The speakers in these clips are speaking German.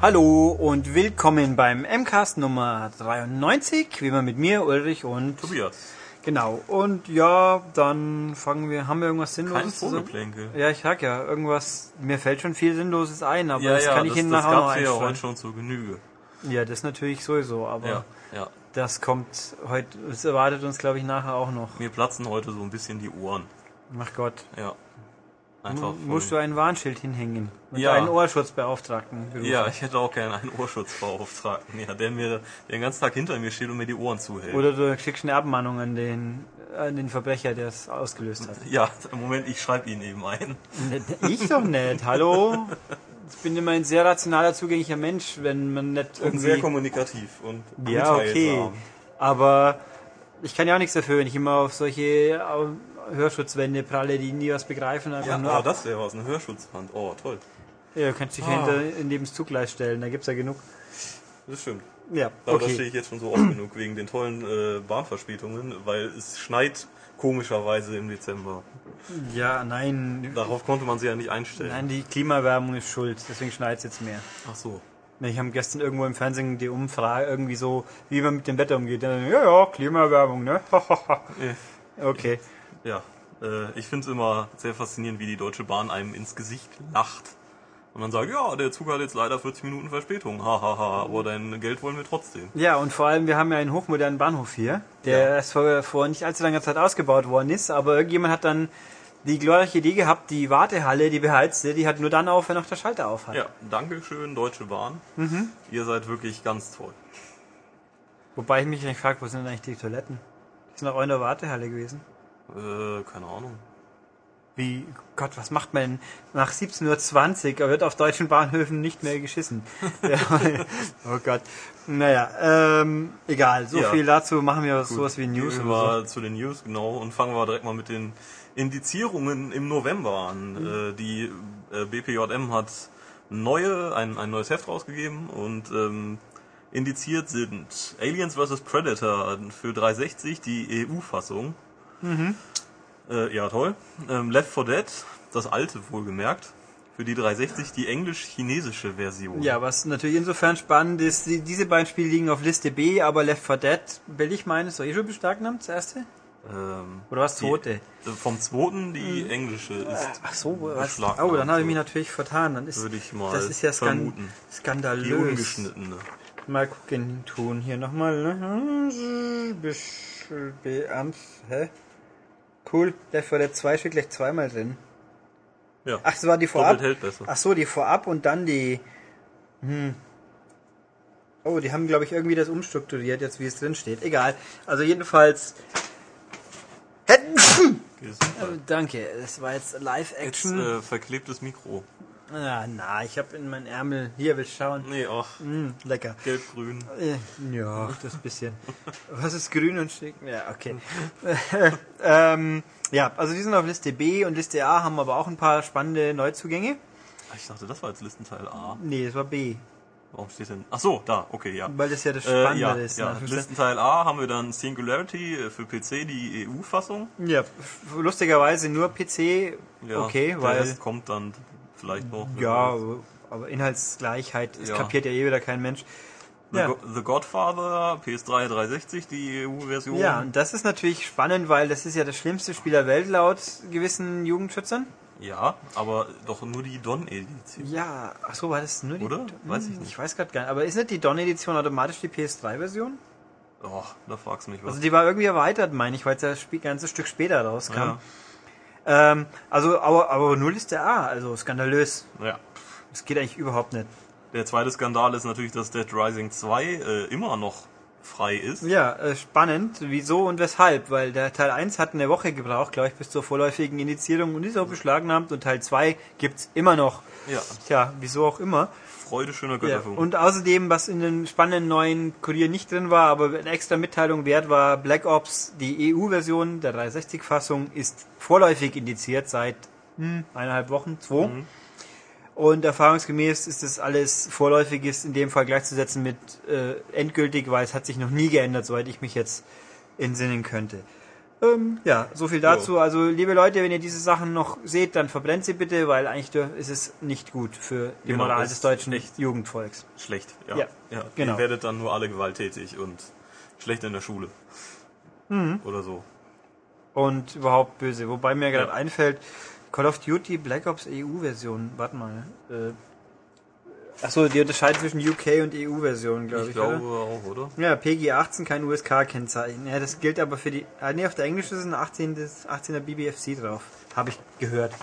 Hallo und willkommen beim MCast Nummer 93, wie immer mit mir, Ulrich und Tobias. Genau, und ja, dann fangen wir, haben wir irgendwas Sinnloses zu sagen? Kein Vorgeplänkel. Ja, ich sag ja, irgendwas, mir fällt schon viel Sinnloses ein, aber ja, das kann ich Ihnen nachher noch einstellen. Das gab's ja heute schon zur Genüge. Ja, das natürlich sowieso, aber ja. Das kommt heute, das erwartet uns, glaube ich, nachher auch noch. Mir platzen heute so ein bisschen die Ohren. Ach Gott. Ja. Einfach musst du ein Warnschild hinhängen und ja. einen Ohrschutzbeauftragten berufen. Ja, ich hätte auch gerne einen Ohrschutzbeauftragten, ja, der den ganzen Tag hinter mir steht und mir die Ohren zuhält. Oder du schickst eine Abmahnung an den Verbrecher, der es ausgelöst hat. Ja, im Moment, ich schreibe ihn eben ein. Ich doch nicht, hallo? Ich bin immer ein sehr rationaler, zugänglicher Mensch, wenn man nicht irgendwie... Und sehr kommunikativ und ja, okay, aber ich kann ja auch nichts dafür, wenn ich immer auf solche Hörschutzwände pralle, die nie was begreifen. Ja, nur aber das wäre was, eine Hörschutzwand. Oh, toll. Ja, du kannst dich hinter neben das Zuggleis stellen, da gibt's ja genug. Das stimmt. Ja, aber da stehe ich jetzt schon so oft genug wegen den tollen Bahnverspätungen, weil es schneit komischerweise im Dezember. Ja, nein. Darauf konnte man sich ja nicht einstellen. Nein, die Klimaerwärmung ist schuld, deswegen schneit es jetzt mehr. Ach so. Ich habe gestern irgendwo im Fernsehen die Umfrage, irgendwie so, wie man mit dem Wetter umgeht. Ja, Klimaerwärmung, ne? Okay. Ja, ich finde es immer sehr faszinierend, wie die Deutsche Bahn einem ins Gesicht lacht. Und dann sagt, ja, der Zug hat jetzt leider 40 Minuten Verspätung, hahaha, aber dein Geld wollen wir trotzdem. Ja, und vor allem, wir haben ja einen hochmodernen Bahnhof hier, der erst vor nicht allzu langer Zeit ausgebaut worden ist, aber irgendjemand hat dann die glorreiche Idee gehabt, die Wartehalle, die beheizte, die hat nur dann auf, wenn noch der Schalter auf hat. Ja, danke schön, Deutsche Bahn. Ihr seid wirklich ganz toll. Wobei ich mich nicht frage, wo sind denn eigentlich die Toiletten? Die sind auch in der Wartehalle gewesen. Keine Ahnung. Wie, Gott, was macht man nach 17:20 Uhr? Wird auf deutschen Bahnhöfen nicht mehr geschissen. Ja, oh Gott. Naja, egal. So viel dazu. Machen wir sowas wie News. Gehen wir zu den News, genau. Und fangen wir direkt mal mit den Indizierungen im November an. Die BPJM hat ein neues Heft rausgegeben und indiziert sind Aliens vs. Predator für 360, die EU-Fassung. Ja, toll. Left 4 Dead, das alte wohlgemerkt, für die 360 die englisch-chinesische Version. Ja, was natürlich insofern spannend ist, diese beiden Spiele liegen auf Liste B, aber Left 4 Dead, will ich meinen, ist doch schon beschlagnahmt, das erste? Oder was zweite? Vom zweiten die englische ist. Ach so, was? Oh, dann habe ich mich natürlich vertan. Dann würde ich mal das ist ja vermuten. Skandalös. Die ungeschnittene. Mal gucken, tun hier nochmal, ne? Hä? Cool, Left 4 Dead 2 steht gleich zweimal drin. Ja. Ach, das war die Vorab. Hält besser. Ach so, die Vorab und dann die. Oh, die haben, glaube ich, irgendwie das umstrukturiert, jetzt wie es drin steht. Egal. Also jedenfalls. Danke, das war jetzt Live-Action. Jetzt verklebtes Mikro. Ich habe in meinen Ärmel. Hier, willst du schauen? Nee, ach. Lecker. Gelb-grün. Ja, das bisschen. Was ist grün und schick? Ja, okay. Ja, also die sind auf Liste B und Liste A haben aber auch ein paar spannende Neuzugänge. Ich dachte, das war jetzt Listenteil A. Nee, das war B. Warum steht denn? Ach so, da, okay, ja. Weil das ja das Spannende ist. Ja. Listenteil A haben wir dann Singularity für PC, die EU-Fassung. Ja, lustigerweise nur PC, okay, weil... Der Rest kommt dann vielleicht noch. Ja, aber Inhaltsgleichheit, das kapiert ja wieder kein Mensch. The Godfather, PS3 360, die EU-Version. Ja, und das ist natürlich spannend, weil das ist ja das schlimmste Spiel der Welt laut gewissen Jugendschützern. Ja, aber doch nur die Don-Edition. Ja, ach so, war das nur die... Oder? Weiß ich nicht. Ich weiß gerade gar nicht. Aber ist nicht die Don-Edition automatisch die PS3-Version? Oh, da fragst du mich was. Also die war irgendwie erweitert, meine ich, weil es ja ein ganzes Stück später rauskam. Ja. Aber nur Liste A, also skandalös. Ja. Das geht eigentlich überhaupt nicht. Der zweite Skandal ist natürlich, dass Dead Rising 2 immer noch frei ist. Ja, spannend. Wieso und weshalb? Weil der Teil 1 hat eine Woche gebraucht, glaube ich, bis zur vorläufigen Indizierung und ist auch beschlagnahmt und Teil 2 gibt's immer noch. Ja. Tja, wieso auch immer. Freude schöner Götterfunken. Ja. Und außerdem, was in den spannenden neuen Kurier nicht drin war, aber eine extra Mitteilung wert war, Black Ops, die EU-Version der 360-Fassung, ist vorläufig indiziert seit 1,5 Wochen, 2. Und erfahrungsgemäß ist das alles Vorläufiges in dem Fall gleichzusetzen mit endgültig, weil es hat sich noch nie geändert, soweit ich mich jetzt entsinnen könnte. Ja, so viel dazu. Also, liebe Leute, wenn ihr diese Sachen noch seht, dann verbrennt sie bitte, weil eigentlich ist es nicht gut für die Moral des deutschen Jugendvolks. Schlecht, Ja, genau. Ihr werdet dann nur alle gewalttätig und schlecht in der Schule. Oder so. Und überhaupt böse. Wobei mir gerade einfällt, Call of Duty Black Ops EU-Version, warte mal. Achso, die unterscheiden zwischen UK und EU-Version, glaube ich. Ich glaube auch, oder? Ja, PG 18, kein USK-Kennzeichen. Ja, das gilt aber für die. Nee, auf der Englisch ist ein 18er BBFC drauf. Habe ich gehört.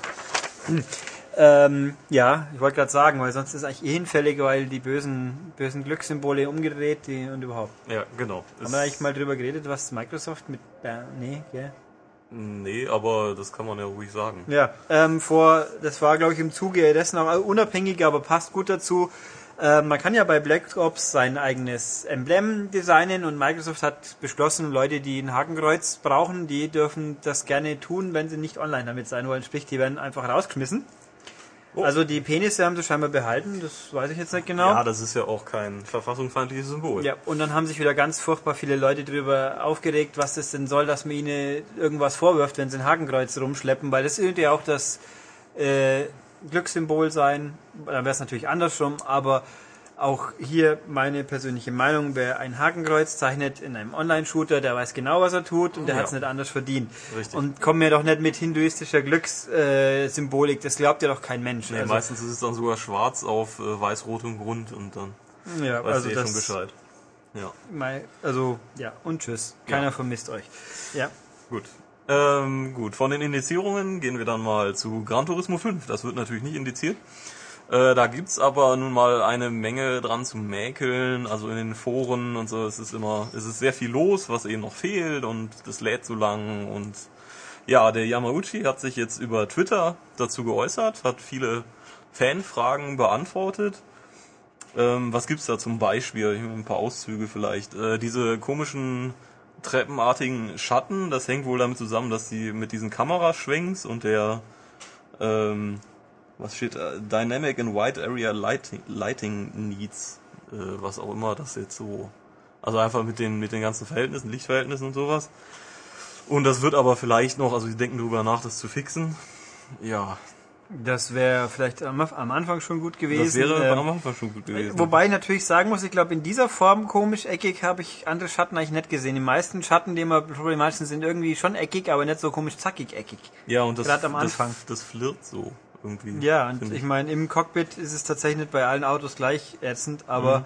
Ja, ich wollte gerade sagen, weil sonst ist es eigentlich hinfällig, weil die bösen Glückssymbole umgedreht und überhaupt. Ja, genau. Haben wir eigentlich mal drüber geredet, was Microsoft mit. Nee, gell? Nee, aber das kann man ja ruhig sagen. Ja, das war glaube ich im Zuge dessen auch unabhängig, aber passt gut dazu. Man kann ja bei Black Ops sein eigenes Emblem designen und Microsoft hat beschlossen, Leute, die ein Hakenkreuz brauchen, die dürfen das gerne tun, wenn sie nicht online damit sein wollen. Sprich, die werden einfach rausgeschmissen. Oh. Also die Penisse haben sie scheinbar behalten, das weiß ich jetzt nicht genau. Ja, das ist ja auch kein verfassungsfeindliches Symbol. Ja, und dann haben sich wieder ganz furchtbar viele Leute darüber aufgeregt, was das denn soll, dass man ihnen irgendwas vorwirft, wenn sie ein Hakenkreuz rumschleppen, weil das könnte ja auch das Glückssymbol sein. Dann wäre es natürlich andersrum, aber auch hier meine persönliche Meinung, wer ein Hakenkreuz zeichnet in einem Online-Shooter, der weiß genau, was er tut und der hat es nicht anders verdient. Richtig. Und komm mir doch nicht mit hinduistischer Glückssymbolik, das glaubt ja doch kein Mensch. Nee, also meistens ist es dann sogar schwarz auf weiß-rotem Grund und dann ja, weiß also ihr das schon Bescheid. Ja. Also, ja, und tschüss. Keiner vermisst euch. Ja. Gut. Gut, von den Indizierungen gehen wir dann mal zu Gran Turismo 5. Das wird natürlich nicht indiziert. Da gibt's aber nun mal eine Menge dran zu mäkeln, also in den Foren und so. Es ist sehr viel los, was eben noch fehlt und das lädt so lang und ja, der Yamauchi hat sich jetzt über Twitter dazu geäußert, hat viele Fanfragen beantwortet. Was gibt's da zum Beispiel? Ich habe ein paar Auszüge vielleicht. Diese komischen treppenartigen Schatten, das hängt wohl damit zusammen, dass sie mit diesen Kameraschwenks und der was steht? Dynamic and Wide Area Lighting Needs, was auch immer das jetzt so, also einfach mit den ganzen Verhältnissen, Lichtverhältnissen und sowas. Und das wird aber vielleicht noch, also sie denken darüber nach, das zu fixen. Ja. Das wäre vielleicht am Anfang schon gut gewesen. Das wäre am Anfang schon gut gewesen. Wobei ich natürlich sagen muss, ich glaube in dieser Form komisch eckig habe ich andere Schatten eigentlich nicht gesehen. Die meisten Schatten, die immer problematisch sind, sind irgendwie schon eckig, aber nicht so komisch zackig eckig. Ja, und das gerade am Anfang. Das flirrt so irgendwie. Ja, und ich meine, im Cockpit ist es tatsächlich nicht bei allen Autos gleich ätzend, aber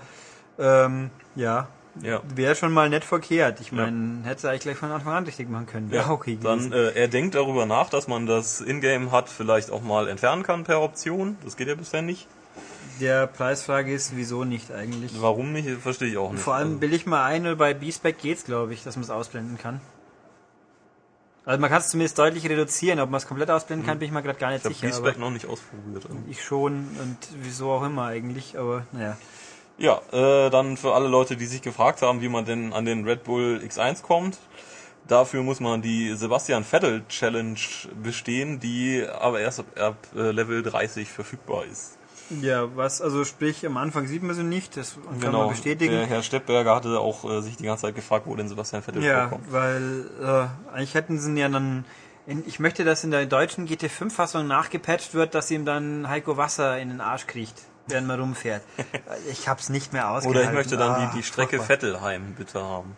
ja. Wäre schon mal nicht verkehrt. Ich meine, hätte es eigentlich gleich von Anfang an richtig machen können. Ja, okay gewesen. Dann, er denkt darüber nach, dass man das Ingame HUD vielleicht auch mal entfernen kann per Option. Das geht ja bisher nicht. Der Preisfrage ist, wieso nicht eigentlich? Warum nicht, verstehe ich auch nicht. Vor allem bilde ich mal ein, bei B-Spec geht's, glaube ich, dass man es ausblenden kann. Also man kann es zumindest deutlich reduzieren. Ob man es komplett ausblenden kann, bin ich mal gerade gar nicht sicher. Ich habe B-Spec noch nicht ausprobiert. Ich schon und wieso auch immer eigentlich, aber naja. Ja, dann für alle Leute, die sich gefragt haben, wie man denn an den Red Bull X1 kommt. Dafür muss man die Sebastian Vettel Challenge bestehen, die aber erst ab Level 30 verfügbar ist. Ja, also sprich, am Anfang sieht man sie nicht, das kann man bestätigen. Der Herr Steppberger hatte auch sich die ganze Zeit gefragt, wo denn Sebastian Vettel vorkommt. Ja, weil eigentlich hätten sie ihn ja dann... Ich möchte, dass in der deutschen GT5-Fassung nachgepatcht wird, dass ihm dann Heiko Wasser in den Arsch kriecht, während man rumfährt. Ich hab's nicht mehr ausgehalten. Oder ich möchte dann die Strecke Vettelheim bitte haben.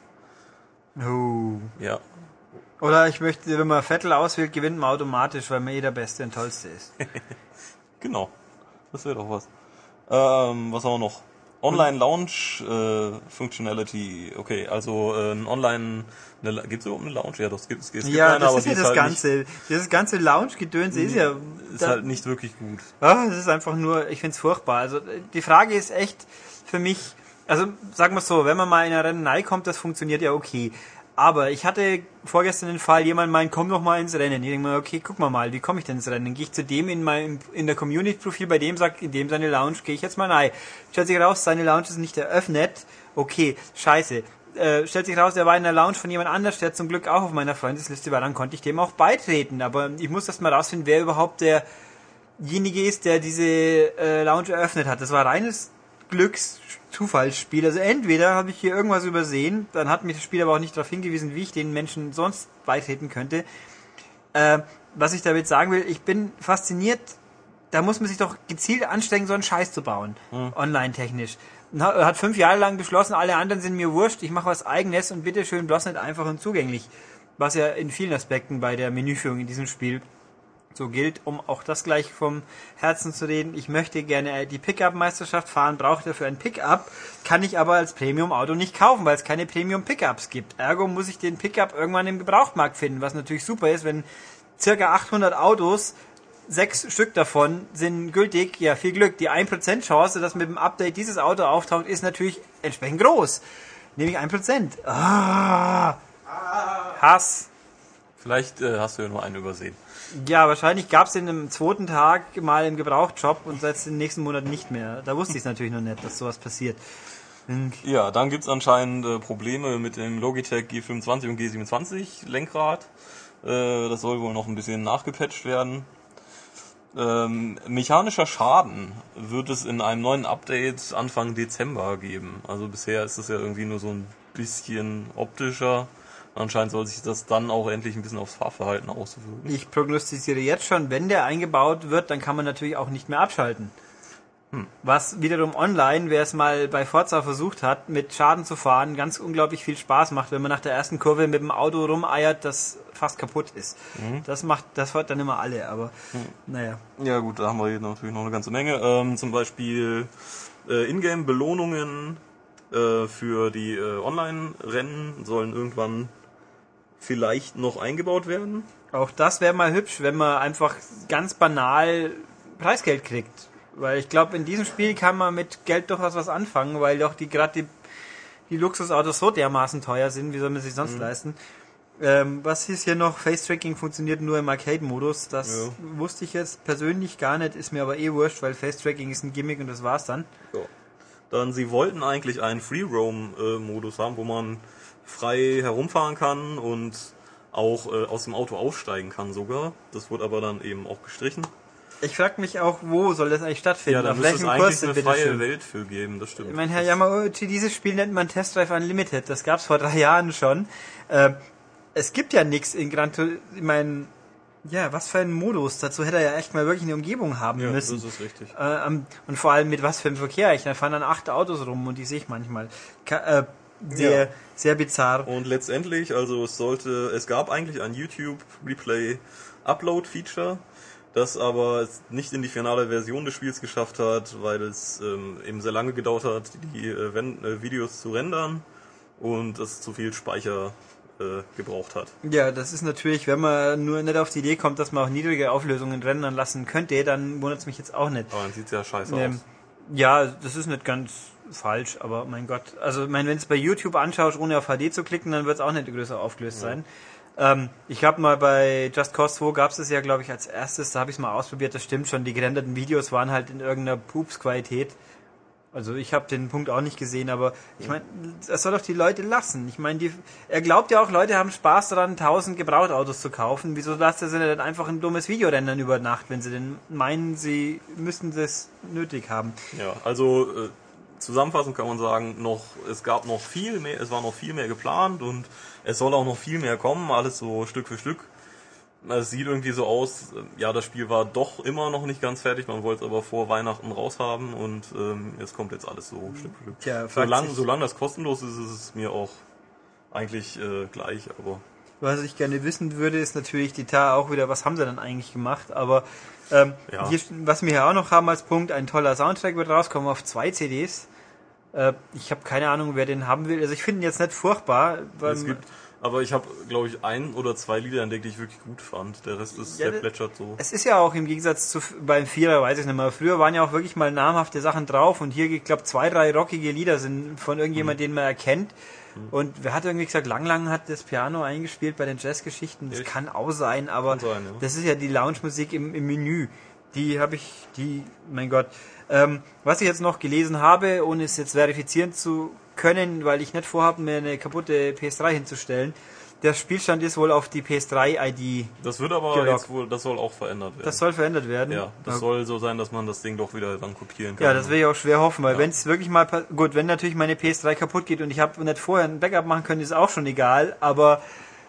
Oh. Ja. Oder ich möchte, wenn man Vettel auswählt, gewinnt man automatisch, weil man der Beste und Tollste ist. Genau. Das wäre doch was. Was haben wir noch? Online-Lounge Functionality. Okay, also Online... Gibt es überhaupt eine Lounge? Ja, doch, es gibt ja, eine, das aber ist ja das halt Ganze. Dieses ganze Lounge-Gedöns ist ja... Ist halt nicht wirklich gut. Es ist einfach nur... Ich find's furchtbar. Also die Frage ist echt für mich... Also sagen wir so, wenn man mal in eine Rennen kommt, das funktioniert ja okay. Aber ich hatte vorgestern den Fall, jemand meint, komm doch mal ins Rennen. Ich denke mir, okay, guck mal, wie komme ich denn ins Rennen? Dann gehe ich zu dem in der Community-Profil, bei dem sagt, in dem seine Lounge, gehe ich jetzt mal rein. Stellt sich raus, seine Lounge ist nicht eröffnet. Okay, scheiße. Stellt sich raus, er war in der Lounge von jemand anders, der zum Glück auch auf meiner Freundesliste war, dann konnte ich dem auch beitreten. Aber ich muss erst mal rausfinden, wer überhaupt derjenige ist, der diese Lounge eröffnet hat. Das war reines Glücks-Zufallsspiel. Also entweder habe ich hier irgendwas übersehen, dann hat mich das Spiel aber auch nicht darauf hingewiesen, wie ich den Menschen sonst beitreten könnte. Was ich damit sagen will, ich bin fasziniert, da muss man sich doch gezielt anstrengen, so einen Scheiß zu bauen, online-technisch. Hat 5 Jahre lang beschlossen, alle anderen sind mir wurscht, ich mache was Eigenes und bitteschön bloß nicht einfach und zugänglich. Was ja in vielen Aspekten bei der Menüführung in diesem Spiel so gilt, um auch das gleich vom Herzen zu reden. Ich möchte gerne die Pickup-Meisterschaft fahren, brauche dafür ein Pickup, kann ich aber als Premium-Auto nicht kaufen, weil es keine Premium-Pickups gibt. Ergo muss ich den Pickup irgendwann im Gebrauchtmarkt finden, was natürlich super ist, wenn circa 800 Autos, 6 Stück davon sind gültig, ja, viel Glück. Die 1% Chance, dass mit dem Update dieses Auto auftaucht, ist natürlich entsprechend groß. Nämlich 1%. Hass. Vielleicht hast du ja nur einen übersehen. Ja, wahrscheinlich gab es den am 2. Tag mal im Gebrauchtshop und seit den nächsten Monat nicht mehr. Da wusste ich es natürlich noch nicht, dass sowas passiert. Ja, dann gibt's anscheinend Probleme mit dem Logitech G25 und G27 Lenkrad. Das soll wohl noch ein bisschen nachgepatcht werden. Mechanischer Schaden wird es in einem neuen Update Anfang Dezember geben. Also bisher ist es ja irgendwie nur so ein bisschen optischer. Anscheinend soll sich das dann auch endlich ein bisschen aufs Fahrverhalten auswirken. Ich prognostiziere jetzt schon, wenn der eingebaut wird, dann kann man natürlich auch nicht mehr abschalten. Was wiederum online, wer es mal bei Forza versucht hat, mit Schaden zu fahren, ganz unglaublich viel Spaß macht, wenn man nach der ersten Kurve mit dem Auto rumeiert, das fast kaputt ist. Das freut dann immer alle, aber naja. Ja gut, da haben wir natürlich noch eine ganze Menge. Zum Beispiel Ingame-Belohnungen für die Online-Rennen sollen irgendwann vielleicht noch eingebaut werden. Auch das wäre mal hübsch, wenn man einfach ganz banal Preisgeld kriegt. Weil ich glaube, in diesem Spiel kann man mit Geld durchaus was anfangen, weil doch die Luxusautos so dermaßen teuer sind, wie soll man sich sonst leisten. Was hieß hier noch? Face-Tracking funktioniert nur im Arcade-Modus. Das wusste ich jetzt persönlich gar nicht, ist mir aber wurscht, weil Face-Tracking ist ein Gimmick und das war's dann. Ja. Dann, sie wollten eigentlich einen Free-Roam-Modus haben, wo man frei herumfahren kann und auch aus dem Auto aussteigen kann sogar. Das wurde aber dann eben auch gestrichen. Ich frage mich auch, wo soll das eigentlich stattfinden? Ja, da müsste es eigentlich eine freie Welt für geben, das stimmt. Mein Herr Yamauchi, dieses Spiel nennt man Test Drive Unlimited. Das gab's vor 3 Jahren schon. Es gibt ja nichts in Gran Turismo. Ich meine, ja, was für ein Modus. Dazu hätte er ja echt mal wirklich eine Umgebung haben müssen. Ja, das ist richtig. Und vor allem mit was für einem Verkehr. Da fahren dann 8 Autos rum und die sehe ich manchmal. Sehr bizarr. Und letztendlich, also es gab eigentlich ein YouTube Replay Upload Feature, das aber nicht in die finale Version des Spiels geschafft hat, weil es eben sehr lange gedauert hat, die Videos zu rendern und es zu viel Speicher gebraucht hat. Ja, das ist natürlich, wenn man nur nicht auf die Idee kommt, dass man auch niedrige Auflösungen rendern lassen könnte, dann wundert es mich jetzt auch nicht. Aber dann sieht es ja scheiße aus. Ja, das ist nicht ganz falsch, aber mein Gott. Also, ich meine, wenn du es bei YouTube anschaust, ohne auf HD zu klicken, dann wird es auch nicht größer aufgelöst sein. Ich habe mal bei Just Cause 2 gab es das ja, glaube ich, als erstes, da habe ich es mal ausprobiert, das stimmt schon, die gerenderten Videos waren halt in irgendeiner Pups-Qualität. Also ich habe den Punkt auch nicht gesehen, aber ich meine, das soll doch die Leute lassen. Ich meine, er glaubt ja auch, Leute haben Spaß daran, 1000 Gebrauchtautos zu kaufen. Wieso lasst er sie dann einfach ein dummes Video rendern über Nacht, wenn sie denn meinen, sie müssten das nötig haben? Ja, also zusammenfassend kann man sagen, es war noch viel mehr geplant und es soll auch noch viel mehr kommen, alles so Stück für Stück. Es sieht irgendwie so aus, ja, das Spiel war doch immer noch nicht ganz fertig, man wollte es aber vor Weihnachten raushaben und es kommt jetzt alles so Stück für Stück. Tja, solange das kostenlos ist, ist es mir auch eigentlich gleich, aber... Was ich gerne wissen würde, ist natürlich die auch wieder, was haben sie dann eigentlich gemacht, aber hier, was wir hier auch noch haben als Punkt, ein toller Soundtrack wird rauskommen auf 2 CDs. Ich habe keine Ahnung, wer den haben will. Also ich finde ihn jetzt nicht furchtbar. Aber ich habe, glaube ich, 1 oder 2 Lieder entdeckt, die ich wirklich gut fand. Der Rest ist sehr plätschert so. Es ist ja auch im Gegensatz zu beim 4er, weiß ich nicht mehr. Früher waren ja auch wirklich mal namhafte Sachen drauf und hier, ich glaube, 2, 3 rockige Lieder sind von irgendjemand, den man erkennt. Und wer hat irgendwie gesagt, Lang hat das Piano eingespielt bei den Jazzgeschichten. Das kann auch sein, aber das ist ja die Lounge-Musik im Menü. Mein Gott. Was ich jetzt noch gelesen habe, ohne es jetzt verifizieren zu können, weil ich nicht vorhabe, mir eine kaputte PS3 hinzustellen, der Spielstand ist wohl auf die PS3-ID. Das wird aber gelockt. jetzt wohl, das soll auch verändert werden. Das soll verändert werden? Ja, das soll so sein, dass man das Ding doch wieder dann kopieren kann. Ja, das will ich auch schwer hoffen, weil wenn es wirklich mal... Gut, wenn natürlich meine PS3 kaputt geht und ich habe nicht vorher ein Backup machen können, ist auch schon egal, aber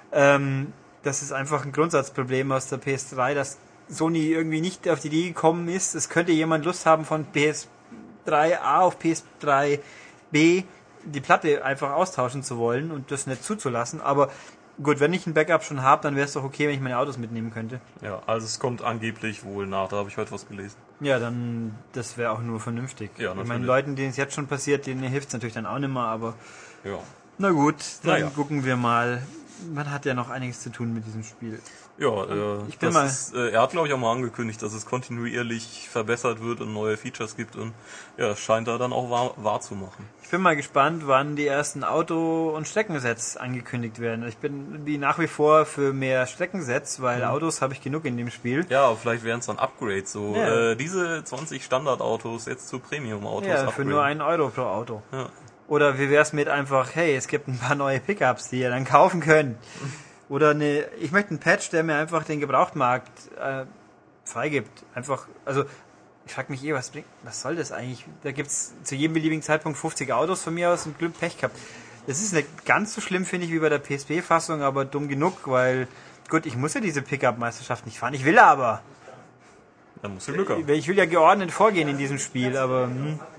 das ist einfach ein Grundsatzproblem aus der PS3, dass Sony irgendwie nicht auf die Idee gekommen ist, es könnte jemand Lust haben von PS3A auf PS3B die Platte einfach austauschen zu wollen und das nicht zuzulassen, aber gut, wenn ich ein Backup schon habe, dann wäre es doch okay, wenn ich meine Autos mitnehmen könnte. Ja, also es kommt angeblich wohl nach, da habe ich heute was gelesen. Ja, dann, das wäre auch nur vernünftig. Ja, ich meine, Leuten, denen es jetzt schon passiert, denen hilft es natürlich dann auch nicht mehr, aber ja. Na gut, dann gucken wir mal. Man hat ja noch einiges zu tun mit diesem Spiel. Ja, er hat glaube ich auch mal angekündigt, dass es kontinuierlich verbessert wird und neue Features gibt und ja, scheint er dann auch wahr zu machen. Ich bin mal gespannt, wann die ersten Auto- und Streckensets angekündigt werden. Ich bin wie nach wie vor für mehr Streckensets, weil Autos habe ich genug in dem Spiel. Ja, aber vielleicht wären es dann Upgrades, so diese 20 Standardautos jetzt zu Premium-Autos. Ja, für nur 1 Euro pro Auto. Ja. Oder wie wär's mit einfach, hey, es gibt ein paar neue Pickups, die ihr dann kaufen könnt. Oder ich möchte einen Patch, der mir einfach den Gebrauchtmarkt freigibt. Einfach, also ich frage mich was soll das eigentlich? Da gibt's zu jedem beliebigen Zeitpunkt 50 Autos von mir aus und Glück Pech gehabt. Das ist nicht ganz so schlimm, finde ich, wie bei der PSP-Fassung, aber dumm genug, weil, gut, ich muss ja diese Pickup-Meisterschaft nicht fahren. Ich will aber. Dann musst du Glück haben. Ich will ja geordnet vorgehen in diesem Spiel, aber,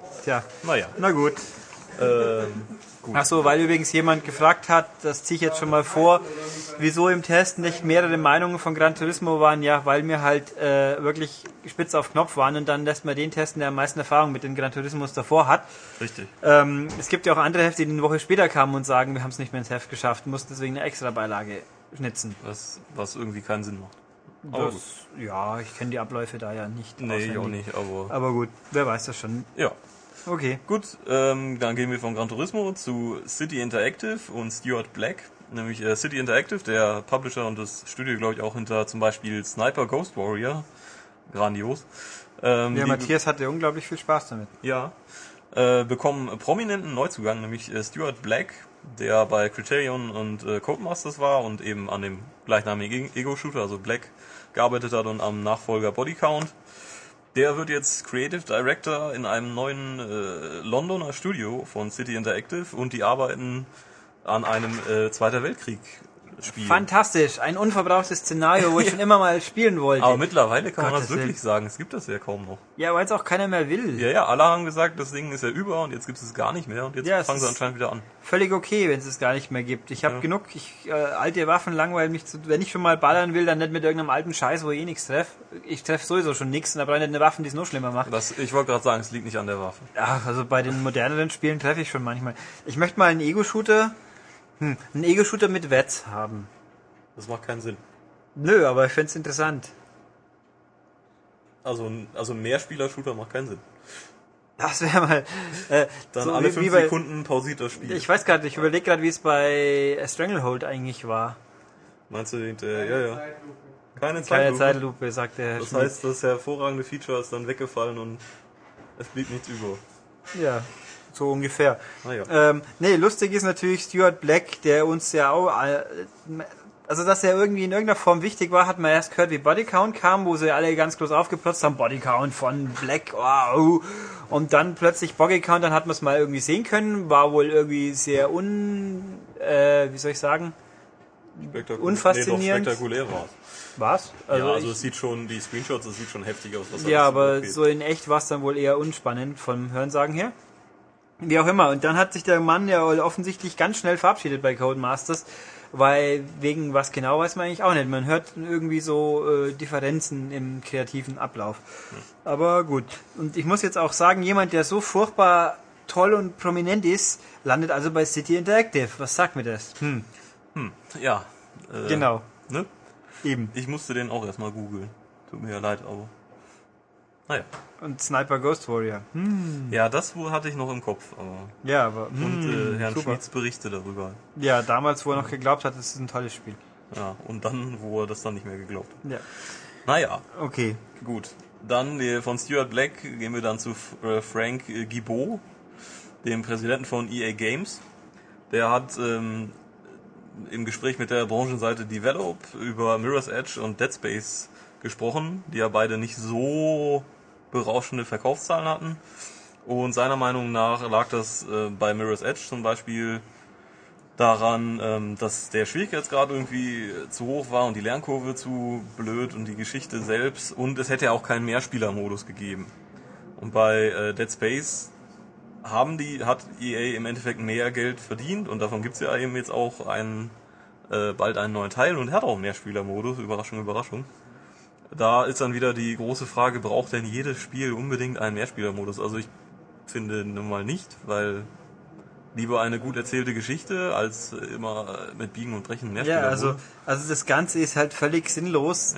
na gut. Gut. Achso, weil übrigens jemand gefragt hat, das ziehe ich jetzt schon mal vor, wieso im Test nicht mehrere Meinungen von Gran Turismo waren, ja, weil wir halt wirklich spitz auf Knopf waren und dann lässt man den testen, der am meisten Erfahrung mit den Gran Turismos davor hat. Richtig. Es gibt ja auch andere Hefte, die eine Woche später kamen und sagen, wir haben es nicht mehr ins Heft geschafft, mussten deswegen eine extra Beilage schnitzen. Was irgendwie keinen Sinn macht. Ja, ich kenne die Abläufe da ja nicht. Nee, ich auch nicht, aber gut, wer weiß das schon. Ja. Okay. Gut, dann gehen wir von Gran Turismo zu City Interactive und Stuart Black. Nämlich City Interactive, der Publisher und das Studio, glaube ich, auch hinter zum Beispiel Sniper Ghost Warrior. Grandios. Matthias hatte unglaublich viel Spaß damit. Ja. Bekommen prominenten Neuzugang, nämlich Stuart Black, der bei Criterion und Codemasters war und eben an dem gleichnamigen Ego-Shooter, also Black, gearbeitet hat und am Nachfolger Body Count. Der wird jetzt Creative Director in einem neuen Londoner Studio von City Interactive und die arbeiten an einem Zweiter Weltkrieg-Spiel. Fantastisch, ein unverbrauchtes Szenario, wo ich schon immer mal spielen wollte. Aber mittlerweile kann man das wirklich sagen, es gibt das ja kaum noch. Ja, weil es auch keiner mehr will. Ja, alle haben gesagt, das Ding ist ja über und jetzt gibt es gar nicht mehr und jetzt fangen sie anscheinend wieder an. Völlig okay, wenn es es gar nicht mehr gibt. Ich habe genug, alte Waffen langweilen mich wenn ich schon mal ballern will, dann nicht mit irgendeinem alten Scheiß, wo ich nichts treffe. Ich treffe sowieso schon nichts und da brauche ich nicht eine Waffe, die es noch schlimmer macht. Ich wollte gerade sagen, es liegt nicht an der Waffe. Ach, also bei den moderneren Spielen treffe ich schon manchmal. Ich möchte mal einen Ego-Shooter mit Wets haben. Das macht keinen Sinn. Nö, aber ich find's interessant. Also ein Mehrspieler-Shooter macht keinen Sinn. Das wäre mal... dann so alle 5 Sekunden pausiert das Spiel. Ich weiß gerade, ich überlege gerade, wie es bei Stranglehold eigentlich war. Meinst du, ja. Keine Zeitlupe, sagt der Herr Das heißt, das hervorragende Feature ist dann weggefallen und es blieb nichts über. Ja, so ungefähr. Ja. Lustig ist natürlich Stuart Black, der uns ja auch... Also, dass er irgendwie in irgendeiner Form wichtig war, hat man erst gehört, wie Bodycount kam, wo sie alle ganz groß aufgeplotzt haben, Bodycount von Black, wow. Und dann plötzlich Bodycount, dann hat man es mal irgendwie sehen können, war wohl irgendwie sehr unfaszinierend. Spektakulär war es. Was? Also es sieht schon, die Screenshots, das sieht schon heftig aus. Was aber so in echt war es dann wohl eher unspannend vom Hörensagen her. Wie auch immer. Und dann hat sich der Mann ja offensichtlich ganz schnell verabschiedet bei Codemasters, weil wegen was genau weiß man eigentlich auch nicht. Man hört irgendwie so Differenzen im kreativen Ablauf. Aber gut. Und ich muss jetzt auch sagen, jemand, der so furchtbar toll und prominent ist, landet also bei City Interactive. Was sagt mir das? Ja. Genau. Ne? Eben. Ich musste den auch erstmal googeln. Tut mir ja leid, aber... Naja. Und Sniper Ghost Warrior. Ja, das hatte ich noch im Kopf. Aber ja, aber... und Herrn Schmieds Berichte darüber. Ja, damals, wo er noch geglaubt hat, es ist ein tolles Spiel. Ja, und dann, wo er das dann nicht mehr geglaubt hat. Ja. Naja. Okay. Gut. Dann von Stuart Black gehen wir dann zu Frank Gibeau, dem Präsidenten von EA Games. Der hat im Gespräch mit der Branchenseite Develop über Mirror's Edge und Dead Space gesprochen, die ja beide nicht so berauschende Verkaufszahlen hatten. Und seiner Meinung nach lag das bei Mirror's Edge zum Beispiel daran, dass der Schwierigkeitsgrad irgendwie zu hoch war und die Lernkurve zu blöd und die Geschichte selbst, und es hätte ja auch keinen Mehrspielermodus gegeben. Und bei Dead Space hat EA im Endeffekt mehr Geld verdient, und davon gibt's ja eben jetzt auch bald einen neuen Teil, und hat auch einen Mehrspielermodus, Überraschung, Überraschung. Da ist dann wieder die große Frage, braucht denn jedes Spiel unbedingt einen Mehrspielermodus? Also ich finde nun mal nicht, weil lieber eine gut erzählte Geschichte als immer mit Biegen und Brechen Mehrspielermodus. Ja, also das Ganze ist halt völlig sinnlos.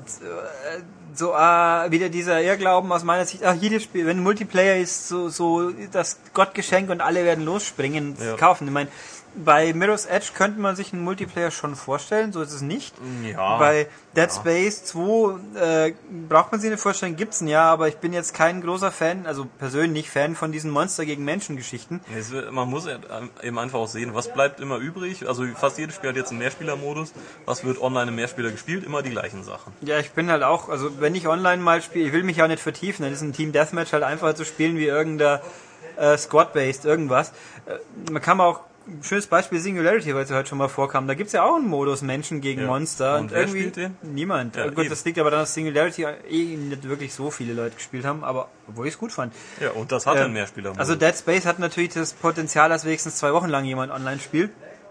Ja. Wieder dieser Irrglauben aus meiner Sicht, jedes Spiel, wenn Multiplayer ist, so das Gottgeschenk und alle werden losspringen und kaufen. Ich meine, bei Mirror's Edge könnte man sich einen Multiplayer schon vorstellen, so ist es nicht. Ja. Bei Dead Space 2 braucht man sich eine Vorstellung, gibt's ein Jahr, aber ich bin jetzt kein großer Fan, also persönlich Fan von diesen Monster gegen Menschen Geschichten. Man muss eben einfach auch sehen, was bleibt immer übrig. Also fast jedes Spiel hat jetzt einen Mehrspielermodus. Was wird online im Mehrspieler gespielt? Immer die gleichen Sachen. Ja, ich bin halt auch, also wenn ich online mal spiele, ich will mich auch nicht vertiefen, dann ist ein Team Deathmatch halt einfacher zu spielen wie irgendein Squad-based irgendwas. Man kann auch ein schönes Beispiel Singularity, weil es ja heute schon mal vorkam. Da gibt's ja auch einen Modus Menschen gegen Monster. Und wer irgendwie spielt den? Niemand. Ja, gut, das liegt aber daran, dass Singularity nicht wirklich so viele Leute gespielt haben, aber obwohl ich es gut fand. Ja, und das hat einen Mehrspielermodus. Also Dead Space hat natürlich das Potenzial, dass wenigstens 2 Wochen lang jemand online spielt.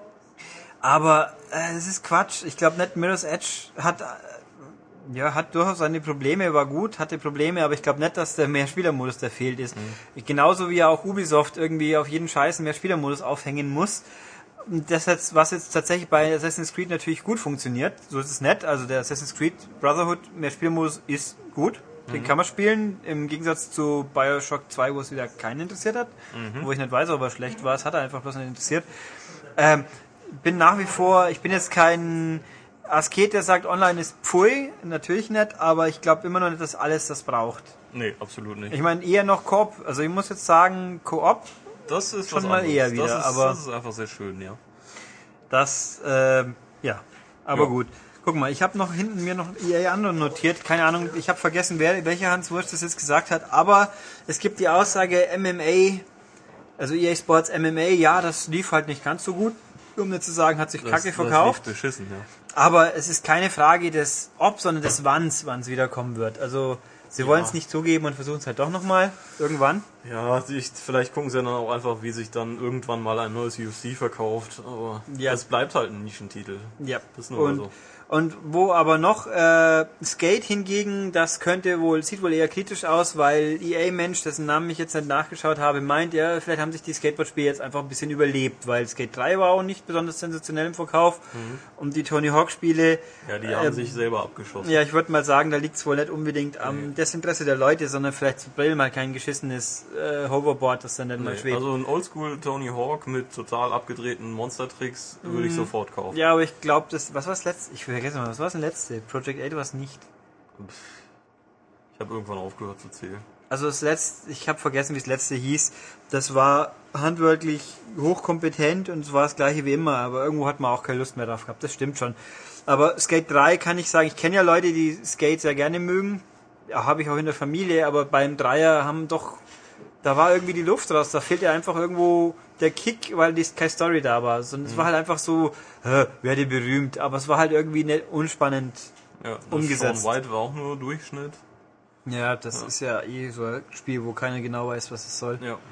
Aber es ist Quatsch. Ich glaube nicht, Mirror's Edge hat durchaus seine Probleme, war gut, hatte Probleme, aber ich glaube nicht, dass der Mehrspielermodus der fehlt ist. Genauso wie auch Ubisoft irgendwie auf jeden Scheiß einen Mehrspielermodus aufhängen muss. Und das jetzt, was jetzt tatsächlich bei Assassin's Creed natürlich gut funktioniert, so ist es nicht. Also der Assassin's Creed Brotherhood Mehrspielermodus ist gut. Den kann man spielen, im Gegensatz zu Bioshock 2, wo es wieder keinen interessiert hat. Wo ich nicht weiß, ob er schlecht war, es hat er einfach bloß nicht interessiert. Bin nach wie vor, ich bin jetzt kein Asket, der sagt, online ist Pfui, natürlich nicht, aber ich glaube immer noch nicht, dass alles das braucht. Nee, absolut nicht. Ich meine eher noch Koop, also ich muss jetzt sagen, Koop, das ist schon was mal anderes. eher wieder, das ist einfach sehr schön, ja. Das, aber gut. Guck mal, ich habe noch hinten mir noch EA anderen notiert, keine Ahnung, ich habe vergessen, welcher Hans Wurst das jetzt gesagt hat, aber es gibt die Aussage MMA, also EA Sports MMA, ja, das lief halt nicht ganz so gut, um nicht zu sagen, hat sich kacke verkauft. Das lief beschissen, ja. Aber es ist keine Frage des Ob, sondern des Wanns wiederkommen wird. Also sie wollen es nicht zugeben und versuchen es halt doch nochmal irgendwann. Ja, vielleicht gucken sie dann auch einfach, wie sich dann irgendwann mal ein neues UFC verkauft. Aber es bleibt halt ein Nischentitel. Ja. Das ist nur mal so. Und wo aber noch Skate hingegen, das sieht wohl eher kritisch aus, weil EA-Mensch, dessen Namen ich jetzt nicht nachgeschaut habe, meint, ja, vielleicht haben sich die Skateboard-Spiele jetzt einfach ein bisschen überlebt, weil Skate 3 war auch nicht besonders sensationell im Verkauf und die Tony Hawk-Spiele... Ja, die haben sich selber abgeschossen. Ja, ich würde mal sagen, da liegt es wohl nicht unbedingt am Desinteresse der Leute, sondern vielleicht zu Brill mal kein geschissenes Hoverboard, das dann nicht mal schwebt. Also ein Oldschool Tony Hawk mit total abgedrehten Monster-Tricks würde ich sofort kaufen. Ja, aber ich glaube, was war das letzte? Ich vergesse mal, was war das letzte? Project 8 war es nicht. Ich habe irgendwann aufgehört zu zählen. Also ich habe vergessen, wie das letzte hieß. Das war handwerklich hochkompetent und es war das gleiche wie immer, aber irgendwo hat man auch keine Lust mehr drauf gehabt, das stimmt schon. Aber Skate 3 kann ich sagen, ich kenne ja Leute, die Skate sehr gerne mögen. Ja, habe ich auch in der Familie, aber beim Dreier da war irgendwie die Luft raus, da fehlt ja einfach irgendwo der Kick, weil keine Story da war. Sondern es war halt einfach so, werde berühmt, aber es war halt irgendwie nicht unspannend umgesetzt. Sean White war auch nur Durchschnitt. Ja, das ist ja so ein Spiel, wo keiner genau weiß, was es soll. Ja.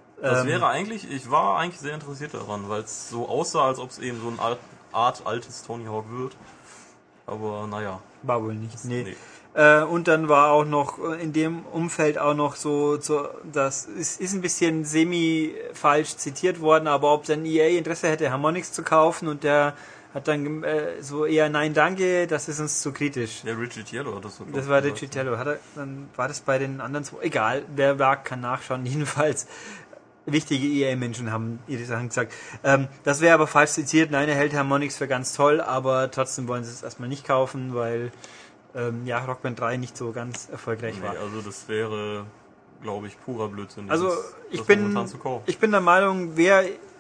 Ich war eigentlich sehr interessiert daran, weil es so aussah, als ob es eben so eine Art altes Tony Hawk wird. Aber naja. War wohl nicht. Nee. Und dann war auch noch in dem Umfeld auch noch das ist ein bisschen semi-falsch zitiert worden, aber ob dann EA Interesse hätte, Harmonix zu kaufen, und der hat dann so eher nein, danke, das ist uns zu kritisch. Der Richie Tiello hat das so. Das war Richie Tiello. Dann war das bei den anderen zwei, egal, wer mag, kann nachschauen, jedenfalls. Wichtige EA-Menschen haben ihre Sachen gesagt. Das wäre aber falsch zitiert. Nein, er hält Harmonix für ganz toll, aber trotzdem wollen sie es erstmal nicht kaufen, weil Rock Band 3 nicht so ganz erfolgreich war. Also das wäre, glaube ich, purer Blödsinn. Also ich bin der Meinung, wer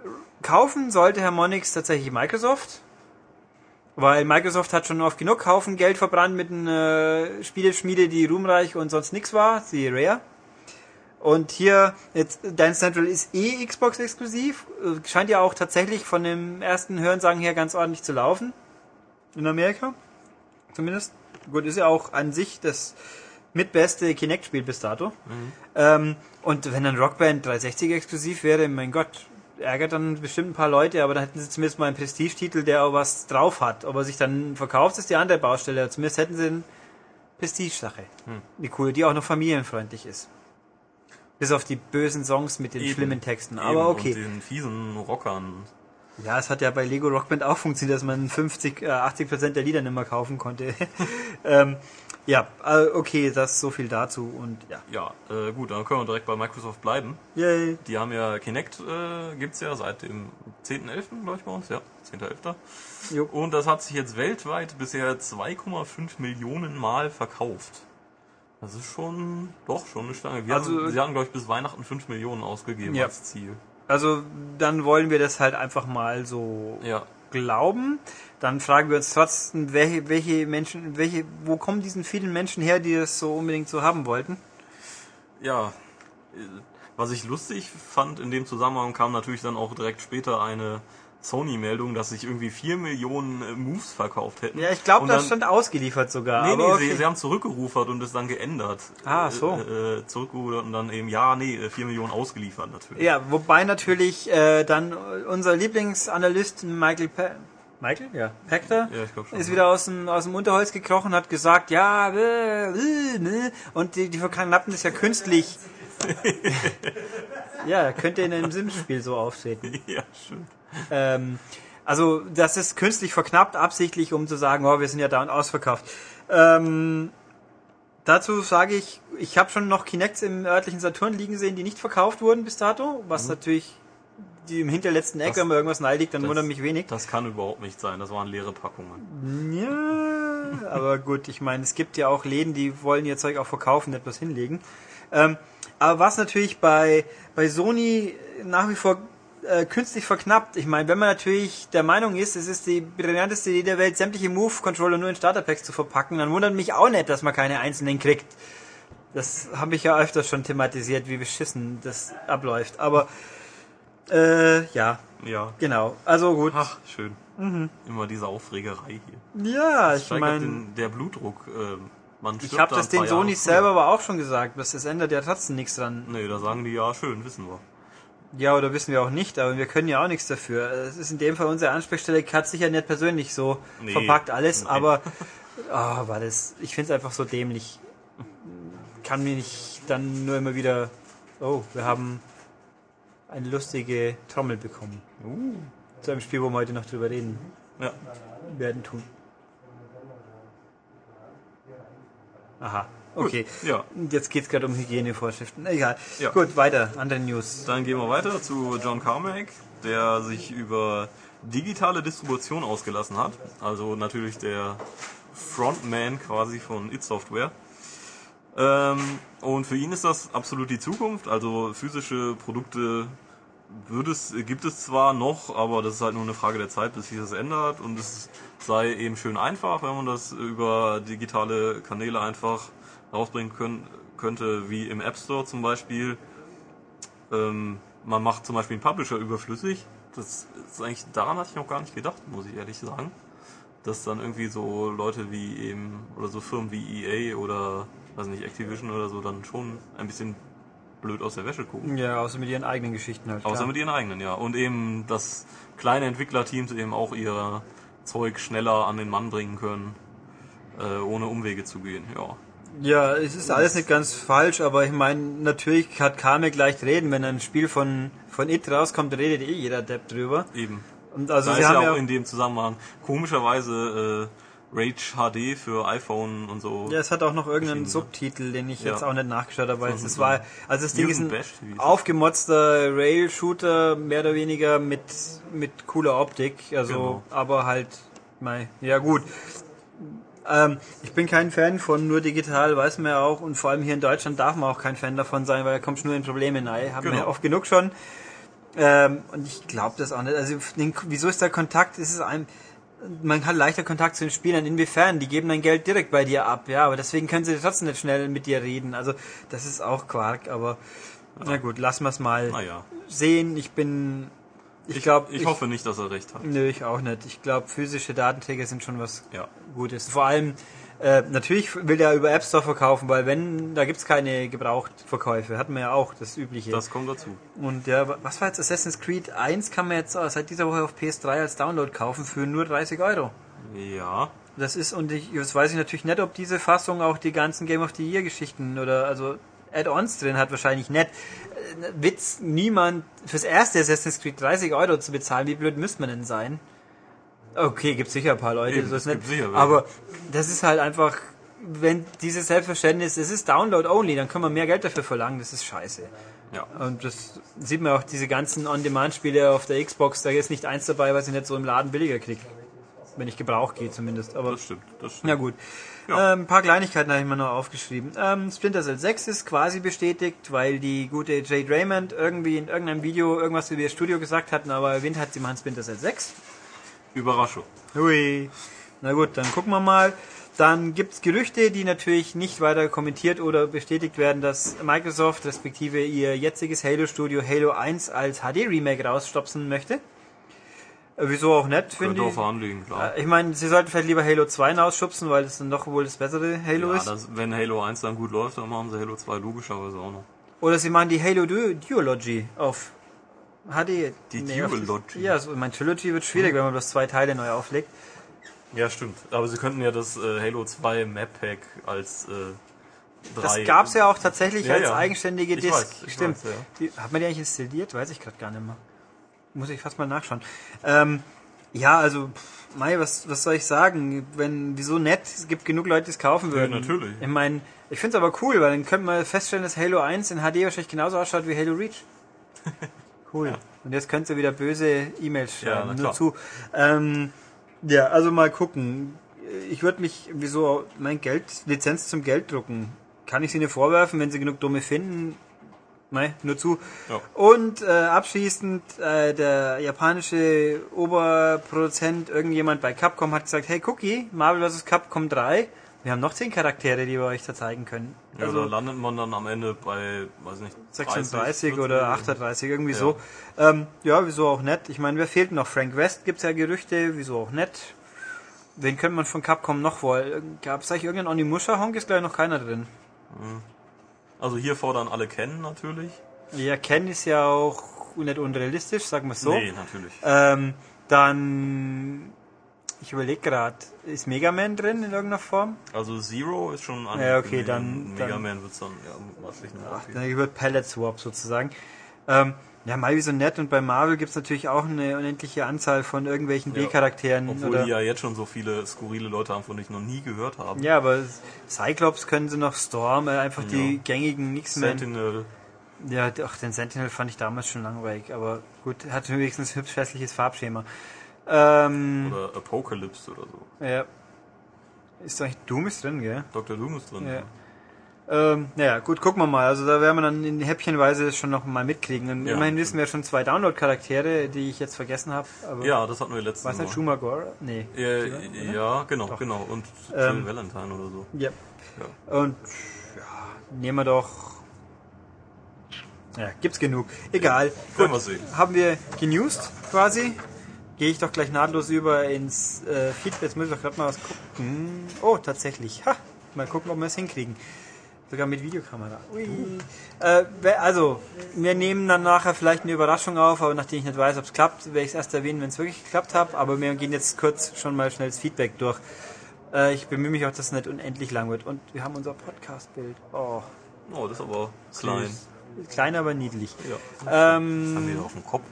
Kaufen sollte Harmonix tatsächlich Microsoft, weil Microsoft hat schon oft genug Haufen Geld verbrannt mit einer Spieleschmiede, die ruhmreich und sonst nix war, die Rare. Und hier, jetzt Dance Central ist Xbox exklusiv, scheint ja auch tatsächlich von dem ersten Hörensagen her ganz ordentlich zu laufen. In Amerika. Zumindest. Gut, ist ja auch an sich das mitbeste Kinect-Spiel bis dato. Und wenn dann Rock Band 360 exklusiv wäre, mein Gott, ärgert dann bestimmt ein paar Leute, aber dann hätten sie zumindest mal einen Prestigetitel, der auch was drauf hat. Ob er sich dann verkauft, ist die andere Baustelle. Zumindest hätten sie eine Prestige-Sache. Die cool, die auch noch familienfreundlich ist. Bis auf die bösen Songs mit den schlimmen Texten. Aber okay. Und den fiesen Rockern. Ja, es hat ja bei Lego Rock Band auch funktioniert, dass man 80% der Lieder nicht mehr kaufen konnte. Ja, okay, das so viel dazu und ja. Ja, gut, dann können wir direkt bei Microsoft bleiben. Yay. Die haben ja Kinect, gibt's ja seit dem 10.11., glaube ich, bei uns, ja, 10.11. Jo. Und das hat sich jetzt weltweit bisher 2,5 Millionen Mal verkauft. Das ist schon eine Stange. Sie hatten, glaube ich, bis Weihnachten 5 Millionen ausgegeben als Ziel. Also, dann wollen wir das halt einfach mal so glauben. Dann fragen wir uns trotzdem, welche Menschen, wo kommen diesen vielen Menschen her, die das so unbedingt so haben wollten? Ja, was ich lustig fand in dem Zusammenhang, kam natürlich dann auch direkt später eine Sony-Meldung, dass sich irgendwie 4 Millionen Moves verkauft hätten. Ja, ich glaube, das stand ausgeliefert sogar. Nee, okay. sie haben zurückgerufert und es dann geändert. So. Zurückgerufert und dann eben, 4 Millionen ausgeliefert natürlich. Ja, wobei natürlich dann unser Lieblingsanalyst Michael? Ja, Pachter ist wieder aus dem Unterholz gekrochen, hat gesagt, und die verknappen das ja künstlich. Ja, könnte in einem Sims-Spiel so auftreten. Ja, schön. Also, das ist künstlich verknappt, absichtlich, um zu sagen, wir sind ja da und ausverkauft. Dazu sage ich habe schon noch Kinects im örtlichen Saturn liegen sehen, die nicht verkauft wurden bis dato, was natürlich im hinterletzten Eck, wenn mir irgendwas nahe liegt, dann wundert mich wenig. Das kann überhaupt nicht sein, das waren leere Packungen. Ja, aber gut, ich meine, es gibt ja auch Läden, die wollen ihr Zeug auch verkaufen, etwas hinlegen. Aber was natürlich bei Sony nach wie vor künstlich verknappt. Ich meine, wenn man natürlich der Meinung ist, es ist die brillanteste Idee der Welt, sämtliche Move-Controller nur in Starterpacks zu verpacken, dann wundert mich auch nicht, dass man keine einzelnen kriegt. Das habe ich ja öfters schon thematisiert, wie beschissen das abläuft. Aber ja, genau. Also gut. Ach, schön. Immer diese Aufregerei hier. Ja, ich meine, der Blutdruck. Ich habe das den Sonys selber aber auch schon gesagt, das ändert ja trotzdem nichts dran. Nee, da sagen die, ja, schön, wissen wir. Ja, oder wissen wir auch nicht, aber wir können ja auch nichts dafür. Es ist in dem Fall unsere Ansprechstelle, hat sicher nicht persönlich so verpackt alles, aber ich finde es einfach so dämlich. Kann mir nicht dann nur immer wieder, wir haben eine lustige Trommel bekommen. Zu einem Spiel, wo wir heute noch drüber reden werden tun. Aha, okay. Gut, ja. Jetzt geht's gerade um Hygienevorschriften. Egal. Ja. Gut, weiter. Andere News. Dann gehen wir weiter zu John Carmack, der sich über digitale Distribution ausgelassen hat. Also natürlich der Frontman quasi von id Software. Und für ihn ist das absolut die Zukunft. Also physische Produkte gibt es zwar noch, aber das ist halt nur eine Frage der Zeit, bis sich das ändert. Und es sei eben schön einfach, wenn man das über digitale Kanäle einfach rausbringen könnte, wie im App Store zum Beispiel. Man macht zum Beispiel einen Publisher überflüssig. Das ist eigentlich, daran hatte ich noch gar nicht gedacht, muss ich ehrlich sagen. Dass dann irgendwie so Leute wie eben, oder so Firmen wie EA oder, weiß nicht, Activision oder so dann schon ein bisschen blöd aus der Wäsche gucken. Ja, außer mit ihren eigenen Geschichten halt. Außer mit ihren eigenen, ja. Und eben, dass kleine Entwicklerteams eben auch ihr Zeug schneller an den Mann bringen können, ohne Umwege zu gehen, ja. Ja, es ist alles nicht ganz falsch, aber ich meine, natürlich hat Carmack leicht reden, wenn ein Spiel von id rauskommt, redet jeder Depp drüber. Eben. Und also da sie ist haben ja auch in dem Zusammenhang komischerweise Rage HD für iPhone und so. Ja, es hat auch noch irgendeinen Subtitel, den ich jetzt auch nicht nachgeschaut habe, weil es war, also das Ding ist ein aufgemotzter Rail-Shooter, mehr oder weniger mit cooler Optik, also, aber halt, ja gut. Ich bin kein Fan von nur digital, weiß man ja auch, und vor allem hier in Deutschland darf man auch kein Fan davon sein, weil da kommst du nur in Probleme rein, haben wir oft genug schon. Und ich glaube das auch nicht. Also wieso ist der Kontakt? Man hat leichter Kontakt zu den Spielern. Inwiefern? Die geben dein Geld direkt bei dir ab, ja, aber deswegen können sie trotzdem nicht schnell mit dir reden. Also das ist auch Quark, aber na gut, lassen wir es mal sehen. Ich hoffe nicht, dass er recht hat. Nö, ich auch nicht. Ich glaube, physische Datenträger sind schon was Gutes. Vor allem, natürlich will der über App Store verkaufen, weil da gibt's keine Gebrauchtverkäufe. Hatten wir ja auch, das Übliche. Das kommt dazu. Und was war jetzt Assassin's Creed 1? Kann man jetzt seit dieser Woche auf PS3 als Download kaufen für nur 30 €. Ja. Das ist, jetzt weiß ich natürlich nicht, ob diese Fassung auch die ganzen Game of the Year Geschichten also Add-ons drin hat, wahrscheinlich nicht. Witz, niemand fürs erste Assassin's Creed 30 € zu bezahlen, wie blöd müsste man denn sein? Okay, gibt sicher ein paar Leute, eben, so ist nicht. Aber das ist halt einfach, wenn dieses Selbstverständnis, es ist Download-only, dann können wir mehr Geld dafür verlangen, das ist scheiße. Ja. Und das sieht man auch, diese ganzen On-Demand-Spiele auf der Xbox, da ist nicht eins dabei, was ich nicht so im Laden billiger kriege. Wenn ich Gebrauch gehe zumindest. Aber das stimmt. Ja gut. Ja. Ein paar Kleinigkeiten habe ich mir noch aufgeschrieben. Splinter Cell 6 ist quasi bestätigt, weil die gute Jade Raymond irgendwie in irgendeinem Video irgendwas über ihr Studio gesagt hat, aber erwähnt hat, sie machen Splinter Cell 6. Überraschung. Hui. Na gut, dann gucken wir mal. Dann gibt's Gerüchte, die natürlich nicht weiter kommentiert oder bestätigt werden, dass Microsoft respektive ihr jetziges Halo-Studio Halo 1 als HD-Remake rausstopsen möchte. Wieso auch nicht, finde ich. Könnte auch voranliegen, klar. Ich meine, sie sollten vielleicht lieber Halo 2 rausschubsen, weil das dann doch wohl das bessere Halo ist. Ja, wenn Halo 1 dann gut läuft, dann machen sie Halo 2 logischerweise auch noch. Oder sie machen die Halo Duology auf HD. Die Duology? Ja, also mein Trilogy wird schwierig, wenn man bloß 2 Teile neu auflegt. Ja, stimmt. Aber sie könnten ja das Halo 2 Map Pack als 3... Das gab's ja auch tatsächlich als eigenständige Disk. Stimmt. Hat man die eigentlich installiert? Weiß ich gerade gar nicht mehr. Muss ich fast mal nachschauen. Also, was soll ich sagen? Wieso nett? Es gibt genug Leute, die es kaufen würden. Ja, natürlich. Ich meine, ich finde es aber cool, weil dann könnte man feststellen, dass Halo 1 in HD wahrscheinlich genauso ausschaut wie Halo Reach. Cool. Ja. Und jetzt könnt ihr wieder böse E-Mails schreiben. Nur zu. Also mal gucken. Ich würde mich, Lizenz zum Gelddrucken, kann ich sie nicht vorwerfen, wenn sie genug Dumme finden. Nein, nur zu. Ja. Und abschließend, der japanische Oberproduzent, irgendjemand bei Capcom hat gesagt, hey Cookie, Marvel vs. Capcom 3, wir haben noch 10 Charaktere, die wir euch da zeigen können. Ja, also, da landet man dann am Ende bei, weiß nicht, 36 oder 38, irgendwie so. Wieso auch nicht? Ich meine, wer fehlt noch? Frank West gibt's ja Gerüchte, wieso auch nicht? Wen könnte man von Capcom noch wollen? Gab's eigentlich irgendeinen Onimusha-Honk? Ist gleich noch keiner drin. Also hier fordern alle Ken natürlich. Ja, Ken ist ja auch nicht unrealistisch, sagen wir es so. Nee, natürlich. Dann, ich überlege gerade, ist Mega Man drin in irgendeiner Form? Also Zero ist schon angekündigt. Ja, okay, dann Mega Man wird es dann mutmaßlich noch. Dann wird Palette Swap sozusagen. Mal wie so nett, und bei Marvel gibt es natürlich auch eine unendliche Anzahl von irgendwelchen B-Charakteren. Obwohl die ja jetzt schon so viele skurrile Leute haben, von denen ich noch nie gehört habe. Ja, aber Cyclops können sie noch, Storm, einfach die gängigen X-Men. Sentinel. Ja, den Sentinel fand ich damals schon langweilig, aber gut, hat wenigstens hübsch hässliches Farbschema. Oder Apocalypse oder so. Ja. Ist eigentlich Doom ist drin, gell? Dr. Doom ist drin, ja. Gut, gucken wir mal. Also da werden wir dann in häppchenweise schon noch mal mitkriegen. Und immerhin wissen wir schon 2 Download-Charaktere, die ich jetzt vergessen habe. Ja, das hatten wir letztes Mal. War es nicht Schumacher? Nee. Ja, genau. Und Jill Valentine oder so. Ja. Und nehmen wir doch... Ja, gibt's genug. Egal. Gut, haben wir genewst quasi. Gehe ich doch gleich nahtlos über ins Feedback. Jetzt muss ich doch gerade mal was gucken. Oh, tatsächlich. Mal gucken, ob wir es hinkriegen. Sogar mit Videokamera. Ui. Wir nehmen dann nachher vielleicht eine Überraschung auf, aber nachdem ich nicht weiß, ob es klappt, werde ich es erst erwähnen, wenn es wirklich geklappt hat. Aber wir gehen jetzt kurz schon mal schnell das Feedback durch. Ich bemühe mich auch, dass es nicht unendlich lang wird. Und wir haben unser Podcast-Bild. Oh, das ist aber klein. Klein, aber niedlich. Ja. Was haben wir da auf dem Kopf?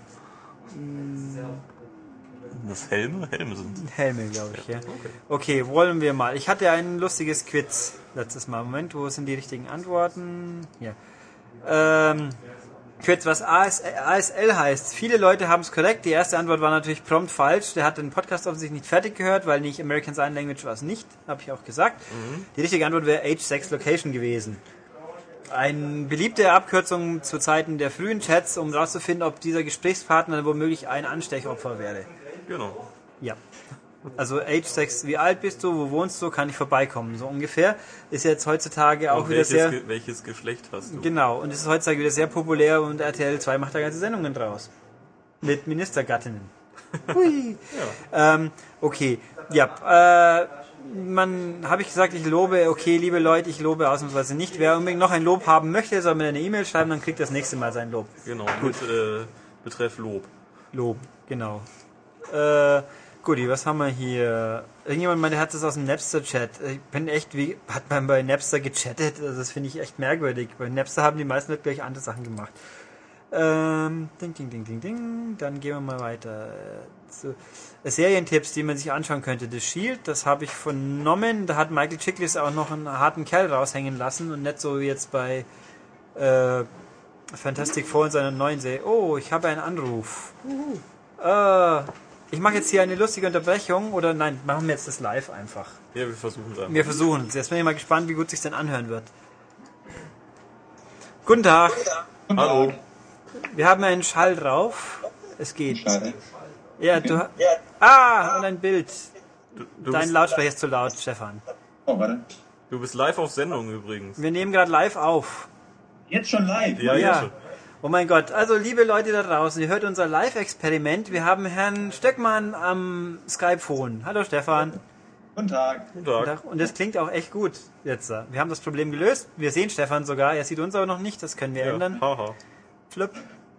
Das Helme? Helme sind. Helme, glaube ich, ja. Okay, wollen wir mal. Ich hatte ein lustiges Quiz letztes Mal. Moment, wo sind die richtigen Antworten? Hier. Quiz, was ASL heißt. Viele Leute haben es korrekt. Die erste Antwort war natürlich prompt falsch. Der hat den Podcast offensichtlich nicht fertig gehört, weil nicht American Sign Language war es nicht. Habe ich auch gesagt. Die richtige Antwort wäre Age 6 Location gewesen. Eine beliebte Abkürzung zu Zeiten der frühen Chats, um herauszufinden, ob dieser Gesprächspartner womöglich ein Anstechopfer wäre. Genau. Ja. Also Age 6, wie alt bist du, wo wohnst du, kann ich vorbeikommen, so ungefähr. Ist jetzt heutzutage auch Und wieder sehr... welches Geschlecht hast du? Genau, und es ist heutzutage wieder sehr populär und RTL 2 macht da ganze Sendungen draus. Mit Ministergattinnen. Hui. Ja. Okay, ja, habe ich gesagt, ich lobe, okay, liebe Leute, ich lobe ausnahmsweise nicht. Wer unbedingt noch ein Lob haben möchte, soll mir eine E-Mail schreiben, dann kriegt das nächste Mal sein Lob. Genau, gut. Betreff Lob. Lob, genau. Guti, was haben wir hier? Irgendjemand meinte, hat das aus dem Napster-Chat. Ich bin echt, wie hat man bei Napster gechattet? Also das finde ich echt merkwürdig. Bei Napster haben die meisten Leute gleich andere Sachen gemacht. Ding. Dann gehen wir mal weiter. So. Serientipps, die man sich anschauen könnte. The Shield, das habe ich vernommen. Da hat Michael Chiklis auch noch einen harten Kerl raushängen lassen und nicht so wie jetzt bei Fantastic Four in seiner neuen Serie. Oh, ich habe einen Anruf. Ich mache jetzt hier eine lustige Unterbrechung oder nein, machen wir jetzt das live einfach. Ja, wir versuchen es einfach. Wir versuchen es. Jetzt bin ich mal gespannt, wie gut es sich denn anhören wird. Guten Tag. Hallo. Wir haben einen Schall drauf. Es geht. Schade. Ja, du. Ah, und ein Bild. Du Dein bist, Lautsprecher ist zu laut, Stefan. Oh, warte. du bist live auf Sendung übrigens. Wir nehmen gerade live auf. Jetzt schon live? Ja, ja. Schon. Oh mein Gott. Also, liebe Leute da draußen, ihr hört unser Live-Experiment. Wir haben Herrn Stöckmann am Skype-Phone. Hallo, Stefan. Guten Tag. Guten Tag. Und das klingt auch echt gut jetzt. Wir haben das Problem gelöst. Wir sehen Stefan sogar. Er sieht uns aber noch nicht. Das können wir ändern. Haha. Flip.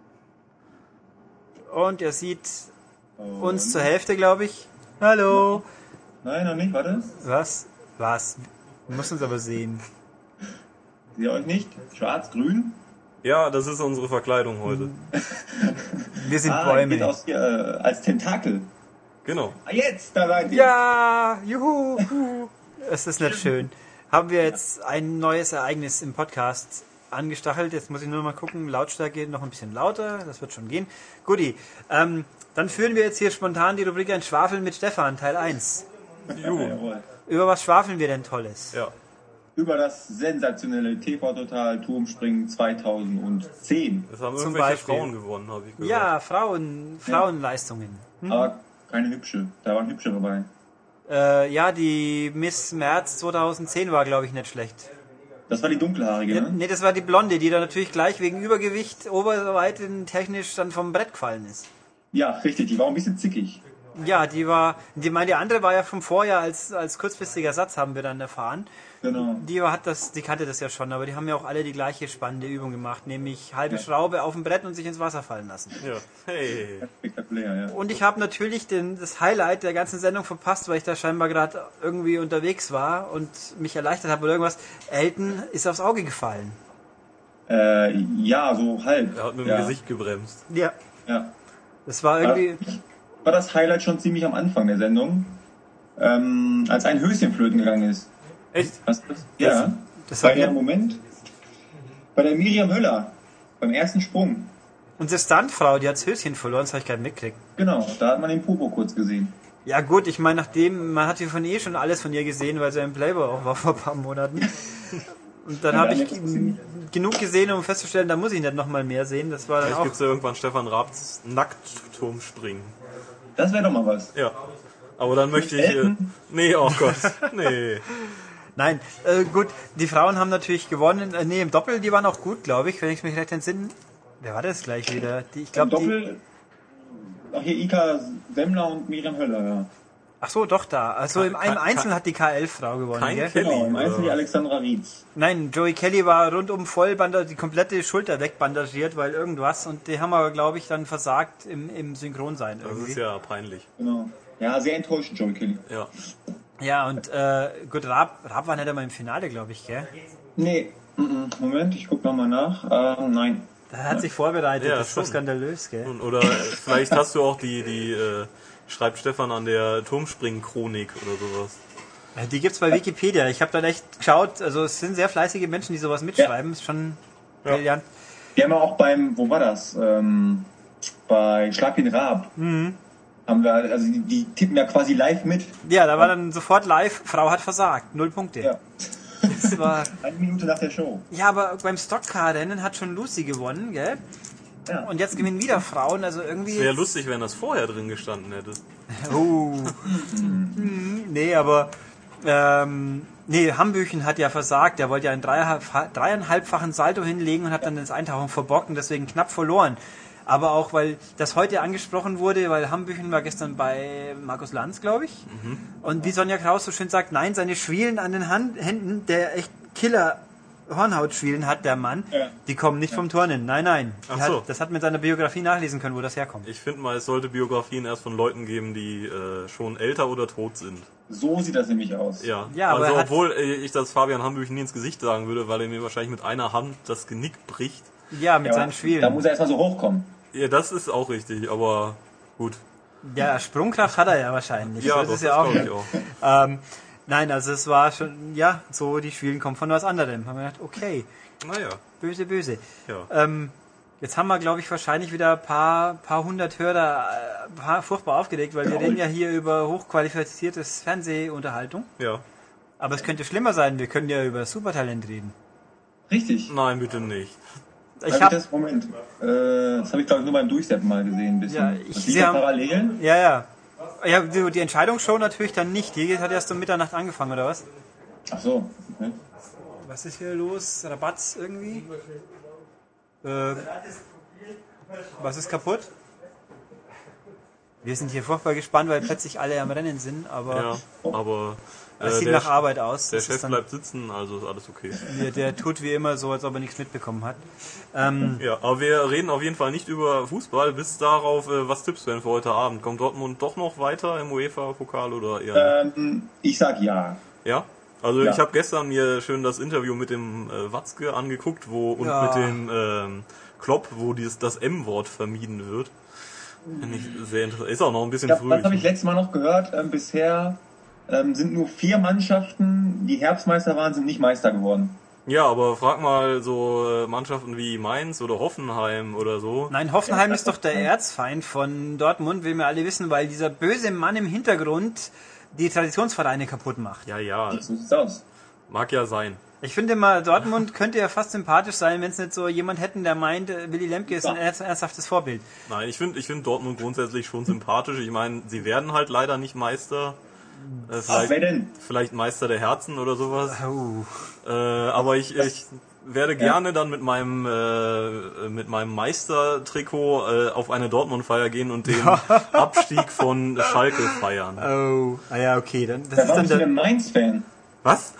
Und er sieht uns zur Hälfte, glaube ich. Hallo. Nein, noch nicht, warte. Was? Wir müssen uns aber sehen. Seht ihr euch nicht? Schwarz, grün? Ja, das ist unsere Verkleidung heute. Wir sind Geht Bäume. aus hier, als Tentakel. Genau. Ah, jetzt, da seid ihr. Ja, juhu. Es ist nicht schön. Haben wir jetzt ein neues Ereignis im Podcast angestachelt. Jetzt muss ich nur mal gucken. Lautstärke noch ein bisschen lauter. Das wird schon gehen. Guti. Dann führen wir jetzt hier spontan die Rubrik Ein Schwafeln mit Stefan, Teil 1. Jawohl. Über was schwafeln wir denn Tolles? Ja. Über das sensationelle TV-Total Turmspringen 2010. Das haben Zum irgendwelche Beispiel. Frauen gewonnen, habe ich gehört. Ja, Frauenleistungen. Aber keine hübsche. Da waren hübsche dabei. Ja, die Miss März 2010 war, glaube ich, nicht schlecht. Das war die dunkelhaarige, ne? Nee, das war die Blonde, die dann natürlich gleich wegen Übergewicht oberweiten technisch dann vom Brett gefallen ist. Ja, richtig. Die war ein bisschen zickig. Ja, die andere war ja vom Vorjahr als kurzfristiger Satz, haben wir dann erfahren. Genau. Die kannte das ja schon, aber die haben ja auch alle die gleiche spannende Übung gemacht, nämlich halbe Schraube auf dem Brett und sich ins Wasser fallen lassen. Ja. Hey. Spektakulär, ja. Und ich habe natürlich das Highlight der ganzen Sendung verpasst, weil ich da scheinbar gerade irgendwie unterwegs war und mich erleichtert habe oder irgendwas. Elton ist aufs Auge gefallen. Ja, so halb. Er hat mit dem ja. Gesicht gebremst. Ja, Ja. das war irgendwie... War das Highlight schon ziemlich am Anfang der Sendung, als ein Höschen flöten gegangen ist. Echt? Hast du das? Ja. Das Bei hat der mir, Moment. Bei der Miriam Höller. Beim ersten Sprung. unsere Stuntfrau, die hat das Höschen verloren, das habe ich gerade mitgekriegt. Genau, da hat man den Popo kurz gesehen. Ja gut, ich meine, man hat ja von schon alles von ihr gesehen, weil sie im Playboy auch war vor ein paar Monaten. Und dann habe ich genug gesehen, um festzustellen, da muss ich nicht nochmal mehr sehen. Das war dann Vielleicht auch... gibt es ja irgendwann Stefan Raabs Nacktturmspringen. Das wäre doch mal was. Ja. Aber dann möchte ich... nee, oh Gott. Nee. Nein, gut, die Frauen haben natürlich gewonnen. Nee, im Doppel, die waren auch gut, glaube ich, wenn ich mich recht entsinne. Wer war das gleich wieder? Ich glaube, Doppel. Ach, hier Ika Semmler und Miriam Höller, ja. Ach so, doch da. Also im Einzel hat die K11-Frau gewonnen, Kein gell? Kelly. Genau, im Einzel die oder? Alexandra Rietz. Nein, Joey Kelly war rundum voll die komplette Schulter wegbandagiert, weil irgendwas. Und die haben aber, glaube ich, dann versagt im Synchronsein Das irgendwie. ist ja peinlich. Genau. Ja, sehr enttäuschend, Joey Kelly. Ja. Ja, und gut, Raab war nicht einmal im Finale, glaube ich, gell? Nee, Moment, ich guck nochmal nach. Nein. Der hat sich vorbereitet, Ja, das ist doch schon. skandalös, gell? Oder vielleicht hast du auch die schreibt Stefan an der Turmspringen-Chronik oder sowas. Die gibt's bei Wikipedia. Ich habe dann echt geschaut, also es sind sehr fleißige Menschen, die sowas mitschreiben. Ist schon brillant. Die haben wir auch beim, wo war das? Bei Schlag den Raab. Haben wir, also die tippen ja quasi live mit. Ja, da war dann sofort live, Frau hat versagt, 0 Punkte. Ja. Das war... 1 Minute nach der Show. Ja, aber beim Stockcar-Rennen hat schon Lucy gewonnen, gell? Ja. Und jetzt gewinnen wieder Frauen, also irgendwie... Wäre lustig, wenn das vorher drin gestanden hätte. Oh. Nee, aber... Hambüchen hat ja versagt. Der wollte ja einen 3,5-fachen Salto hinlegen und hat dann das Eintauchen verbockt und deswegen knapp verloren. Aber auch, weil das heute angesprochen wurde, weil Hambüchen war gestern bei Markus Lanz, glaube ich. Und wie Sonja Kraus so schön sagt, nein, seine Schwielen an den Händen, der echt Killer Hornhautschwielen hat, der Mann, die kommen nicht vom Turnen. Nein. Ach so. Das hat man in seiner Biografie nachlesen können, wo das herkommt. Ich finde mal, es sollte Biografien erst von Leuten geben, die schon älter oder tot sind. So sieht das nämlich aus. Ja, Ja, aber also er hat- obwohl ich das Fabian Hambüchen nie ins Gesicht sagen würde, weil er mir wahrscheinlich mit einer Hand das Genick bricht. Ja, mit Ja, seinen Schwielen. da muss er erstmal so hochkommen. Ja, das ist auch richtig, aber gut. Ja, Sprungkraft hat er ja wahrscheinlich. Ja, so ist das es ja auch. glaube ich auch. Nein, also es war schon, ja, so die Schwielen kommen von was anderem. Haben wir gedacht, okay, Naja, böse. ja. Jetzt haben wir, glaube ich, wahrscheinlich wieder ein paar hundert Hörer furchtbar aufgeregt, weil wir reden ja hier über hochqualifiziertes Fernsehunterhaltung. Ja. Aber es könnte schlimmer sein, wir können ja über Supertalent reden. Richtig. Nein, bitte nicht. Ich habe Das Moment. Das habe ich, glaube ich, nur beim Durchsteppen mal gesehen. Ein bisschen. Ja, Das Sie liegt haben- Parallelen. Ja, die Entscheidungsshow natürlich dann nicht. Die hat erst um Mitternacht angefangen, oder was? Ach so. Okay. Was ist hier los? Rabatz irgendwie? Was ist kaputt? Wir sind hier furchtbar gespannt, weil plötzlich alle am Rennen sind, aber Ja, aber es sieht der, nach Arbeit aus. der Das ist Chef dann- bleibt sitzen, also ist alles okay. der tut wie immer so, als ob er nichts mitbekommen hat. Ja, aber wir reden auf jeden Fall nicht über Fußball, bis darauf, was tippst du denn für heute Abend? Kommt Dortmund doch noch weiter im UEFA-Pokal oder eher nicht? Ich sag ja. Ja? Also Ja. ich habe gestern mir schön das Interview mit dem Watzke angeguckt, und Ja. mit dem Klopp, wo das M-Wort vermieden wird. Finde ich sehr interessant. Ist auch noch ein bisschen Ja, früh. das habe ich letztes Mal noch gehört. Bisher sind nur 4 Mannschaften, die Herbstmeister waren, sind nicht Meister geworden. Ja, aber frag mal so Mannschaften wie Mainz oder Hoffenheim oder so. Nein, Hoffenheim ist doch der Erzfeind von Dortmund, will mir alle wissen, weil dieser böse Mann im Hintergrund die Traditionsvereine kaputt macht. Ja, So sieht's aus. mag ja sein. Ich finde mal, Dortmund könnte ja fast sympathisch sein, wenn es nicht so jemand hätten, der meint, Willy Lemke ist ein ernsthaftes Vorbild. Nein, ich finde Dortmund grundsätzlich schon sympathisch. Ich meine, sie werden halt leider nicht Meister. Ach, wer denn? Vielleicht Meister der Herzen oder sowas. Oh. Aber ich werde gerne dann mit meinem Meistertrikot auf eine Dortmund-Feier gehen und den Abstieg von Schalke feiern. Oh. Ah ja, okay. Dann, das Da ist war dann bist du der, denn Mainz-Fan? Was?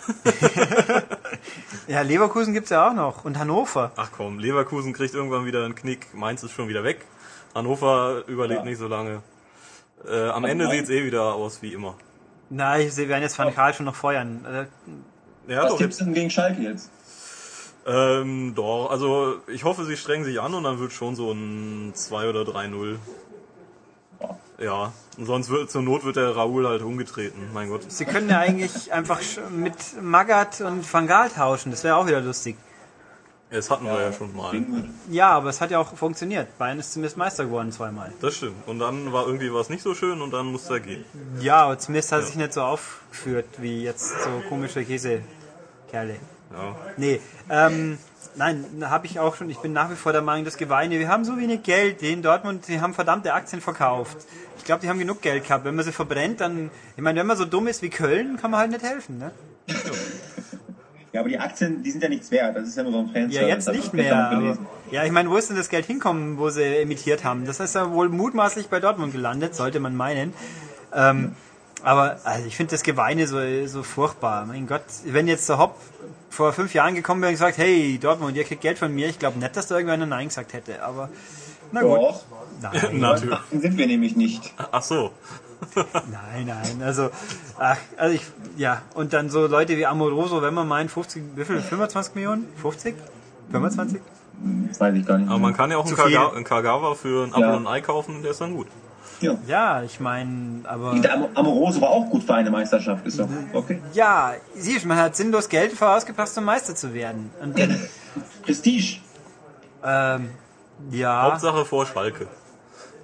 ja, Leverkusen gibt's ja auch noch. Und Hannover. Ach komm, Leverkusen kriegt irgendwann wieder einen Knick. Mainz ist schon wieder weg. Hannover überlebt nicht so lange. Am Ende sieht's wieder aus wie immer. Nein, sie werden jetzt Van Gaal schon noch feuern. Ja, Was doch, tippst du denn gegen Schalke jetzt? doch, also ich hoffe, sie strengen sich an und dann wird schon so ein 2 oder 3-0. Ja, und sonst zur Not wird der Raoul halt umgetreten, mein Gott. Sie können ja eigentlich einfach mit Magath und Van Gaal tauschen. Das wäre auch wieder lustig. Das hatten wir ja schon mal. Ja, aber es hat ja auch funktioniert. Bayern ist zumindest Meister geworden zweimal. Das stimmt. Und dann war irgendwie was nicht so schön und dann musste er gehen. Ja, aber zumindest hat er sich nicht so aufgeführt wie jetzt so komische Käsekerle. Ja. Nee, nein, habe ich auch schon. Ich bin nach wie vor der Meinung, das Geweine. Wir haben so wenig Geld. Die in Dortmund, die haben verdammte Aktien verkauft. Ich glaube, die haben genug Geld gehabt. Wenn man sie verbrennt, dann, ich meine, wenn man so dumm ist wie Köln, kann man halt nicht helfen, ne? Ja, aber die Aktien, die sind ja nichts wert. Das ist ja nur so ein Fanservice. Ja, jetzt Das hab nicht ich gestern mehr. noch Aber, gelesen. ja, ich meine, wo ist denn das Geld hinkommen, wo sie emittiert haben? Das ist ja wohl mutmaßlich bei Dortmund gelandet, sollte man meinen. Aber also ich finde das Geweine so furchtbar. Mein Gott, wenn jetzt der Hopp vor 5 Jahren gekommen wäre und gesagt, hey, Dortmund, ihr kriegt Geld von mir, ich glaube nicht, dass da irgendwer Nein gesagt hätte. Aber na gut. Doch, Nein, Natürlich. Aktien sind wir nämlich nicht. Ach so. nein. Also und dann so Leute wie Amoroso, wenn man meint, 50, wie viel? 25 Millionen? 50? 25? Das weiß ich gar nicht. Aber man kann ja auch Zu einen Kagawa für ein Apfel Ja. und ein Ei kaufen, der ist dann gut. Ja. Ja, ich meine, aber... Der Amoroso war auch gut für eine Meisterschaft, ist doch okay. Ja, siehst du, man hat sinnlos Geld vorausgepasst, um Meister zu werden. Und dann, Prestige. ja, Hauptsache vor Schalke.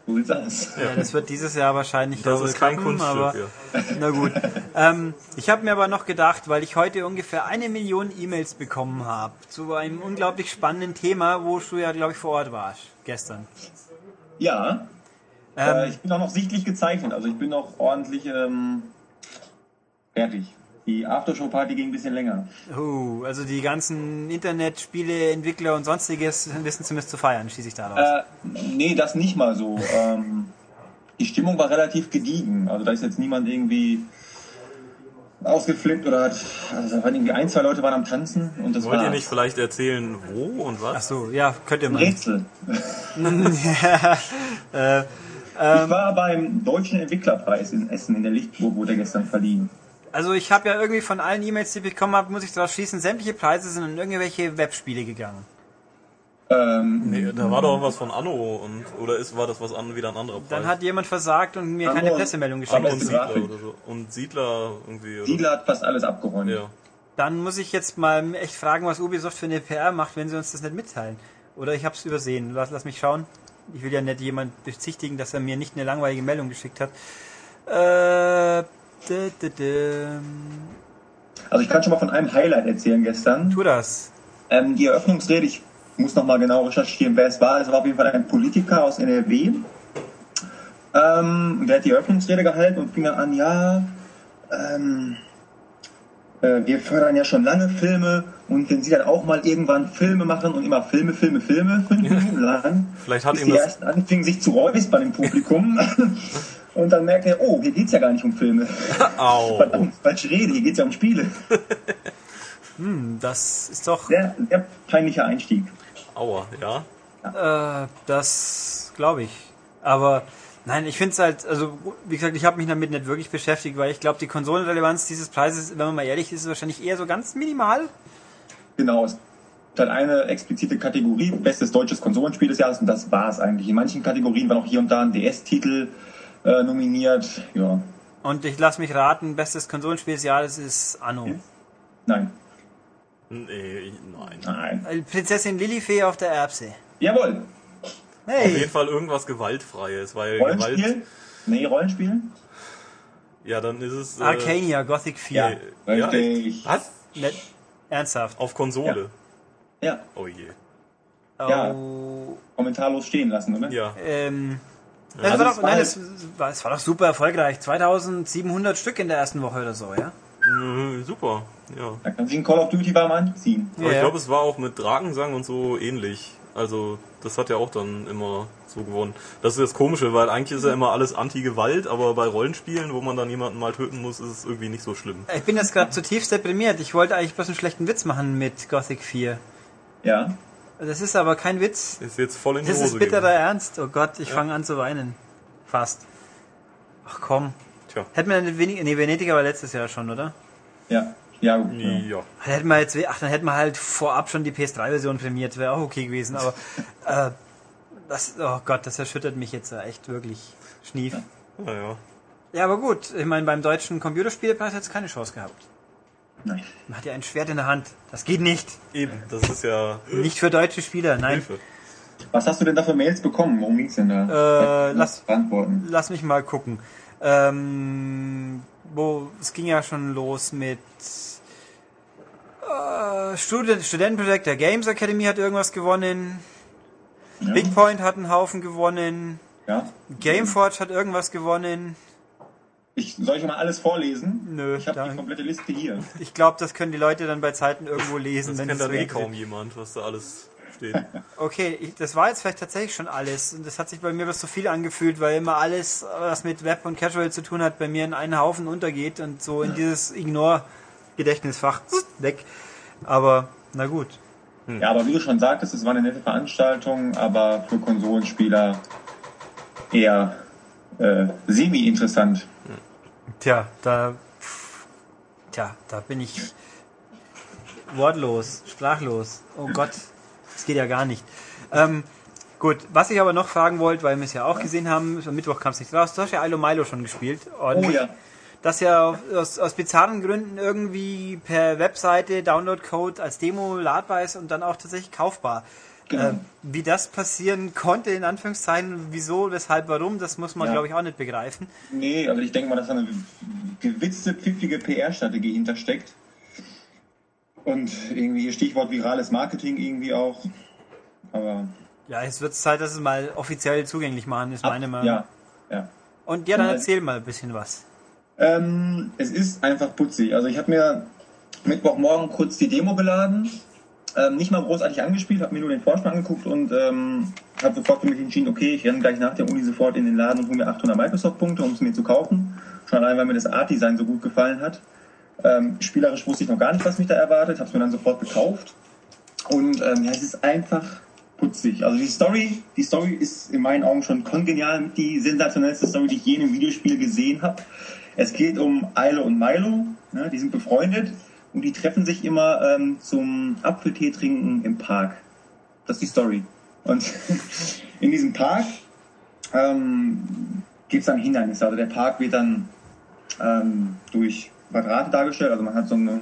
So sieht's aus. Ja, das wird dieses Jahr wahrscheinlich Das ist kein klappen, Kunststück, aber ja. na gut. Ich habe mir aber noch gedacht, weil ich heute ungefähr 1 Million E-Mails bekommen habe zu einem unglaublich spannenden Thema, wo du ja, glaube ich, vor Ort warst, gestern. Ja, ich bin auch noch sichtlich gezeichnet, also ich bin noch ordentlich fertig. Die Aftershow-Party ging ein bisschen länger. Also die ganzen Internetspiele, Entwickler und sonstiges wissen zumindest zu feiern, schließe ich daraus. Nee, das nicht mal so. Die Stimmung war relativ gediegen. Also da ist jetzt niemand irgendwie ausgeflippt oder hat. Also da waren irgendwie 1, 2 Leute waren am Tanzen und das Wollt war. ihr nicht vielleicht erzählen, wo und was? Ach so, ja, könnt ihr ein mal. Rätsel. Ich war beim Deutschen Entwicklerpreis in Essen in der Lichtburg, wurde gestern verliehen. Also ich habe ja irgendwie von allen E-Mails, die ich bekommen habe, muss ich daraus schließen, sämtliche Preise sind in irgendwelche Webspiele gegangen. Nee, da war doch was von Anno oder war das wieder ein anderer Preis? Dann hat jemand versagt und mir keine Anno- Pressemeldung geschickt. Anno- und Siedler Grafik. oder so. Und Siedler irgendwie. Oder? Siedler hat fast alles abgeräumt. Ja. Dann muss ich jetzt mal echt fragen, was Ubisoft für eine PR macht, wenn sie uns das nicht mitteilen. Oder ich habe es übersehen. Lass mich schauen. Ich will ja nicht jemand bezichtigen, dass er mir nicht eine langweilige Meldung geschickt hat. Also ich kann schon mal von einem Highlight erzählen gestern. Tu das. Die Eröffnungsrede, ich muss noch mal genau recherchieren, wer es war. Es war auf jeden Fall ein Politiker aus NRW. Der hat die Eröffnungsrede gehalten und fing dann an, wir fördern ja schon lange Filme und wenn Sie dann auch mal irgendwann Filme machen und immer Filme, 5 Minuten lang, Vielleicht hat bis ihm die das- ersten anfingen sich zu räuspern im Publikum und dann merkt er, oh, hier geht's ja gar nicht um Filme. Au. Verdammt, falsche Rede, hier geht's ja um Spiele. Das ist doch... Sehr, sehr peinlicher Einstieg. Aua, ja. Das glaube ich. Aber nein, ich finde es halt, also wie gesagt, ich habe mich damit nicht wirklich beschäftigt, weil ich glaube, die Konsolenrelevanz dieses Preises, wenn man mal ehrlich ist, ist wahrscheinlich eher so ganz minimal. Genau, es hat eine explizite Kategorie, bestes deutsches Konsolenspiel des Jahres und das war's eigentlich. In manchen Kategorien war noch hier und da ein DS-Titel nominiert. Ja, Und ich lasse mich raten, bestes Konsolenspiel des Jahres ist Anno. nein, Nee, nein. nein. Prinzessin Lilifee auf der Erbse. Jawohl, Auf jeden Hey! Fall irgendwas Gewaltfreies, weil Rollenspiel? Nee, Rollenspiel? Ja, dann ist es. Arcania, Gothic 4. Ja, richtig. Was? Nicht ernsthaft. Auf Konsole. Ja, Oh je. Ja. Oh, kommentarlos stehen lassen, oder? Ja. das also war es doch, war nein, halt- es war doch super erfolgreich. 2700 Stück in der ersten Woche oder so, ja? Super. Ja. Da kann sich ein Call of Duty warm anziehen. Aber ich Ja. glaube, es war auch mit Drakensang und so ähnlich. Also, das hat ja auch dann immer so gewonnen. Das ist das Komische, weil eigentlich ist ja immer alles Anti-Gewalt, aber bei Rollenspielen, wo man dann jemanden mal töten muss, ist es irgendwie nicht so schlimm. Ich bin jetzt gerade zutiefst deprimiert. Ich wollte eigentlich bloß einen schlechten Witz machen mit Gothic 4. Ja, Das ist aber kein Witz. Ist jetzt voll in die Das Hose ist bitterer gegangen. Ernst. Oh Gott, ich fange an zu weinen. Fast. Ach komm. Tja. Hätten wir nicht wenig... Nee, Venedig war letztes Jahr schon, oder? ja, ja, gut. Ja. Ja. Dann hätten wir jetzt... Ach, dann hätten wir halt vorab schon die PS3-Version prämiert. Wäre auch okay gewesen, aber... oh Gott, das erschüttert mich jetzt echt wirklich. Schnief. Naja. Ja, aber gut. Ich meine, beim deutschen Computerspielpreis hat es keine Chance gehabt. Nein. Man hat ja ein Schwert in der Hand. Das geht nicht. Eben, das ist ja Nicht für deutsche Spieler, nein. Hilfe. Was hast du denn da für Mails bekommen? Worum ging's denn da? Lass Beantworten. Lass mich mal gucken. Es ging ja schon los mit Studentenprojekt der Games Academy hat irgendwas gewonnen. Ja. Big Point hat einen Haufen gewonnen. Ja. Gameforge hat irgendwas gewonnen. Soll ich mal alles vorlesen? Nö, Ich habe danke. die komplette Liste hier. Ich glaube, das können die Leute dann bei Zeiten irgendwo lesen. Das wenn kennt es dann so eh interessiert. kaum jemand, was da alles steht. Okay, das war jetzt vielleicht tatsächlich schon alles. Und das hat sich bei mir was so viel angefühlt, weil immer alles, was mit Web und Casual zu tun hat, bei mir in einen Haufen untergeht und so in dieses Ignore-Gedächtnisfach weg. Aber, na gut. Ja, aber wie du schon sagtest, es war eine nette Veranstaltung, aber für Konsolenspieler eher semi-interessant. Tja, da bin ich wortlos, sprachlos. Oh Gott, das geht ja gar nicht. Gut, was ich aber noch fragen wollte, weil wir es ja auch gesehen haben, am Mittwoch kam es nicht raus, du hast ja Ilo Milo schon gespielt. Oh ja. Das ja aus bizarren Gründen irgendwie per Webseite, Downloadcode als Demo ladbar ist und dann auch tatsächlich kaufbar. Genau. Wie das passieren konnte, in Anführungszeichen, wieso, weshalb, warum, das muss man, glaube ich, auch nicht begreifen. Nee, also ich denke mal, dass da eine gewitzte, pfiffige PR-Strategie hintersteckt. Und irgendwie Stichwort virales Marketing irgendwie auch. Aber Ja, es wird Zeit, dass es mal offiziell zugänglich machen, ist meine Meinung. ja. Und ja, dann erzähl mal ein bisschen was. Es ist einfach putzig. Also ich habe mir Mittwochmorgen kurz die Demo geladen, nicht mal großartig angespielt, habe mir nur den Vorspann angeguckt und habe sofort für mich entschieden, okay, ich renne gleich nach der Uni sofort in den Laden und hole mir 800 Microsoft-Punkte, um es mir zu kaufen. Schon allein, weil mir das Art-Design so gut gefallen hat. Spielerisch wusste ich noch gar nicht, was mich da erwartet, habe es mir dann sofort gekauft. Und es ist einfach putzig. Also die Story ist in meinen Augen schon kongenial, die sensationellste Story, die ich je in einem Videospiel gesehen habe. Es geht um Ailo und Milo, ne, die sind befreundet und die treffen sich immer zum Apfeltee trinken im Park. Das ist die Story. Und in diesem Park gibt es dann Hindernisse. Also der Park wird dann durch Quadrate dargestellt. Also man hat so ein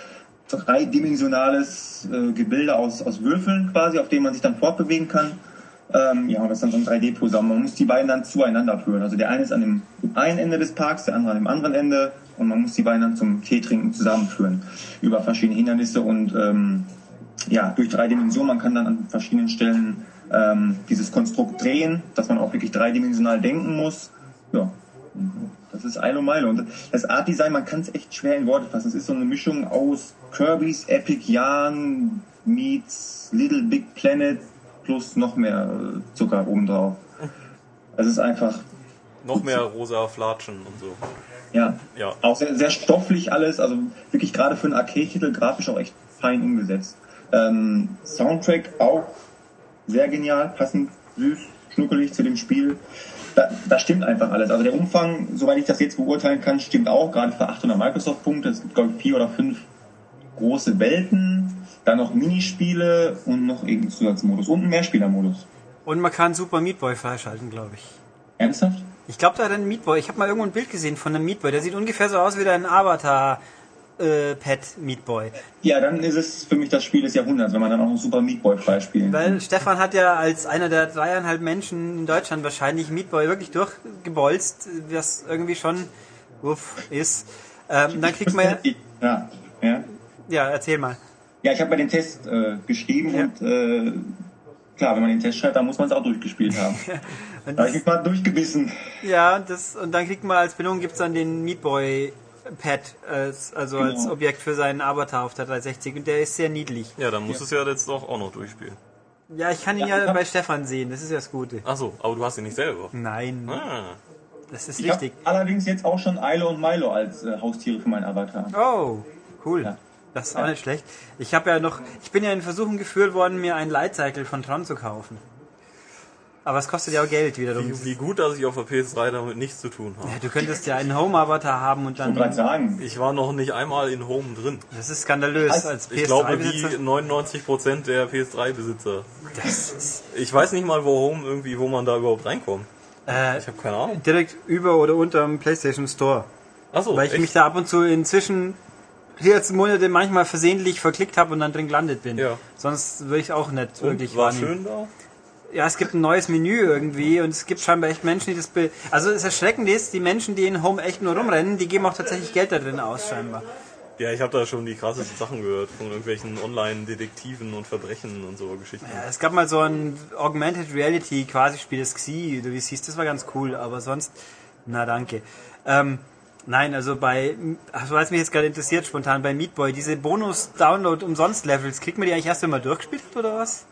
dreidimensionales Gebilde aus Würfeln quasi, auf denen man sich dann fortbewegen kann. Und das ist dann so ein 3D-Programm. Man muss die beiden dann zueinander führen. Also der eine ist an dem einen Ende des Parks, der andere an dem anderen Ende und man muss die beiden dann zum Teetrinken zusammenführen. Über verschiedene Hindernisse und durch 3 Dimensionen. Man kann dann an verschiedenen Stellen dieses Konstrukt drehen, dass man auch wirklich dreidimensional denken muss. Ja, das ist Ailo Milo. Und das Art-Design, man kann es echt schwer in Worte fassen. Es ist so eine Mischung aus Kirby's Epic Yarn meets Little Big Planet plus noch mehr Zucker obendrauf. Es ist einfach... Noch mehr rosa Flatschen und so. Ja. Ja. Auch sehr, sehr stofflich alles, also wirklich gerade für einen Arcade-Titel grafisch auch echt fein umgesetzt. Soundtrack auch sehr genial, passend, süß, schnuckelig zu dem Spiel. Da stimmt einfach alles. Also der Umfang, soweit ich das jetzt beurteilen kann, stimmt auch, gerade für 800 Microsoft-Punkte. Es gibt, glaube ich, 4 oder 5 große Welten, dann noch Minispiele und noch irgendeinen Zusatzmodus und einen Mehrspielermodus. Und man kann Super Meat Boy freischalten, glaube ich. Ernsthaft? Ich glaube, da hat ein Meat Boy. Ich habe mal irgendwo ein Bild gesehen von einem Meat Boy. Der sieht ungefähr so aus wie ein Avatar Pet Meat Boy. Ja, dann ist es für mich das Spiel des Jahrhunderts, wenn man dann auch noch Super Meat Boy freispielen kann. Weil Stefan hat ja als einer der 3,5 Menschen in Deutschland wahrscheinlich Meat Boy wirklich durchgebolzt, was irgendwie schon ist. Dann kriegt man ja. Ja, erzähl mal. Ja, ich habe bei den Test geschrieben und klar, wenn man den Test schreibt, dann muss man es auch durchgespielt haben. Da habe ich mich mal durchgebissen. Ja, und dann kriegt man als Belohnung gibt's dann den Meat Boy Pet, als Objekt für seinen Avatar auf der 360 und der ist sehr niedlich. Ja, dann musst du es ja jetzt doch auch noch durchspielen. Ja, ich kann ihn ja bei Stefan sehen, das ist ja das Gute. Ach so, aber du hast ihn nicht selber. Nein, Ah. das ist Ich habe wichtig. allerdings jetzt auch schon Ailo und Milo als Haustiere für meinen Avatar. Oh, cool. Ja. Das ist auch nicht schlecht. Ich bin ja in Versuchung geführt worden, mir ein Lightcycle von Tron zu kaufen. Aber es kostet ja auch Geld wiederum. Wie gut, dass ich auf der PS3 damit nichts zu tun habe. Ja, du könntest ja einen Home-Avatar haben und Ich wollte dann... gerade sagen, Ich war noch nicht einmal in Home drin. Das ist skandalös als Ich glaube, wie PS3-Besitzer. 99% der PS3-Besitzer. Das ist Ich weiß nicht mal, wo man da überhaupt reinkommt. Ich habe keine Ahnung. direkt über oder unter dem PlayStation Store. Achso, Weil ich mich da ab und zu inzwischen die letzten Monate manchmal versehentlich verklickt habe und dann drin gelandet bin. Ja. Sonst würde ich auch nicht wirklich war wahrnehmen. schön da? Ja, es gibt ein neues Menü irgendwie und es gibt scheinbar echt Menschen, die das... Also das Erschreckende ist, die Menschen, die in Home echt nur rumrennen, die geben auch tatsächlich Geld da drin aus scheinbar. Ja, ich habe da schon die krassesten Sachen gehört. Von irgendwelchen Online-Detektiven und Verbrechen und so Geschichten. Ja, es gab mal so ein Augmented Reality quasi Spiel, das Xi, oder wie es hieß, das war ganz cool, aber sonst... Na, danke. Nein, also weil es mich jetzt gerade interessiert spontan, bei Meat Boy, diese Bonus-Download-Umsonst-Levels, kriegt man die eigentlich erst, wenn man durchgespielt hat, oder was?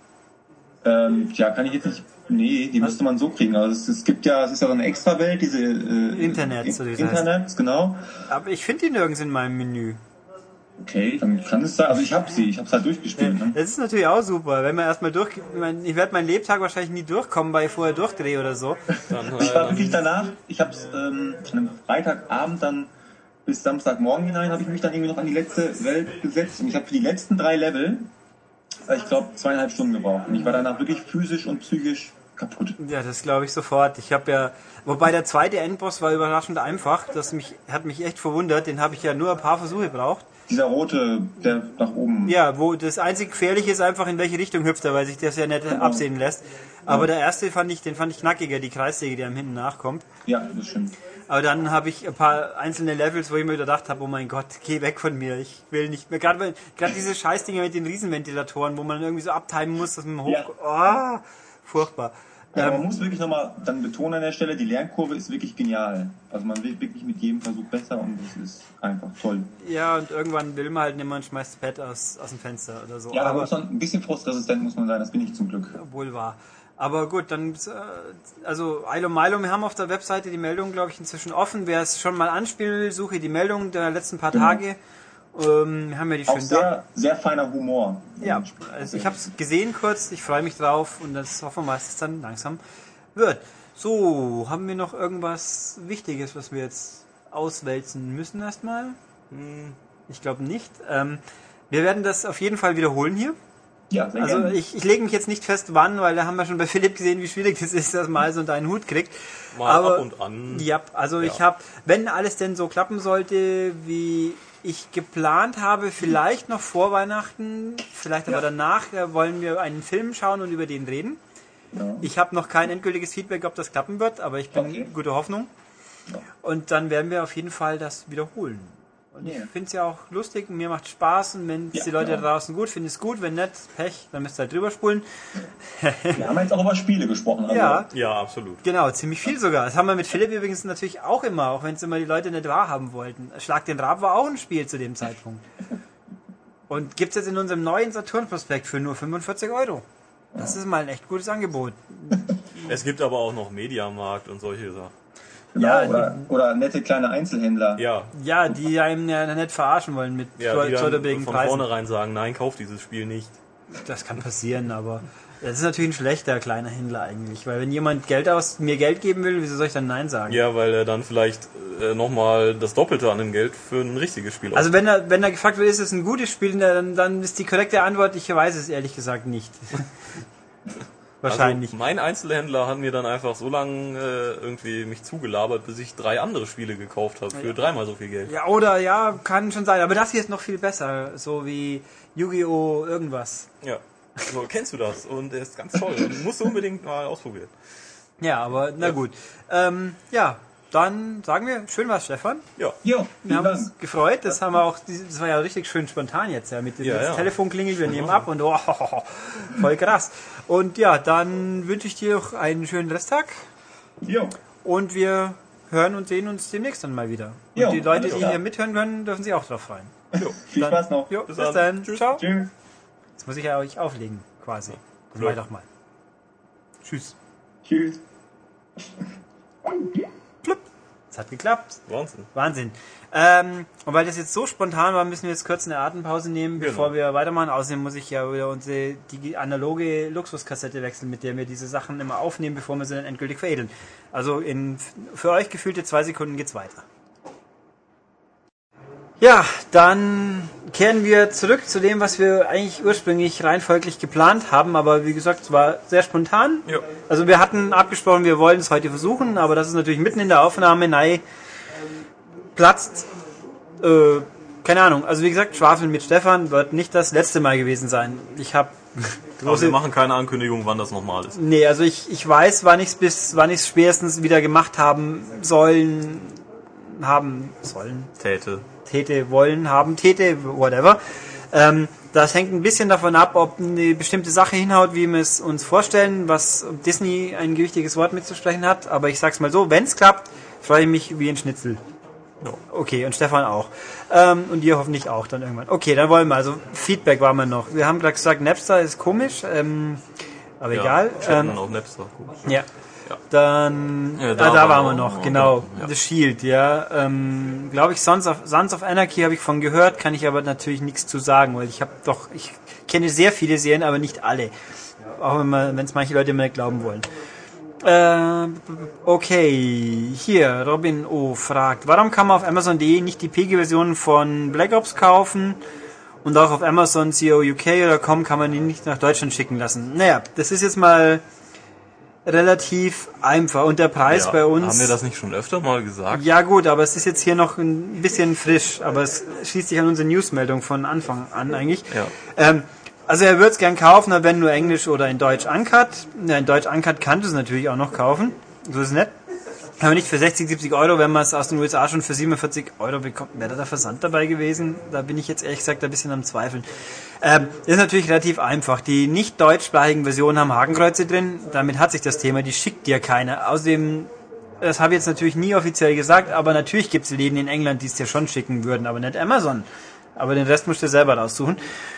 kann ich jetzt nicht. Nee, die müsste man so kriegen. Also es ist ja so eine Extrawelt, diese Internets, so wie das heißt. Internets, genau. Aber ich finde die nirgends in meinem Menü. Okay, dann kann es sein. Also ich hab's halt durchgespielt. Ne? Das ist natürlich auch super, wenn man erstmal ich werde meinen Lebtag wahrscheinlich nie durchkommen, weil ich vorher durchdrehe oder so. Ich war wirklich danach, ich hab's an einem Freitagabend dann bis Samstagmorgen hinein, habe ich mich dann irgendwie noch an die letzte Welt gesetzt und ich habe für die letzten 3 Level, ich glaube, 2,5 Stunden gebraucht. Und ich war danach wirklich physisch und psychisch kaputt. Ja, das glaube ich sofort. Ich habe ja, wobei der zweite Endboss war überraschend einfach. Hat mich echt verwundert. Den habe ich ja nur ein paar Versuche gebraucht. Dieser rote, der nach oben. Ja, wo das einzig Gefährliche ist einfach, in welche Richtung hüpft er, weil sich das ja nicht absehen lässt. Aber der erste fand ich knackiger, die Kreissäge, die einem hinten nachkommt. Ja, das stimmt. Aber dann habe ich ein paar einzelne Levels, wo ich mir gedacht habe, oh mein Gott, geh weg von mir, ich will nicht mehr. Gerade diese Scheißdinger mit den Riesenventilatoren, wo man irgendwie so abtimen muss, dass man furchtbar. Ja, man muss wirklich nochmal dann betonen an der Stelle, die Lernkurve ist wirklich genial. Also man wird wirklich mit jedem Versuch besser und das ist einfach toll. Ja, und irgendwann will man halt nicht mehr und schmeißt das Pad aus dem Fenster oder so. Ja, aber ein bisschen frustresistent muss man sein, das bin ich zum Glück. Wohl wahr. Aber gut, dann, also Ilo Milo, wir haben auf der Webseite die Meldung, glaube ich, inzwischen offen. Wer es schon mal anspielen will, suche die Meldung der letzten paar Tage. Wir haben ja die auch schön da. Sehr feiner Humor. Ja, also ich habe es gesehen kurz, ich freue mich drauf und das hoffen wir, dass es dann langsam wird. So, haben wir noch irgendwas Wichtiges, was wir jetzt auswälzen müssen erstmal? Ich glaube nicht. Wir werden das auf jeden Fall wiederholen hier. Ja, sehr also gerne. ich lege mich jetzt nicht fest, wann, weil da haben wir schon bei Philipp gesehen, wie schwierig das ist, dass man so unter einen Hut kriegt. Mal aber, ab und an. Ja, also ich habe, wenn alles denn so klappen sollte, wie ich geplant habe, vielleicht noch vor Weihnachten, vielleicht aber danach, wollen wir einen Film schauen und über den reden. Ja. Ich habe noch kein endgültiges Feedback, ob das klappen wird, aber ich bin guter Hoffnung. Ja. Und dann werden wir auf jeden Fall das wiederholen. Und ich finde es ja auch lustig, mir macht Spaß und wenn es die Leute da draußen gut finden, ist gut, wenn nicht, Pech, dann müsst ihr halt drüber spulen. Wir haben jetzt auch über Spiele gesprochen. Also. Ja, absolut. Genau, ziemlich viel sogar. Das haben wir mit Philipp übrigens natürlich auch immer, auch wenn es immer die Leute nicht wahrhaben wollten. Schlag den Rab war auch ein Spiel zu dem Zeitpunkt. Und gibt es jetzt in unserem neuen Saturn-Prospekt für nur 45 €. Das ist mal ein echt gutes Angebot. Es gibt aber auch noch Mediamarkt und solche Sachen. Genau, Ja, oder nette kleine Einzelhändler. Ja, die einem ja nicht verarschen wollen mit die dann billigen von Preisen. vornherein sagen, nein, kauf dieses Spiel nicht. Das kann passieren, aber das ist natürlich ein schlechter kleiner Händler eigentlich, weil wenn jemand mir Geld geben will, wieso soll ich dann Nein sagen? Ja, weil er dann vielleicht nochmal das Doppelte an dem Geld für ein richtiges Spiel Also wenn er gefragt wird, ist es ein gutes Spiel, dann ist die korrekte Antwort, ich weiß es ehrlich gesagt nicht. Wahrscheinlich. Also mein Einzelhändler hat mir dann einfach so lange irgendwie mich zugelabert, bis ich 3 andere Spiele gekauft habe für 3-mal so viel Geld. Ja, oder ja, kann schon sein, aber das hier ist noch viel besser, so wie Yu-Gi-Oh! Irgendwas. Ja. So, kennst du das? Und der ist ganz toll. Den musst du unbedingt mal ausprobieren. Ja, aber na gut. Ja, dann sagen wir, schön war's, Stefan. Ja. Jo, Wir haben uns gefreut, das haben wir auch, das war ja richtig schön spontan jetzt, ja, mit dem Telefon klingelt, wir nehmen ab und voll krass. Und ja, dann wünsche ich dir noch einen schönen Resttag. Jo. Und wir hören und sehen uns demnächst dann mal wieder. Und Jo, die Leute, alles die klar. hier mithören können, dürfen sich auch drauf freuen. Viel Spaß noch. Jo, bis dann. dann. Tschüss. Ciao. Tschüss. Jetzt muss ich ja euch auflegen, quasi. Das mach ich doch mal. Tschüss. Tschüss. Plupp. Es hat geklappt. Wahnsinn. Wahnsinn. Und weil das jetzt so spontan war, müssen wir jetzt kurz eine Atempause nehmen, bevor wir weitermachen. Außerdem muss ich ja wieder unsere die analoge Luxuskassette wechseln, mit der wir diese Sachen immer aufnehmen, bevor wir sie dann endgültig veredeln. Also für euch gefühlte 2 Sekunden geht's weiter. Ja, dann kehren wir zurück zu dem, was wir eigentlich ursprünglich rein folglich geplant haben, aber wie gesagt, es war sehr spontan. Ja. Also wir hatten abgesprochen, wir wollen es heute versuchen, aber das ist natürlich mitten in der Aufnahme, platzt, keine Ahnung. Also wie gesagt, Schwafeln mit Stefan wird nicht das letzte Mal gewesen sein. Ich habe Aber wir machen keine Ankündigung, wann das nochmal ist. Nee, also ich weiß, wann ich es spätestens wieder gemacht haben sollen. Täte, wollen, haben, Täte, whatever. Das hängt ein bisschen davon ab, ob eine bestimmte Sache hinhaut, wie wir es uns vorstellen, was Disney ein gewichtiges Wort mitzusprechen hat. Aber ich sag's mal so, wenn es klappt, freue ich mich wie ein Schnitzel. Okay, und Stefan auch. Und ihr hoffentlich auch dann irgendwann. Okay, dann wollen wir. Also Feedback waren wir noch. Wir haben gerade gesagt, Napster ist komisch, aber egal. Chatten auf Napster. Komisch. Ja. Dann, da waren wir noch, genau. Ja. The Shield, glaube ich, Sons of Anarchy habe ich von gehört, kann ich aber natürlich nichts zu sagen, weil ich kenne sehr viele Serien, aber nicht alle. Auch wenn es manche Leute immer nicht glauben wollen. Okay, hier, Robin O. fragt, warum kann man auf Amazon.de nicht die PG-Version von Black Ops kaufen und auch auf Amazon CO UK oder com kann man die nicht nach Deutschland schicken lassen? Naja, das ist jetzt mal relativ einfach. Und der Preis bei uns... Haben wir das nicht schon öfter mal gesagt? Ja gut, aber es ist jetzt hier noch ein bisschen frisch. Aber es schließt sich an unsere Newsmeldung von Anfang an eigentlich. Ja. Also er würde es gern kaufen, aber wenn nur Englisch oder in Deutsch Uncut. Ja, in Deutsch Uncut kannst du es natürlich auch noch kaufen. So ist es nett. Aber nicht für 60, 70 Euro, wenn man es aus den USA schon für 47 Euro bekommt. Wäre da der Versand dabei gewesen? Da bin ich jetzt ehrlich gesagt ein bisschen am Zweifeln. Das ist natürlich relativ einfach. Die nicht deutschsprachigen Versionen haben Hakenkreuze drin. Damit hat sich das Thema. Die schickt dir keiner. Außerdem, das habe ich jetzt natürlich nie offiziell gesagt, aber natürlich gibt es Läden in England, die es dir schon schicken würden, aber nicht Amazon. Aber den Rest musst du selber raussuchen.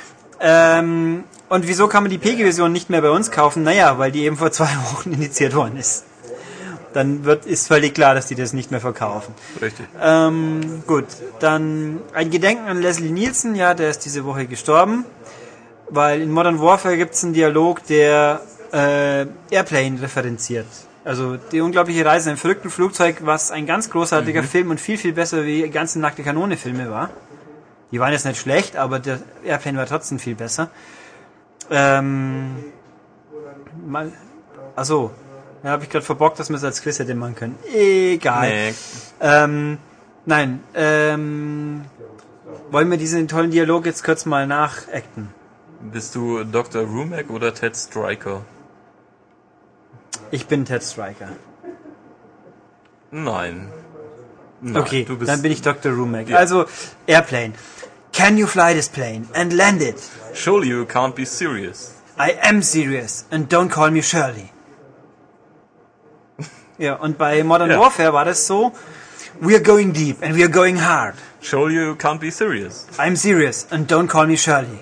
Und wieso kann man die PG-Version nicht mehr bei uns kaufen? Naja, weil die eben vor 2 Wochen indiziert worden ist. Dann ist völlig klar, dass die das nicht mehr verkaufen. Richtig. Gut, dann ein Gedenken an Leslie Nielsen, ja, der ist diese Woche gestorben, weil in Modern Warfare gibt es einen Dialog, der Airplane referenziert. Also die unglaubliche Reise in einem verrückten Flugzeug, was ein ganz großartiger Film und viel, viel besser wie die ganzen Nackte Kanone Filme war. Die waren jetzt nicht schlecht, aber der Airplane war trotzdem viel besser. Achso. Ja, habe ich gerade verbockt, dass wir es als Quiz hätte machen können. Egal. Nee. Nein. Wollen wir diesen tollen Dialog jetzt kurz mal nachacten? Bist du Dr. Rumek oder Ted Stryker? Ich bin Ted Stryker. Nein, okay, du bist dann bin ich Dr. Rumek. Ja. Also, Airplane. Can you fly this plane and land it? Surely you can't be serious. I am serious and don't call me Shirley. Ja, und bei Modern Warfare war das so, we are going deep and we are going hard. Surely you can't be serious. I'm serious and don't call me Shirley.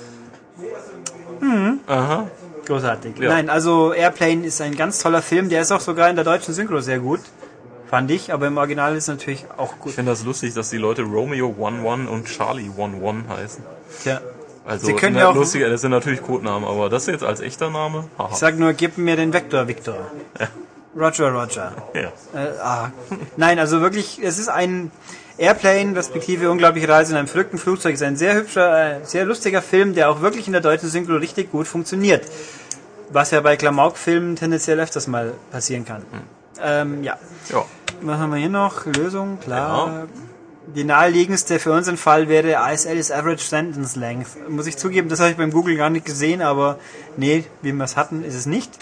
Aha. Großartig. Ja. Nein, also Airplane ist ein ganz toller Film, der ist auch sogar in der deutschen Synchro sehr gut, fand ich, aber im Original ist es natürlich auch gut. Ich finde das lustig, dass die Leute Romeo 11 und Charlie 11 heißen. Tja. Also, Sie können ja auch, lustiger, das sind natürlich Codenamen, aber das jetzt als echter Name? Haha. ich sag nur, gib mir den Vektor, Victor. Ja. Roger. Ja. Nein, also wirklich, es ist ein Airplane, respektive Unglaubliche Reise in einem verrückten Flugzeug, ist ein sehr hübscher, sehr lustiger Film, der auch wirklich in der deutschen Synchro richtig gut funktioniert. Was ja bei Klamauk-Filmen tendenziell öfters mal passieren kann. Ja. Was haben wir hier noch? Lösung, klar. Ja. Die naheliegendste für unseren Fall wäre ISL is Average Sentence Length. Muss ich zugeben, das habe ich beim Google gar nicht gesehen, aber nee, wie wir es hatten, ist es nicht.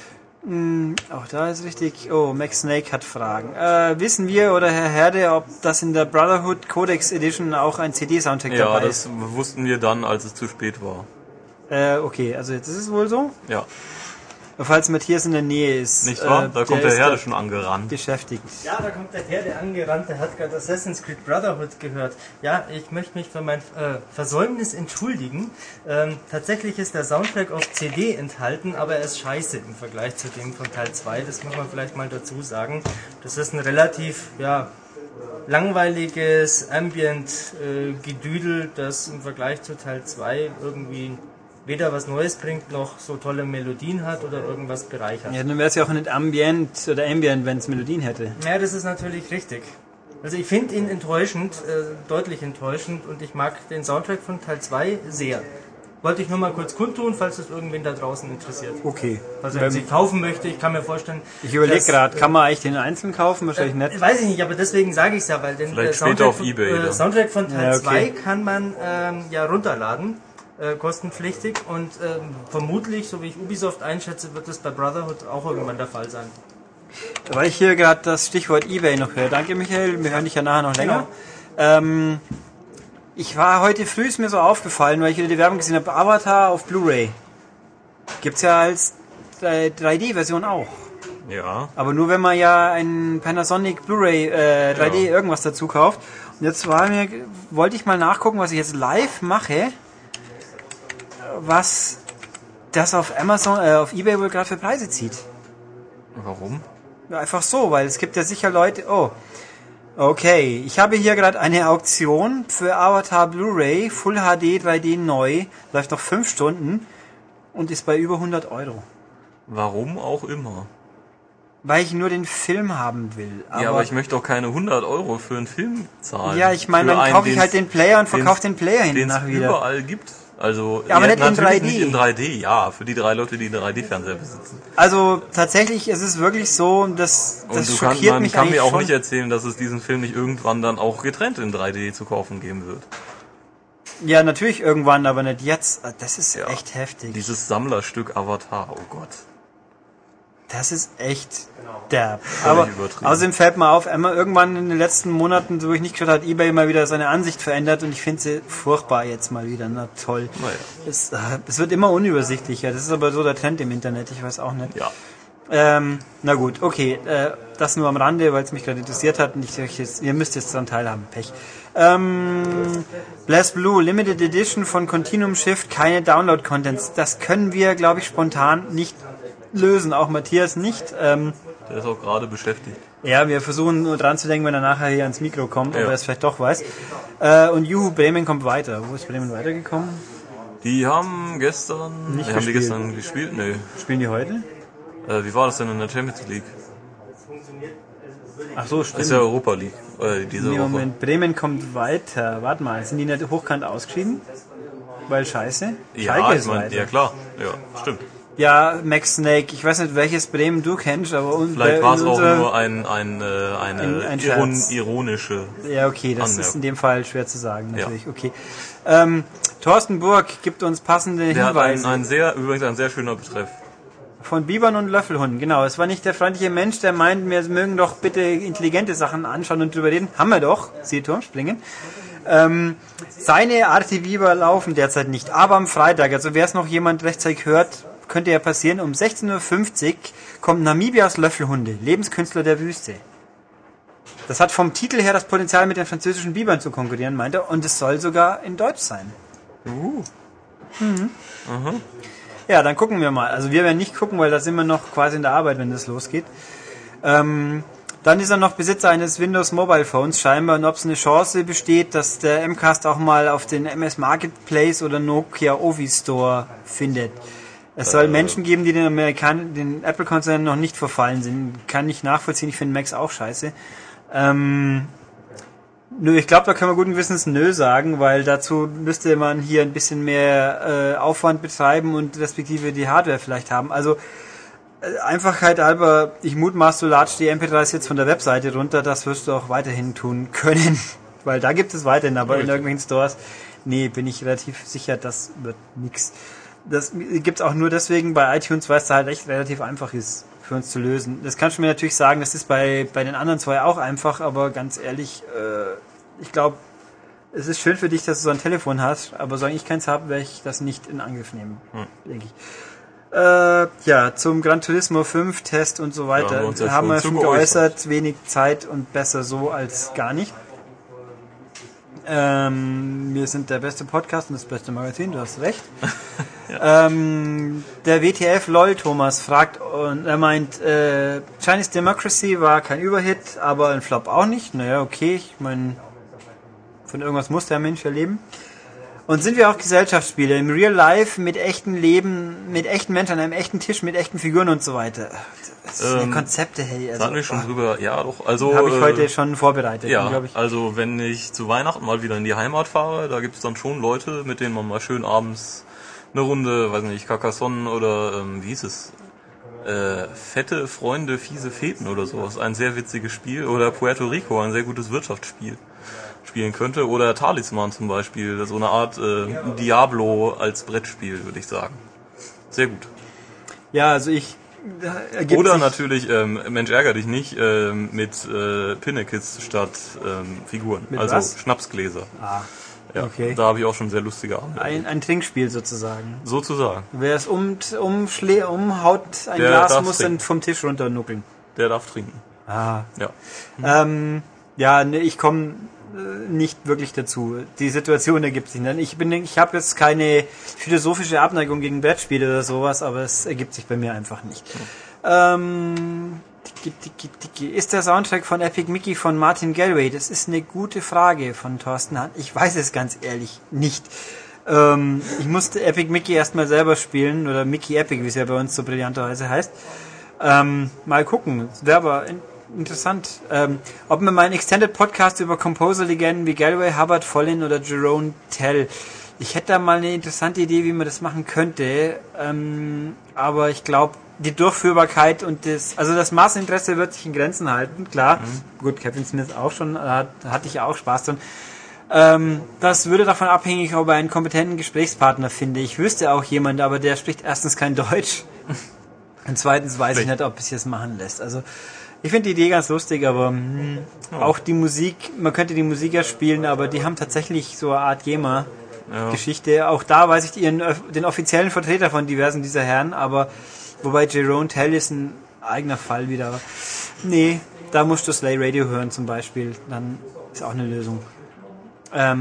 Auch da ist richtig. Oh, Max Snake hat Fragen. Wissen wir oder Herr Herde, ob das in der Brotherhood Codex Edition auch ein CD-Soundtrack dabei ist? Ja, das wussten wir dann, als es zu spät war. Okay, also jetzt ist es wohl so. Ja. Falls Matthias in der Nähe ist. Nicht wahr? Da kommt der Herde schon angerannt. Beschäftigt. Ja, da kommt der Herde angerannt, der hat gerade Assassin's Creed Brotherhood gehört. Ja, ich möchte mich für mein Versäumnis entschuldigen. Tatsächlich ist der Soundtrack auf CD enthalten, aber er ist scheiße im Vergleich zu dem von Teil 2. Das muss man vielleicht mal dazu sagen. Das ist ein relativ, langweiliges Ambient-Gedüdel, das im Vergleich zu Teil 2 irgendwie weder was Neues bringt, noch so tolle Melodien hat oder irgendwas bereichert. Ja, dann wäre es ja auch nicht Ambient, wenn es Melodien hätte. Ja, das ist natürlich richtig. Also ich finde ihn enttäuschend, deutlich enttäuschend, und ich mag den Soundtrack von Teil 2 sehr. Wollte ich nur mal kurz kundtun, falls es irgendwen da draußen interessiert. Okay. Also wenn sie kaufen möchte, ich kann mir vorstellen... Ich überlege gerade, kann man eigentlich den einzeln kaufen? Wahrscheinlich nicht. Weiß ich nicht, aber deswegen sage ich es ja, weil den Soundtrack von Teil 2 kann man runterladen. Kostenpflichtig, und vermutlich, so wie ich Ubisoft einschätze, wird es bei Brotherhood auch irgendwann der Fall sein. Weil ich hier gerade das Stichwort eBay noch höre. Danke Michael, wir hören dich ja nachher noch länger. Ich war heute früh, ist mir so aufgefallen, weil ich wieder die Werbung gesehen habe, Avatar auf Blu-ray. Gibt's ja als 3D-Version auch. Ja. Aber nur wenn man ja ein Panasonic Blu-ray 3D irgendwas dazu kauft. Und jetzt wollte ich mal nachgucken, was ich jetzt live mache, was das auf Amazon, auf eBay wohl gerade für Preise zieht. Warum? Ja, einfach so, weil es gibt ja sicher Leute... Oh, okay. Ich habe hier gerade eine Auktion für Avatar Blu-ray, Full HD 3D neu, läuft noch 5 Stunden und ist bei über 100 Euro. Warum auch immer. Weil ich nur den Film haben will. Aber ich möchte auch keine 100 Euro für einen Film zahlen. Ja, ich meine, dann kaufe ich halt den Player und verkaufe den Player hinten nach wieder. Überall gibt. Also Ja, aber nicht in natürlich 3D. nicht in 3D, ja, für die 3 Leute, die einen 3D-Fernseher besitzen. Also tatsächlich ist es wirklich so, das schockiert Man mich kann eigentlich mir auch schon. nicht erzählen, dass es diesen Film nicht irgendwann dann auch getrennt in 3D zu kaufen geben wird. Ja, natürlich irgendwann, aber nicht jetzt. Das ist Ja. echt heftig. Dieses Sammlerstück Avatar, oh Gott. Das ist echt derb. Aber übertrieben. außerdem fällt mir auf, Emma irgendwann in den letzten Monaten, wo ich nicht geschaut habe, hat eBay mal wieder seine Ansicht verändert und ich finde sie furchtbar jetzt mal wieder. Na toll. Naja. Es wird immer unübersichtlicher. Das ist aber so der Trend im Internet, ich weiß auch nicht. Ja. Na gut, okay. Das nur am Rande, weil es mich gerade interessiert hat und ihr müsst jetzt daran teilhaben. Pech. Blast Blue, Limited Edition von Continuum Shift, keine Download-Contents. Das können wir, glaube ich, spontan nicht lösen. Auch Matthias nicht. Der ist auch gerade beschäftigt. Ja, wir versuchen nur dran zu denken, wenn er nachher hier ans Mikro kommt, ob Ja. er es vielleicht doch weiß. Und Juhu, Bremen kommt weiter. Wo ist Bremen weitergekommen? Die haben gestern... Nicht haben die gespielt. gestern gespielt? Nee. Spielen die heute? Wie war das denn in der Champions League? Ach so, Das stimmt. ist ja Europa League. Diese Nee, Woche. Moment, Bremen kommt weiter. Warte mal, sind die nicht hochkant ausgeschieden? Weil scheiße? Ja, Schalke ich ist meine, weiter. ja klar. Ja, stimmt. Ja, Max Snake, ich weiß nicht, welches Bremen du kennst, aber Vielleicht war es auch unser- nur eine ein Scherz. ironische... Ja, okay, das Anmerkung. ist in dem Fall schwer zu sagen, natürlich, okay. Thorsten Burg gibt uns passende Der hat Hinweise übrigens ein sehr schöner Betreff. von Bibern und Löffelhunden, genau. Es war nicht der freundliche Mensch, der meint, wir mögen doch bitte intelligente Sachen anschauen und drüber reden. Haben wir doch, siehe Turmspringen. Seine Arte Biber laufen derzeit nicht, aber am Freitag, also wer es noch jemand rechtzeitig hört, könnte ja passieren, um 16.50 Uhr kommt Namibias Löffelhunde, Lebenskünstler der Wüste. Das hat vom Titel her das Potenzial, mit den französischen Bibern zu konkurrieren, meint er, und es soll sogar in Deutsch sein. Ja, dann gucken wir mal. Also wir werden nicht gucken, weil da sind wir noch quasi in der Arbeit, wenn das losgeht. Dann ist er noch Besitzer eines Windows Mobile Phones scheinbar, und ob es eine Chance besteht, dass der MCAST auch mal auf den MS Marketplace oder Nokia Ovi Store findet. Es soll Menschen geben, die den Apple-Konzernen noch nicht verfallen sind. Kann ich nachvollziehen, ich finde Macs auch scheiße. Nö, ich glaube, da können wir guten Gewissens nö sagen, weil dazu müsste man hier ein bisschen mehr Aufwand betreiben und respektive die Hardware vielleicht haben. Also Einfachheit halber, ich mutmaß, du ladst die MP3s jetzt von der Webseite runter, das wirst du auch weiterhin tun können, weil da gibt es weiterhin, aber in irgendwelchen Stores, nee, bin ich relativ sicher, das wird nix. Das gibt's auch nur deswegen bei iTunes, weil es da halt echt relativ einfach ist für uns zu lösen. Das kannst du mir natürlich sagen, das ist bei den anderen zwei auch einfach, aber ganz ehrlich, ich glaube, es ist schön für dich, dass du so ein Telefon hast, aber solange ich keins habe, werde ich das nicht in Angriff nehmen, denke ich. Ja, zum Gran Turismo 5 Test und so weiter haben wir uns ja haben wir schon schon geäußert, wenig Zeit und besser so als gar nicht. Wir sind der beste Podcast und das beste Magazin, du hast recht. Der WTF LOL Thomas fragt und er meint, Chinese Democracy war kein Überhit, aber ein Flop auch nicht. Naja, okay, ich meine, von irgendwas muss der Mensch ja leben. Und sind wir auch Gesellschaftsspiele im Real Life mit echten Leben, mit echten Menschen an einem echten Tisch, mit echten Figuren und so weiter. Das sind Konzepte, hey. Da hatten wir schon drüber, ja doch. Also habe ich heute schon vorbereitet. Ja, glaub ich. also wenn ich zu Weihnachten mal wieder in die Heimat fahre, da gibt's dann schon Leute, mit denen man mal schön abends eine Runde, weiß nicht, Carcassonne oder wie hieß es? Fette Freunde, fiese Feten oder sowas. Ein sehr witziges Spiel. Oder Puerto Rico, ein sehr gutes Wirtschaftsspiel spielen könnte. Oder Talisman zum Beispiel, so eine Art Diablo als Brettspiel, würde ich sagen. Sehr gut. Ja, also oder natürlich, Mensch ärger dich nicht, mit Pinnekits statt Figuren. Mit also was? Schnapsgläser. Ah, Ja, okay. da habe ich auch schon sehr lustige Abende. Ein Trinkspiel sozusagen. Sozusagen. Wer es umhaut, ein Der Glas darf muss trinken. dann vom Tisch runternuckeln. Der darf trinken. Ah. Ja. Ja, nee, ich komme nicht wirklich dazu. Die Situation ergibt sich nicht. Ich habe jetzt keine philosophische Abneigung gegen Brettspiele oder sowas, aber es ergibt sich bei mir einfach nicht. Ist der Soundtrack von Epic Mickey von Martin Galway? Das ist eine gute Frage von Thorsten Hahn. Ich weiß es ganz ehrlich nicht. Ich musste Epic Mickey erstmal selber spielen, oder Mickey Epic, wie es ja bei uns so brillanterweise heißt. Mal gucken. Wäre aber interessant. Ob mir mein Extended Podcast über Composer-Legenden wie Galway, Hubbard, Follin oder Jerome Tell. Ich hätte da mal eine interessante Idee, wie man das machen könnte, aber ich glaube, die Durchführbarkeit und das Masseninteresse wird sich in Grenzen halten, klar. Gut, Kevin Smith auch schon, hatte ich auch Spaß dran. Das würde davon abhängig, ob er einen kompetenten Gesprächspartner finde. Ich wüsste auch jemanden, aber der spricht erstens kein Deutsch und zweitens weiß ich nicht, ob es sich das machen lässt. Also ich finde die Idee ganz lustig, aber auch die Musik, man könnte die Musik ja spielen, aber die haben tatsächlich so eine Art GEMA-Geschichte. Auch da weiß ich den offiziellen Vertreter von diversen dieser Herren, aber wobei Jerome Tell ist ein eigener Fall wieder. Nee, da musst du Slay Radio hören zum Beispiel, dann ist auch eine Lösung. Ja.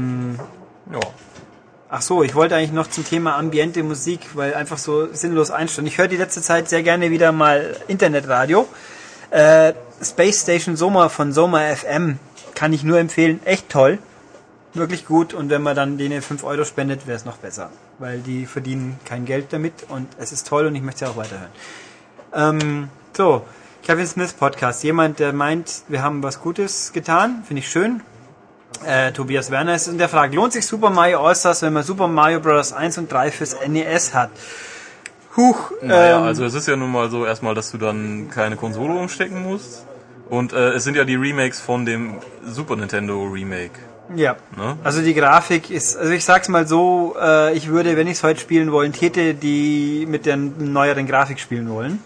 Ach so, ich wollte eigentlich noch zum Thema ambiente Musik, weil einfach so sinnlos einstellen. Ich höre die letzte Zeit sehr gerne wieder mal Internetradio. Space Station Soma von Soma FM kann ich nur empfehlen. Echt toll. Wirklich gut. Und wenn man dann denen 5 Euro spendet, wäre es noch besser. Weil die verdienen kein Geld damit und es ist toll und ich möchte es ja auch weiterhören. So, Kevin Smith Podcast. Jemand, der meint, wir haben was Gutes getan. Finde ich schön. Tobias Werner ist in der Frage, lohnt sich Super Mario All-Stars, wenn man Super Mario Bros. 1 und 3 fürs NES hat? Naja, also es ist ja nun mal so erstmal, dass du dann keine Konsole umstecken musst. Und es sind ja die Remakes von dem Super Nintendo Remake. Ja, ne? Also die Grafik ist, also ich sag's mal so, ich würde, wenn ich es heute spielen wollen täte, die mit der neueren Grafik spielen wollen.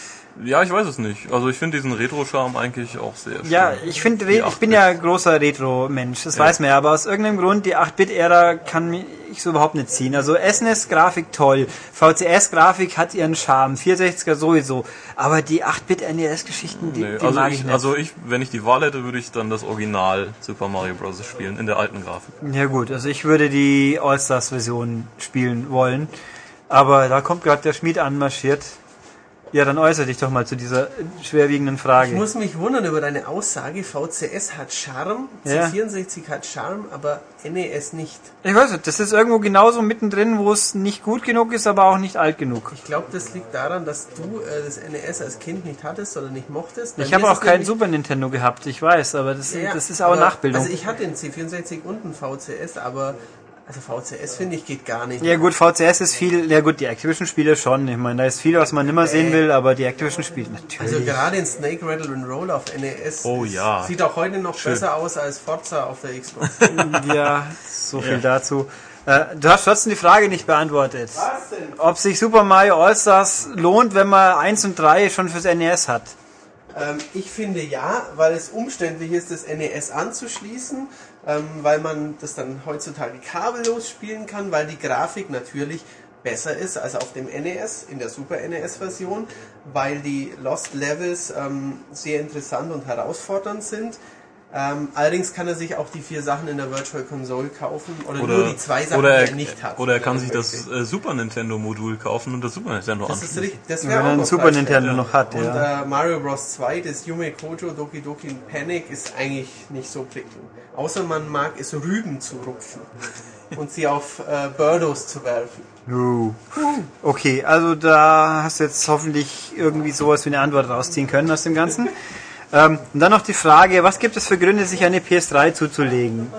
Ja, ich weiß es nicht. Also ich finde diesen Retro-Charme eigentlich auch sehr schön. Ja, ich bin ja großer Retro-Mensch, das weiß man ja, aber aus irgendeinem Grund, die 8-Bit-Ära kann ich so überhaupt nicht ziehen. Also SNES-Grafik toll, VCS-Grafik hat ihren Charme, 64er sowieso, aber die 8-Bit-NES-Geschichten, die mag ich nicht. Also wenn ich die Wahl hätte, würde ich dann das Original Super Mario Bros. Spielen, in der alten Grafik. Ja gut, also ich würde die All-Stars-Version spielen wollen, aber da kommt gerade der Schmied anmarschiert. Ja, dann äußere dich doch mal zu dieser schwerwiegenden Frage. Ich muss mich wundern über deine Aussage, VCS hat Charme, C64 hat Charme, aber NES nicht. Ich weiß nicht, das ist irgendwo genauso mittendrin, wo es nicht gut genug ist, aber auch nicht alt genug. Ich glaube, das liegt daran, dass du das NES als Kind nicht hattest oder nicht mochtest. Ich habe auch keinen Super Nintendo gehabt, ich weiß, aber das ist auch Nachbildung. Also ich hatte den C64 und einen VCS, aber also VCS finde ich geht gar nicht. Ja gut, VCS ist viel, ja gut, die Activision-Spiele schon. Ich meine, da ist viel, was man nimmer sehen will, aber die Activision-Spiele natürlich. Also gerade in Snake, Rattle and Roll auf NES sieht auch heute noch besser aus als Forza auf der Xbox. Ja, so viel dazu. Du hast trotzdem die Frage nicht beantwortet. Was denn? Ob sich Super Mario All-Stars lohnt, wenn man 1 und 3 schon fürs NES hat. Ich finde ja, weil es umständlich ist, das NES anzuschließen, weil man das dann heutzutage kabellos spielen kann, weil die Grafik natürlich besser ist als auf dem NES, in der Super NES-Version, weil die Lost Levels sehr interessant und herausfordernd sind. Allerdings kann er sich auch die 4 Sachen in der Virtual Console kaufen oder nur die 2 Sachen, die er nicht hat. Oder er kann sich das Super Nintendo Modul kaufen und das Super Nintendo anschließen. Das ist richtig. Das wenn er ein Super Nintendo noch hat, und Mario Bros. 2, das Yume Kojo Doki Doki Panic, ist eigentlich nicht so prickelnd. Außer man mag es, Rüben zu rupfen und sie auf Birdos zu werfen. Okay, also da hast du jetzt hoffentlich irgendwie sowas wie eine Antwort rausziehen können aus dem Ganzen. Und dann noch die Frage, was gibt es für Gründe, sich eine PS3 zuzulegen?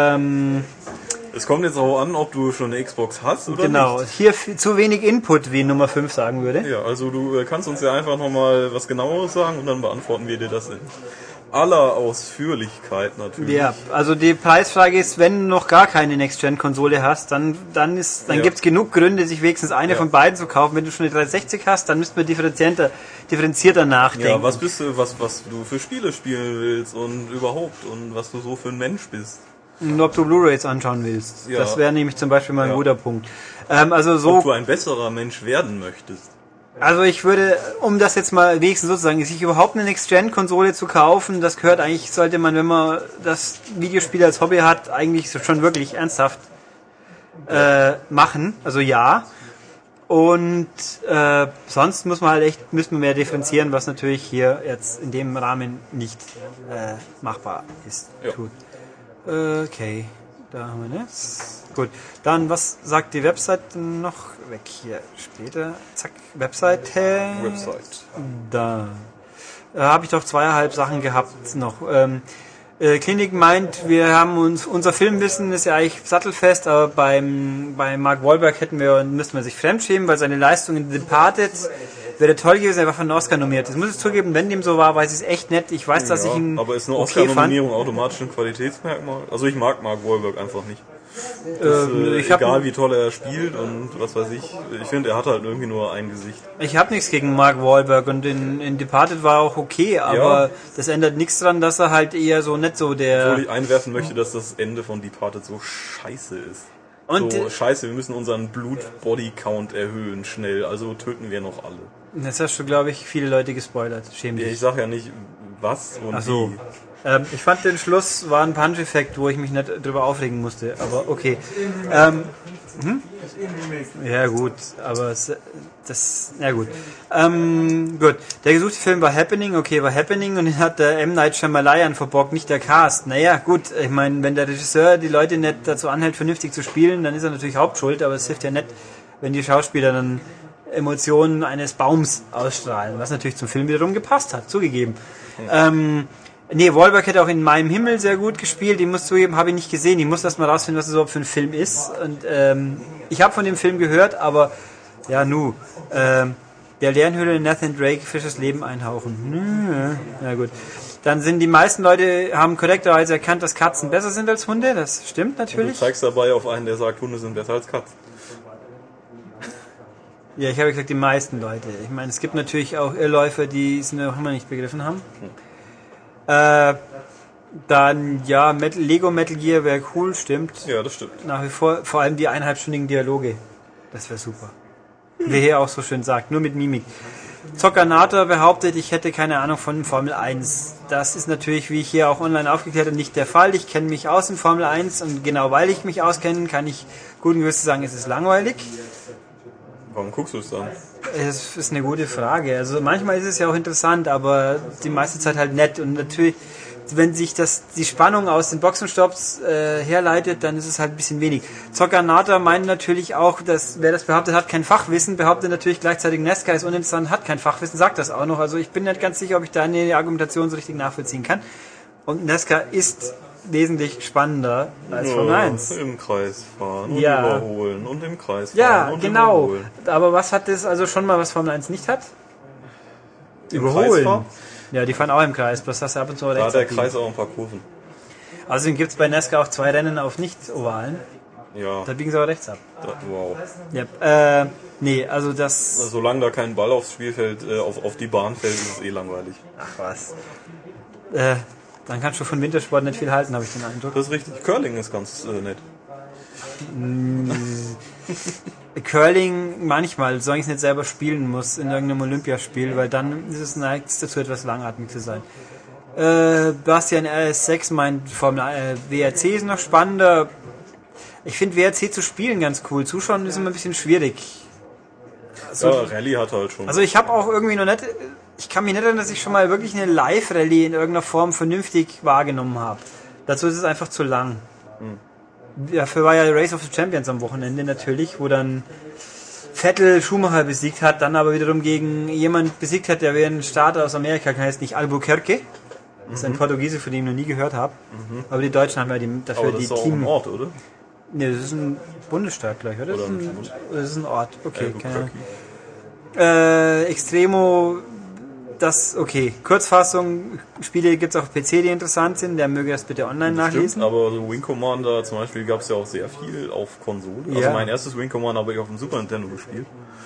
Es kommt jetzt auch an, ob du schon eine Xbox hast oder genau, nicht. Hier zu wenig Input, wie Nummer 5 sagen würde. Ja, also du kannst uns ja einfach nochmal was Genaueres sagen und dann beantworten wir dir das in aller Ausführlichkeit natürlich. Ja, also die Preisfrage ist, wenn du noch gar keine Next-Gen-Konsole hast, dann gibt es genug Gründe, sich wenigstens eine von beiden zu kaufen. Wenn du schon eine 360 hast, dann müsste man differenzierter nachdenken. Ja, was du für Spiele spielen willst und überhaupt und was du so für ein Mensch bist. Und ob du Blu-rays anschauen willst. Ja. Das wäre nämlich zum Beispiel mal ein guter Punkt. Ob du ein besserer Mensch werden möchtest. Also ich würde, um das jetzt mal wenigstens sozusagen, sich überhaupt eine Next-Gen-Konsole zu kaufen, das gehört eigentlich, sollte man, wenn man das Videospiel als Hobby hat, eigentlich schon wirklich ernsthaft machen. Also ja. Und sonst müssen wir mehr differenzieren, was natürlich hier jetzt in dem Rahmen nicht machbar ist. Ja. Gut. Okay, da haben wir das. Gut, dann was sagt die Website noch? Weg hier, später. Zack, Website. Da habe ich doch 2,5 Sachen gehabt noch. Klinik meint, wir haben unser Filmwissen ist ja eigentlich sattelfest, aber bei Mark Wahlberg müssten wir sich fremdschämen, weil seine Leistung in The Departed wäre toll gewesen, er war für einen Oscar nominiert. Das muss ich zugeben, wenn dem so war, weiß ich es echt nett. Ich weiß, dass ich ihn aber ist eine okay Oscar-Nominierung automatisch ein Qualitätsmerkmal? Also ich mag Mark Wahlberg einfach nicht. Egal wie toll er spielt und was weiß ich. Ich finde, er hat halt irgendwie nur ein Gesicht. Ich habe nichts gegen Mark Wahlberg und in Departed war auch okay, aber das ändert nichts dran, dass er halt eher so nicht so der... Obwohl ich einwerfen möchte, dass das Ende von Departed so scheiße ist. Und so scheiße, wir müssen unseren Blut-Body-Count erhöhen schnell, also töten wir noch alle. Das hast du, glaube ich, viele Leute gespoilert. Schäm dich. Ich sag ja nicht was und Ach so. wie. Ich fand den Schluss war ein Punch-Effekt, wo ich mich nicht drüber aufregen musste, aber okay. Ja gut, aber ja gut. Gut, der gesuchte Film war Happening, okay, war Happening und den hat der M. Night Shyamalan verbockt, nicht der Cast. Naja, gut, ich meine, wenn der Regisseur die Leute nicht dazu anhält, vernünftig zu spielen, dann ist er natürlich Hauptschuld, aber es hilft ja nicht, wenn die Schauspieler dann Emotionen eines Baums ausstrahlen, was natürlich zum Film wiederum gepasst hat, zugegeben. Nee, Wahlberg hätte auch in Meinem Himmel sehr gut gespielt. Ich muss zugeben, habe ich nicht gesehen. Ich muss erst mal rausfinden, was das überhaupt für ein Film ist. Und ich habe von dem Film gehört, aber ja, der Lernhöhle Nathan Drake Fisches Leben einhauchen. Ja gut. Dann sind die meisten Leute, haben korrekterweise erkannt, dass Katzen besser sind als Hunde. Das stimmt natürlich. Und du zeigst dabei auf einen, der sagt, Hunde sind besser als Katzen. Ja, ich habe gesagt, die meisten Leute. Ich meine, es gibt natürlich auch Irrläufer, die es noch immer nicht begriffen haben. Dann, ja, Lego Metal Gear wäre cool, stimmt. Ja, das stimmt. Nach wie vor allem die 1,5-stündigen Dialoge. Das wäre super. Wie er auch so schön sagt, nur mit Mimik. Zockernator behauptet, ich hätte keine Ahnung von Formel 1. Das ist natürlich, wie ich hier auch online aufgeklärt habe, nicht der Fall. Ich kenne mich aus in Formel 1 und genau weil ich mich auskenne, kann ich guten Gewissens sagen, es ist langweilig. Warum guckst du es dann? Es ist eine gute Frage. Also manchmal ist es ja auch interessant, aber die meiste Zeit halt nett. Und natürlich, wenn sich die Spannung aus den Boxenstopps herleitet, dann ist es halt ein bisschen wenig. Zockernator meint natürlich auch, dass wer das behauptet, hat kein Fachwissen, behauptet natürlich gleichzeitig NASCAR ist uninteressant, hat kein Fachwissen, sagt das auch noch. Also ich bin nicht ganz sicher, ob ich da eine Argumentation so richtig nachvollziehen kann. Und NASCAR ist wesentlich spannender als Formel 1. Im Kreis fahren und überholen und im Kreis fahren ja, und genau. überholen. Aber was hat das also schon mal, was Formel 1 nicht hat? Überholen. Ja, die fahren auch im Kreis, bloß hast du ab und zu rechts. Da hat der Kreis auch ein paar Kurven. Außerdem gibt es bei NASCAR auch 2 Rennen auf Nicht-Ovalen. Ja. Da biegen sie aber rechts ab. Wow. Ja, nee, also das... Solange da kein Ball aufs Spielfeld, auf die Bahn fällt, ist es eh langweilig. Ach was. Dann kannst du von Wintersport nicht viel halten, habe ich den Eindruck. Das ist richtig. Curling ist ganz nett. Curling manchmal, solange ich es nicht selber spielen muss in irgendeinem Olympiaspiel, weil dann ist es neigt dazu, etwas langatmig zu sein. Bastian RS6 meint, WRC ist noch spannender. Ich finde WRC zu spielen ganz cool. Zuschauen ist immer ein bisschen schwierig. Also, ja, Rallye hat halt schon. Also ich habe auch irgendwie noch nicht... Ich kann mich nicht erinnern, dass ich schon mal wirklich eine Live-Rallye in irgendeiner Form vernünftig wahrgenommen habe. Dazu ist es einfach zu lang. Dafür war ja Race of the Champions am Wochenende natürlich, wo dann Vettel Schumacher besiegt hat, dann aber wiederum gegen jemand besiegt hat, der wie ein Starter aus Amerika, heißt nicht Albuquerque. Das ist ein Portugiese, von dem ich noch nie gehört habe. Aber die Deutschen haben ja dafür aber das ist auch ein Ort, oder? Ne, das ist ein Bundesstaat gleich, oder? Das ist ein Ort. Okay, Extremo... Okay, Kurzfassung, Spiele gibt es auch auf PC, die interessant sind, der möge das bitte online nachlesen. Stimmt, aber so Wing Commander zum Beispiel gab es ja auch sehr viel auf Konsole. Ja. Also mein erstes Wing Commander habe ich auf dem Super Nintendo gespielt.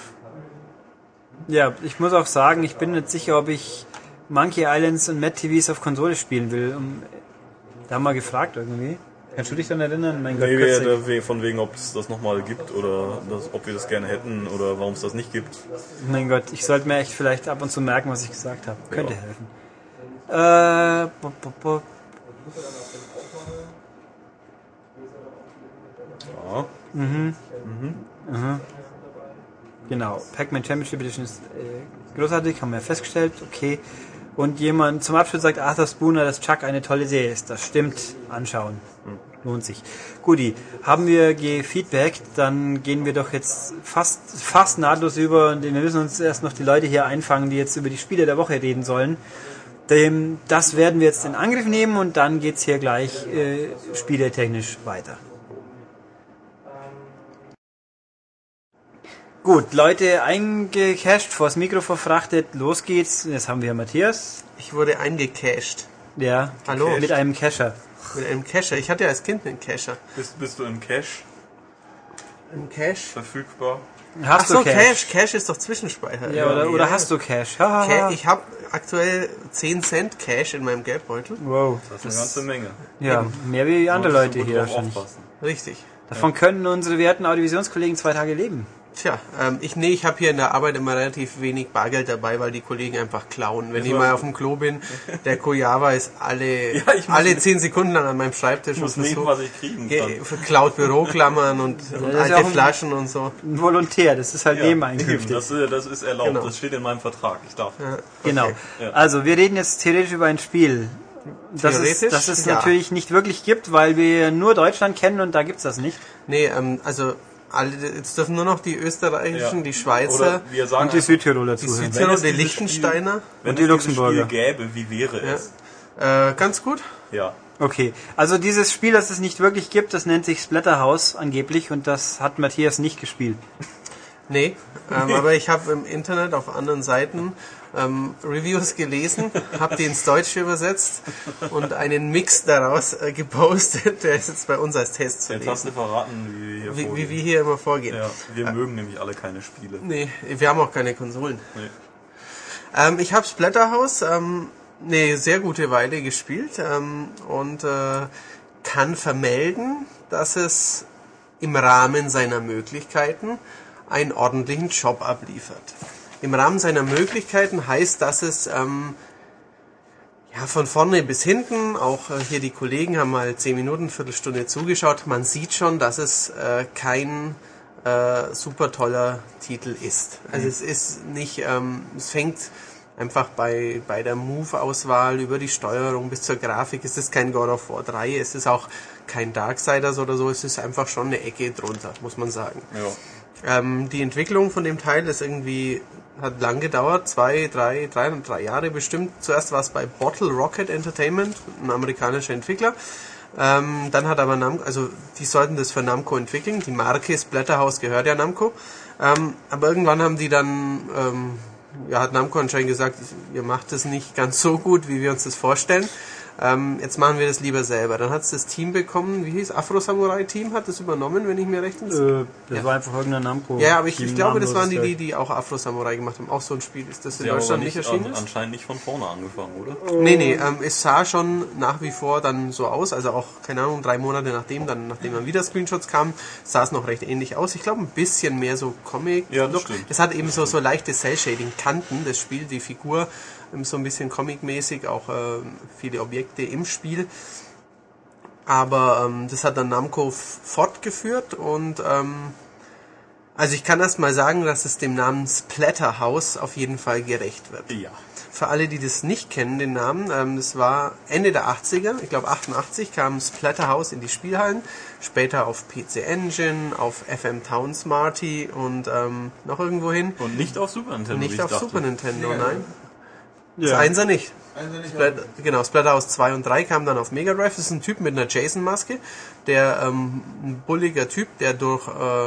Ja, ich muss auch sagen, ich bin nicht sicher, ob ich Monkey Islands und Mad TVs auf Konsole spielen will. Da haben wir gefragt irgendwie. Kannst du dich dann erinnern? Mein Gott, von wegen, ob es das nochmal gibt oder ob wir das gerne hätten oder warum es das nicht gibt. Mein Gott, ich sollte mir echt vielleicht ab und zu merken, was ich gesagt habe. Ja. Könnte helfen. Ja. Genau. Pac-Man Championship Edition ist großartig, haben wir ja festgestellt. Okay. Und jemand zum Abschluss sagt, Arthur Spooner, dass Chuck eine tolle Serie ist. Das stimmt. Anschauen. Lohnt sich. Guti, haben wir gefeedbackt, dann gehen wir doch jetzt fast nahtlos über und wir müssen uns erst noch die Leute hier einfangen, die jetzt über die Spiele der Woche reden sollen. Das werden wir jetzt in Angriff nehmen und dann geht's hier gleich spieletechnisch weiter. Gut, Leute, eingecached, vors Mikro verfrachtet, los geht's. Jetzt haben wir Matthias. Ich wurde eingecached. Ja, Hallo. mit einem Cacher. Mit einem Cacher. Ich hatte ja als Kind einen Cacher. Bist du im Cache Ein Cache? verfügbar? Hast Achso, du Cash? Cache ist doch Zwischenspeicher. Ja, oder hast du Cash? Hahaha. Ich habe aktuell 10 Cent Cash in meinem Geldbeutel. Wow. Das ist eine ganze Menge. Ja, mehr wie andere Leute Musst du hier drauf wahrscheinlich. aufpassen. Richtig. Davon können unsere werten Audiovisionskollegen 2 Tage leben. Tja, ich habe hier in der Arbeit immer relativ wenig Bargeld dabei, weil die Kollegen einfach klauen. Wenn ich mal auf dem Klo bin, der Kojava ist alle 10 Sekunden lang an meinem Schreibtisch. Ich muss und nehmen, was ich kriegen kann. Klaut Büroklammern und ist alte ja auch Flaschen und so. Ein Volontär, das ist halt Nebeneinkünfte. Das ist erlaubt, Genau. das steht in meinem Vertrag. Ich darf. Ja, Genau. Ja. Also, wir reden jetzt theoretisch über ein Spiel, das Theoretisch? es Ja. natürlich nicht wirklich gibt, weil wir nur Deutschland kennen und da gibt's das nicht. Nee, also jetzt dürfen nur noch die österreichischen, Ja. die Schweizer, Oder wir sagen Und die Südtiroler die zuhören. Südtiroler, es die dieses Liechtensteiner. wenn und die es Luxemburger. dieses Spiel gäbe, wie wäre es? Ganz gut. Ja. Okay, also dieses Spiel, das es nicht wirklich gibt, das nennt sich Splatterhouse angeblich und das hat Matthias nicht gespielt. Nee, aber ich habe im Internet auf anderen Seiten Reviews gelesen, habe die ins Deutsche übersetzt und einen Mix daraus gepostet, der ist jetzt bei uns als Test zu Jetzt hast du lesen. verraten, wie wir hier Wie vorgehen. wir hier immer vorgehen. Ja, wir mögen nämlich alle keine Spiele. Nee, wir haben auch keine Konsolen. Nee. Ich habe Splatterhouse eine sehr gute Weile gespielt und kann vermelden, dass es im Rahmen seiner Möglichkeiten einen ordentlichen Job abliefert. Im Rahmen seiner Möglichkeiten heißt, dass es von vorne bis hinten, auch hier die Kollegen haben mal 10 Minuten, Viertelstunde zugeschaut, man sieht schon, dass es kein super toller Titel ist. Also es ist nicht, es fängt einfach bei der Move-Auswahl über die Steuerung bis zur Grafik. Es ist kein God of War 3, es ist auch kein Darksiders oder so, es ist einfach schon eine Ecke drunter, muss man sagen. Ja. Die Entwicklung von dem Teil ist hat lang gedauert, 3 Jahre bestimmt. Zuerst war es bei Bottle Rocket Entertainment, ein amerikanischer Entwickler. Dann hat aber Namco, also die sollten das für Namco entwickeln. Die Marke Splatterhouse gehört ja Namco. Aber irgendwann haben die dann, hat Namco anscheinend gesagt, ihr macht das nicht ganz so gut, wie wir uns das vorstellen. Jetzt machen wir das lieber selber. Dann hat es das Team bekommen, wie hieß Afro Samurai Team, hat das übernommen, wenn ich mir recht entsinne. Das war einfach irgendein Namco. Ja, aber ich glaube, das waren namenloses die auch Afro Samurai gemacht haben. Auch so ein Spiel ist, das in Sie haben aber Deutschland nicht erschienen ist. anscheinend nicht von vorne angefangen, oder? Nee, es sah schon nach wie vor dann so aus, also auch, keine Ahnung, 3 Monate nachdem dann wieder Screenshots kamen, sah es noch recht ähnlich aus. Ich glaube, ein bisschen mehr so Comic. Ja, das stimmt. Es hat eben so leichte Cell-Shading-Kanten, das Spiel, die Figur, so ein bisschen Comic-mäßig, auch viele Objekte im Spiel. Aber das hat dann Namco fortgeführt und also ich kann erst mal sagen, dass es dem Namen Splatterhouse auf jeden Fall gerecht wird. Ja. Für alle, die das nicht kennen, den Namen, das war Ende der 80er, ich glaube 88 kam Splatterhouse in die Spielhallen, später auf PC Engine, auf FM Town Smarty und noch irgendwo hin. Und nicht auf Super Nintendo, Nicht wie ich auf dachte. Super Nintendo, Ja. nein. Ja. Das Einser nicht. Splatterhouse 2 und 3 kam dann auf Mega Drive. Das ist ein Typ mit einer Jason-Maske, der ein bulliger Typ, der durch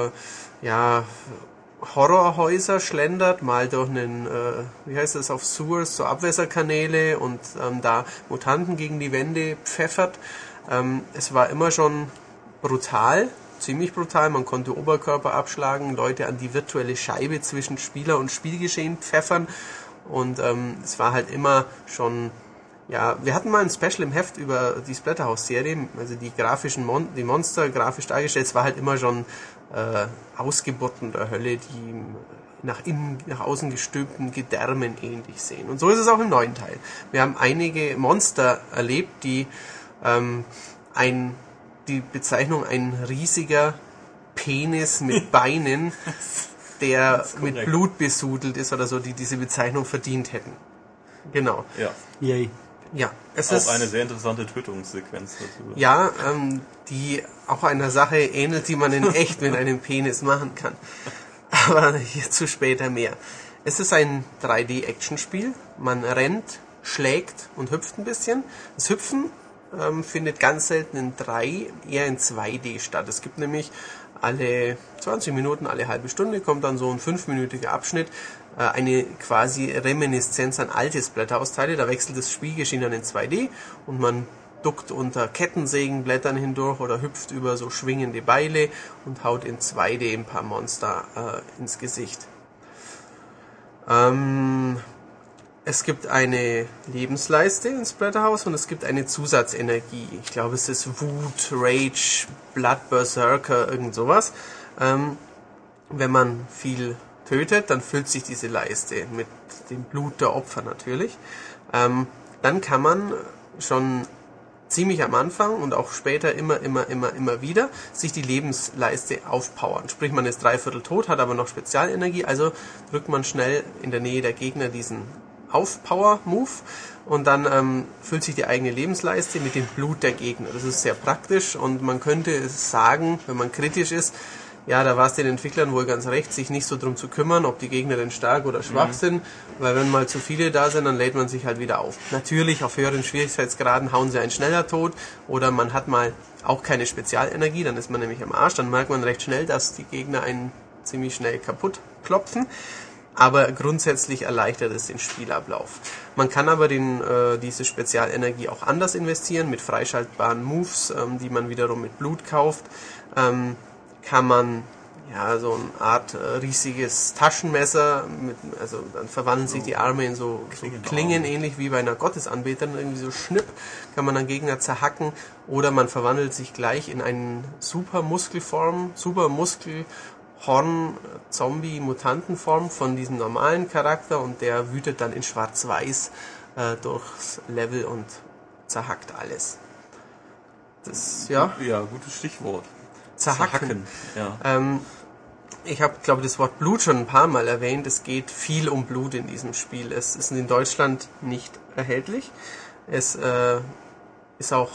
Horrorhäuser schlendert, mal durch einen, wie heißt das, auf Sewers, so Abwässerkanäle und da Mutanten gegen die Wände pfeffert. Es war immer schon brutal, ziemlich brutal. Man konnte Oberkörper abschlagen, Leute an die virtuelle Scheibe zwischen Spieler und Spielgeschehen pfeffern. Und es war halt immer schon, wir hatten mal ein Special im Heft über die Splatterhouse-Serie, also die die Monster grafisch dargestellt, es war halt immer schon Ausgeburten der Hölle, die nach außen gestülpten Gedärmen ähnlich sehen. Und so ist es auch im neuen Teil. Wir haben einige Monster erlebt, die die Bezeichnung ein riesiger Penis mit Beinen, der mit Blut besudelt ist oder so, die diese Bezeichnung verdient hätten. Genau. Ja. Yay. Ja, es Auch ist eine sehr interessante Tötungssequenz dazu. ja, die auch einer Sache ähnelt, die man in echt mit einem Penis machen kann. Aber hierzu später mehr. Es ist ein 3D-Action-Spiel. Man rennt, schlägt und hüpft ein bisschen. Das Hüpfen findet ganz selten in 3, eher in 2D statt. Es gibt nämlich alle 20 Minuten, alle halbe Stunde kommt dann so ein 5-minütiger Abschnitt, eine quasi Reminiszenz an alte Splatter-Teile. Da wechselt das Spielgeschehen dann in 2D und man duckt unter Kettensägenblättern hindurch oder hüpft über so schwingende Beile und haut in 2D ein paar Monster ins Gesicht. Es gibt eine Lebensleiste in Splatterhouse und es gibt eine Zusatzenergie. Ich glaube, es ist Wut, Rage, Blood Berserker, irgend sowas. Wenn man viel tötet, dann füllt sich diese Leiste mit dem Blut der Opfer natürlich. Dann kann man schon ziemlich am Anfang und auch später immer wieder sich die Lebensleiste aufpowern. Sprich, man ist 3/4 tot, hat aber noch Spezialenergie, also drückt man schnell in der Nähe der Gegner diesen Aufpower-Move und dann füllt sich die eigene Lebensleiste mit dem Blut der Gegner. Das ist sehr praktisch und man könnte sagen, wenn man kritisch ist, ja, da war es den Entwicklern wohl ganz recht, sich nicht so drum zu kümmern, ob die Gegner denn stark oder schwach sind, weil wenn mal zu viele da sind, dann lädt man sich halt wieder auf. Natürlich, auf höheren Schwierigkeitsgraden hauen sie einen schneller tot oder man hat mal auch keine Spezialenergie, dann ist man nämlich am Arsch, dann merkt man recht schnell, dass die Gegner einen ziemlich schnell kaputt klopfen. Aber grundsätzlich erleichtert es den Spielablauf. Man kann aber diese Spezialenergie auch anders investieren, mit freischaltbaren Moves, die man wiederum mit Blut kauft. Kann man ja so eine Art riesiges Taschenmesser, also dann verwandeln sich die Arme in so Klingen, ähnlich wie bei einer Gottesanbeterin, irgendwie so Schnipp, kann man dann Gegner zerhacken. Oder man verwandelt sich gleich in einen Horn-Zombie-Mutantenform von diesem normalen Charakter und der wütet dann in Schwarz-Weiß durchs Level und zerhackt alles. Das, ja. Ja, gutes Stichwort. Zerhacken. Ja. Ich habe, glaube das Wort Blut schon ein paar Mal erwähnt. Es geht viel um Blut in diesem Spiel. Es ist in Deutschland nicht erhältlich. Es ist auch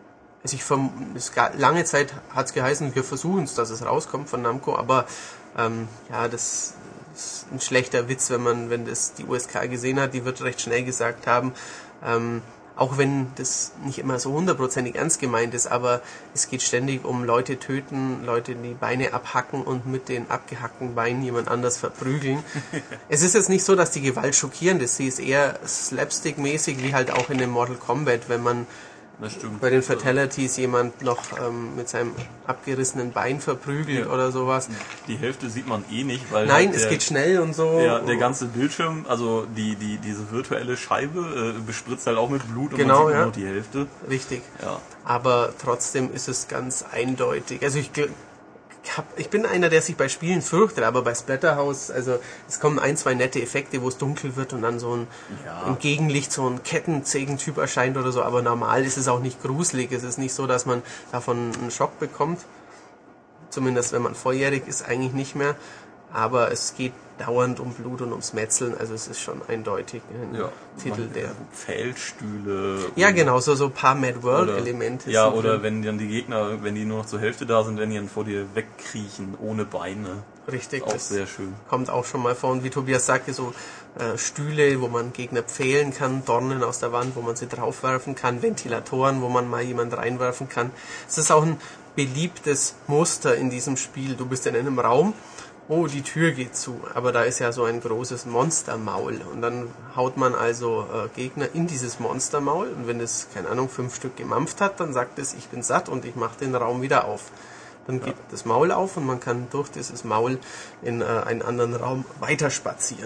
lange Zeit hat es geheißen, wir versuchen es, dass es rauskommt von Namco, aber das ist ein schlechter Witz, wenn das die USK gesehen hat, die wird recht schnell gesagt haben, auch wenn das nicht immer so 100% ernst gemeint ist, aber es geht ständig um Leute töten, Leute die Beine abhacken und mit den abgehackten Beinen jemand anders verprügeln. Es ist jetzt nicht so, dass die Gewalt schockierend ist, sie ist eher slapstick-mäßig, wie halt auch in dem Mortal Kombat, wenn man bei den Fatalities jemand noch mit seinem abgerissenen Bein verprügelt oder sowas. Die Hälfte sieht man eh nicht, weil nein, es geht schnell und so. Ja, der ganze Bildschirm, also diese virtuelle Scheibe bespritzt halt auch mit Blut und genau, man sieht nur die Hälfte. Richtig. Ja. Aber trotzdem ist es ganz eindeutig. Also ich bin einer, der sich bei Spielen fürchtet, aber bei Splatterhouse, also es kommen 1-2 nette Effekte, wo es dunkel wird und dann so ein Gegenlicht, so ein Kettensägentyp erscheint oder so, aber normal ist es auch nicht gruselig. Es ist nicht so, dass man davon einen Schock bekommt. Zumindest wenn man volljährig ist, eigentlich nicht mehr. Aber es geht dauernd um Blut und ums Metzeln, also es ist schon eindeutig ein Titel, der... Pfeilstühle... Ja, genau, so ein paar Mad World-Elemente. Ja, oder drin. Wenn dann die Gegner, wenn die nur noch zur Hälfte da sind, wenn die dann vor dir wegkriechen, ohne Beine. Richtig. Auch sehr schön. Kommt auch schon mal vor. Und wie Tobias sagte, so Stühle, wo man Gegner pfählen kann, Dornen aus der Wand, wo man sie draufwerfen kann, Ventilatoren, wo man mal jemand reinwerfen kann. Es ist auch ein beliebtes Muster in diesem Spiel. Du bist in einem Raum, oh, die Tür geht zu, aber da ist ja so ein großes Monstermaul und dann haut man also Gegner in dieses Monstermaul und wenn es, 5 Stück gemampft hat, dann sagt es, ich bin satt und ich mache den Raum wieder auf. Dann geht das Maul auf und man kann durch dieses Maul in einen anderen Raum weiterspazieren.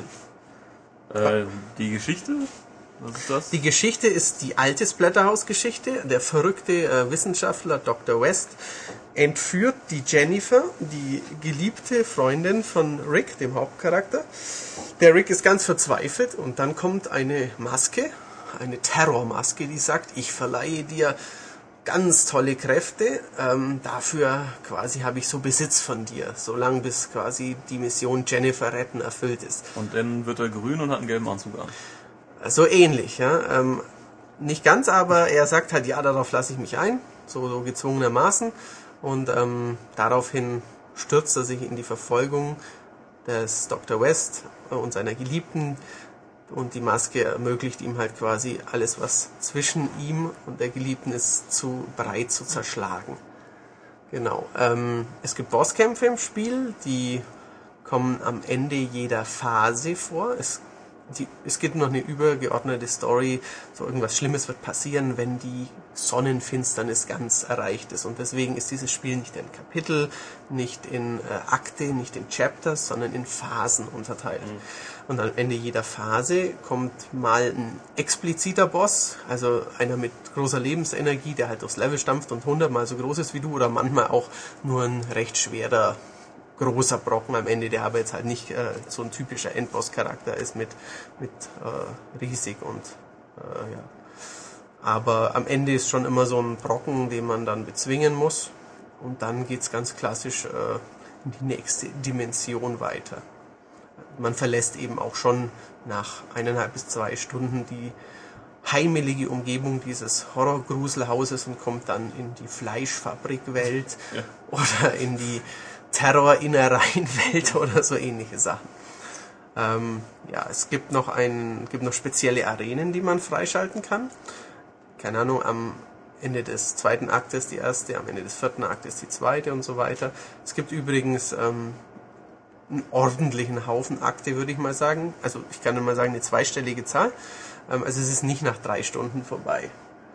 Die Geschichte? Was ist das? Die Geschichte ist die alte Splatterhouse-Geschichte. Der verrückte Wissenschaftler Dr. West entführt die Jennifer, die geliebte Freundin von Rick, dem Hauptcharakter. Der Rick ist ganz verzweifelt und dann kommt eine Maske, eine Terrormaske, die sagt, ich verleihe dir ganz tolle Kräfte, dafür quasi habe ich so Besitz von dir, solange bis quasi die Mission Jennifer retten erfüllt ist. Und dann wird er grün und hat einen gelben Anzug an. So ähnlich, ja. Nicht ganz, aber er sagt halt, ja, darauf lasse ich mich ein, so gezwungenermaßen. Und daraufhin stürzt er sich in die Verfolgung des Dr. West und seiner Geliebten, Und die Maske ermöglicht ihm halt quasi alles, was zwischen ihm und der Geliebten ist, zu breit zu zerschlagen. Genau. Es gibt Bosskämpfe im Spiel, die kommen am Ende jeder Phase vor. Es gibt noch eine übergeordnete Story, so irgendwas Schlimmes wird passieren, wenn die Sonnenfinsternis ganz erreicht ist. Und deswegen ist dieses Spiel nicht in Kapitel, nicht in Akte, nicht in Chapters, sondern in Phasen unterteilt. Und am Ende jeder Phase kommt mal ein expliziter Boss, also einer mit großer Lebensenergie, der halt durchs Level stampft und 100-mal so groß ist wie du, oder manchmal auch nur ein recht schwerer, großer Brocken am Ende, der aber jetzt halt nicht so ein typischer Endboss-Charakter ist mit riesig und ja. Aber am Ende ist schon immer so ein Brocken, den man dann bezwingen muss, und dann geht's ganz klassisch in die nächste Dimension weiter. Man verlässt eben auch schon nach 1,5 bis 2 Stunden die heimelige Umgebung dieses Horrorgruselhauses und kommt dann in die Fleischfabrikwelt oder in die Terror-Innereienwelt oder so ähnliche Sachen. Ja, es gibt noch spezielle Arenen, die man freischalten kann. Keine Ahnung, am Ende des 2. Aktes die erste, am Ende des 4. Aktes die zweite und so weiter. Es gibt übrigens einen ordentlichen Haufen Akte, würde ich mal sagen. Also ich kann nur mal sagen, eine zweistellige Zahl. Also es ist nicht nach 3 Stunden vorbei.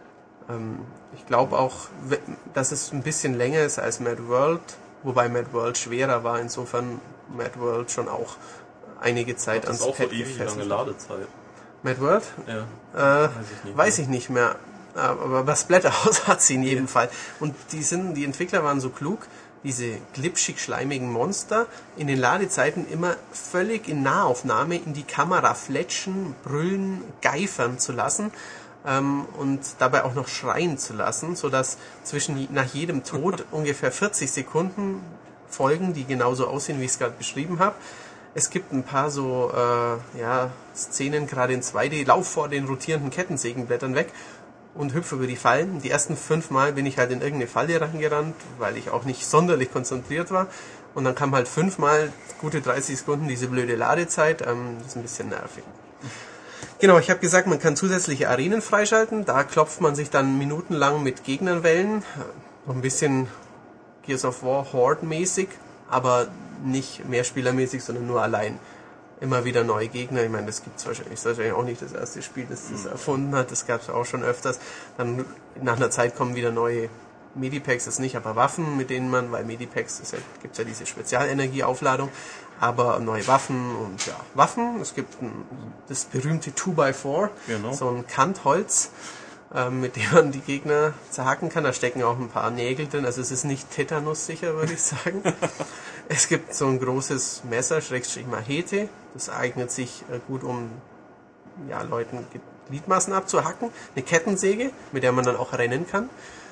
Ich glaube auch, dass es ein bisschen länger ist als Mad World, wobei Mad World schwerer war. Insofern Mad World schon auch einige Zeit ans Pad Pad gefesselt. Das ist auch so ewig lange Ladezeit. Mad World? Ja. Weiß ich nicht mehr. Aber was Splatterhouse hat sie in jedem Fall. Und die Entwickler waren so klug, diese glitschig-schleimigen Monster in den Ladezeiten immer völlig in Nahaufnahme in die Kamera fletschen, brüllen, geifern zu lassen und dabei auch noch schreien zu lassen, sodass nach jedem Tod ungefähr 40 Sekunden folgen, die genauso aussehen, wie ich es gerade beschrieben habe. Es gibt ein paar so Szenen, gerade in 2D, lauf vor den rotierenden Kettensägenblättern weg und hüpfe über die Fallen. Die ersten 5 Mal bin ich halt in irgendeine Falle reingerannt, weil ich auch nicht sonderlich konzentriert war. Und dann kam halt 5 Mal gute 30 Sekunden diese blöde Ladezeit. Das ist ein bisschen nervig. Genau, ich habe gesagt, man kann zusätzliche Arenen freischalten. Da klopft man sich dann minutenlang mit Gegnern Wellen. Noch ein bisschen Gears of War Horde-mäßig, aber nicht mehrspielermäßig, sondern nur allein. Immer wieder neue Gegner. Ich meine, das gibt's wahrscheinlich. Das ist wahrscheinlich auch nicht das erste Spiel, das das erfunden hat. Das gab es auch schon öfters. Dann nach einer Zeit kommen wieder neue Medipacks, das nicht, aber Waffen, mit denen man, weil Medipacks gibt's ja diese Spezialenergieaufladung, aber neue Waffen und ja, Waffen. Es gibt das berühmte 2x4, genau. So ein Kantholz, mit dem man die Gegner zerhacken kann. Da stecken auch ein paar Nägel drin, also es ist nicht tetanussicher, würde ich sagen. Es gibt so ein großes Messer, Machete, das eignet sich gut, um Leuten Gliedmaßen abzuhacken. Eine Kettensäge, mit der man dann auch rennen kann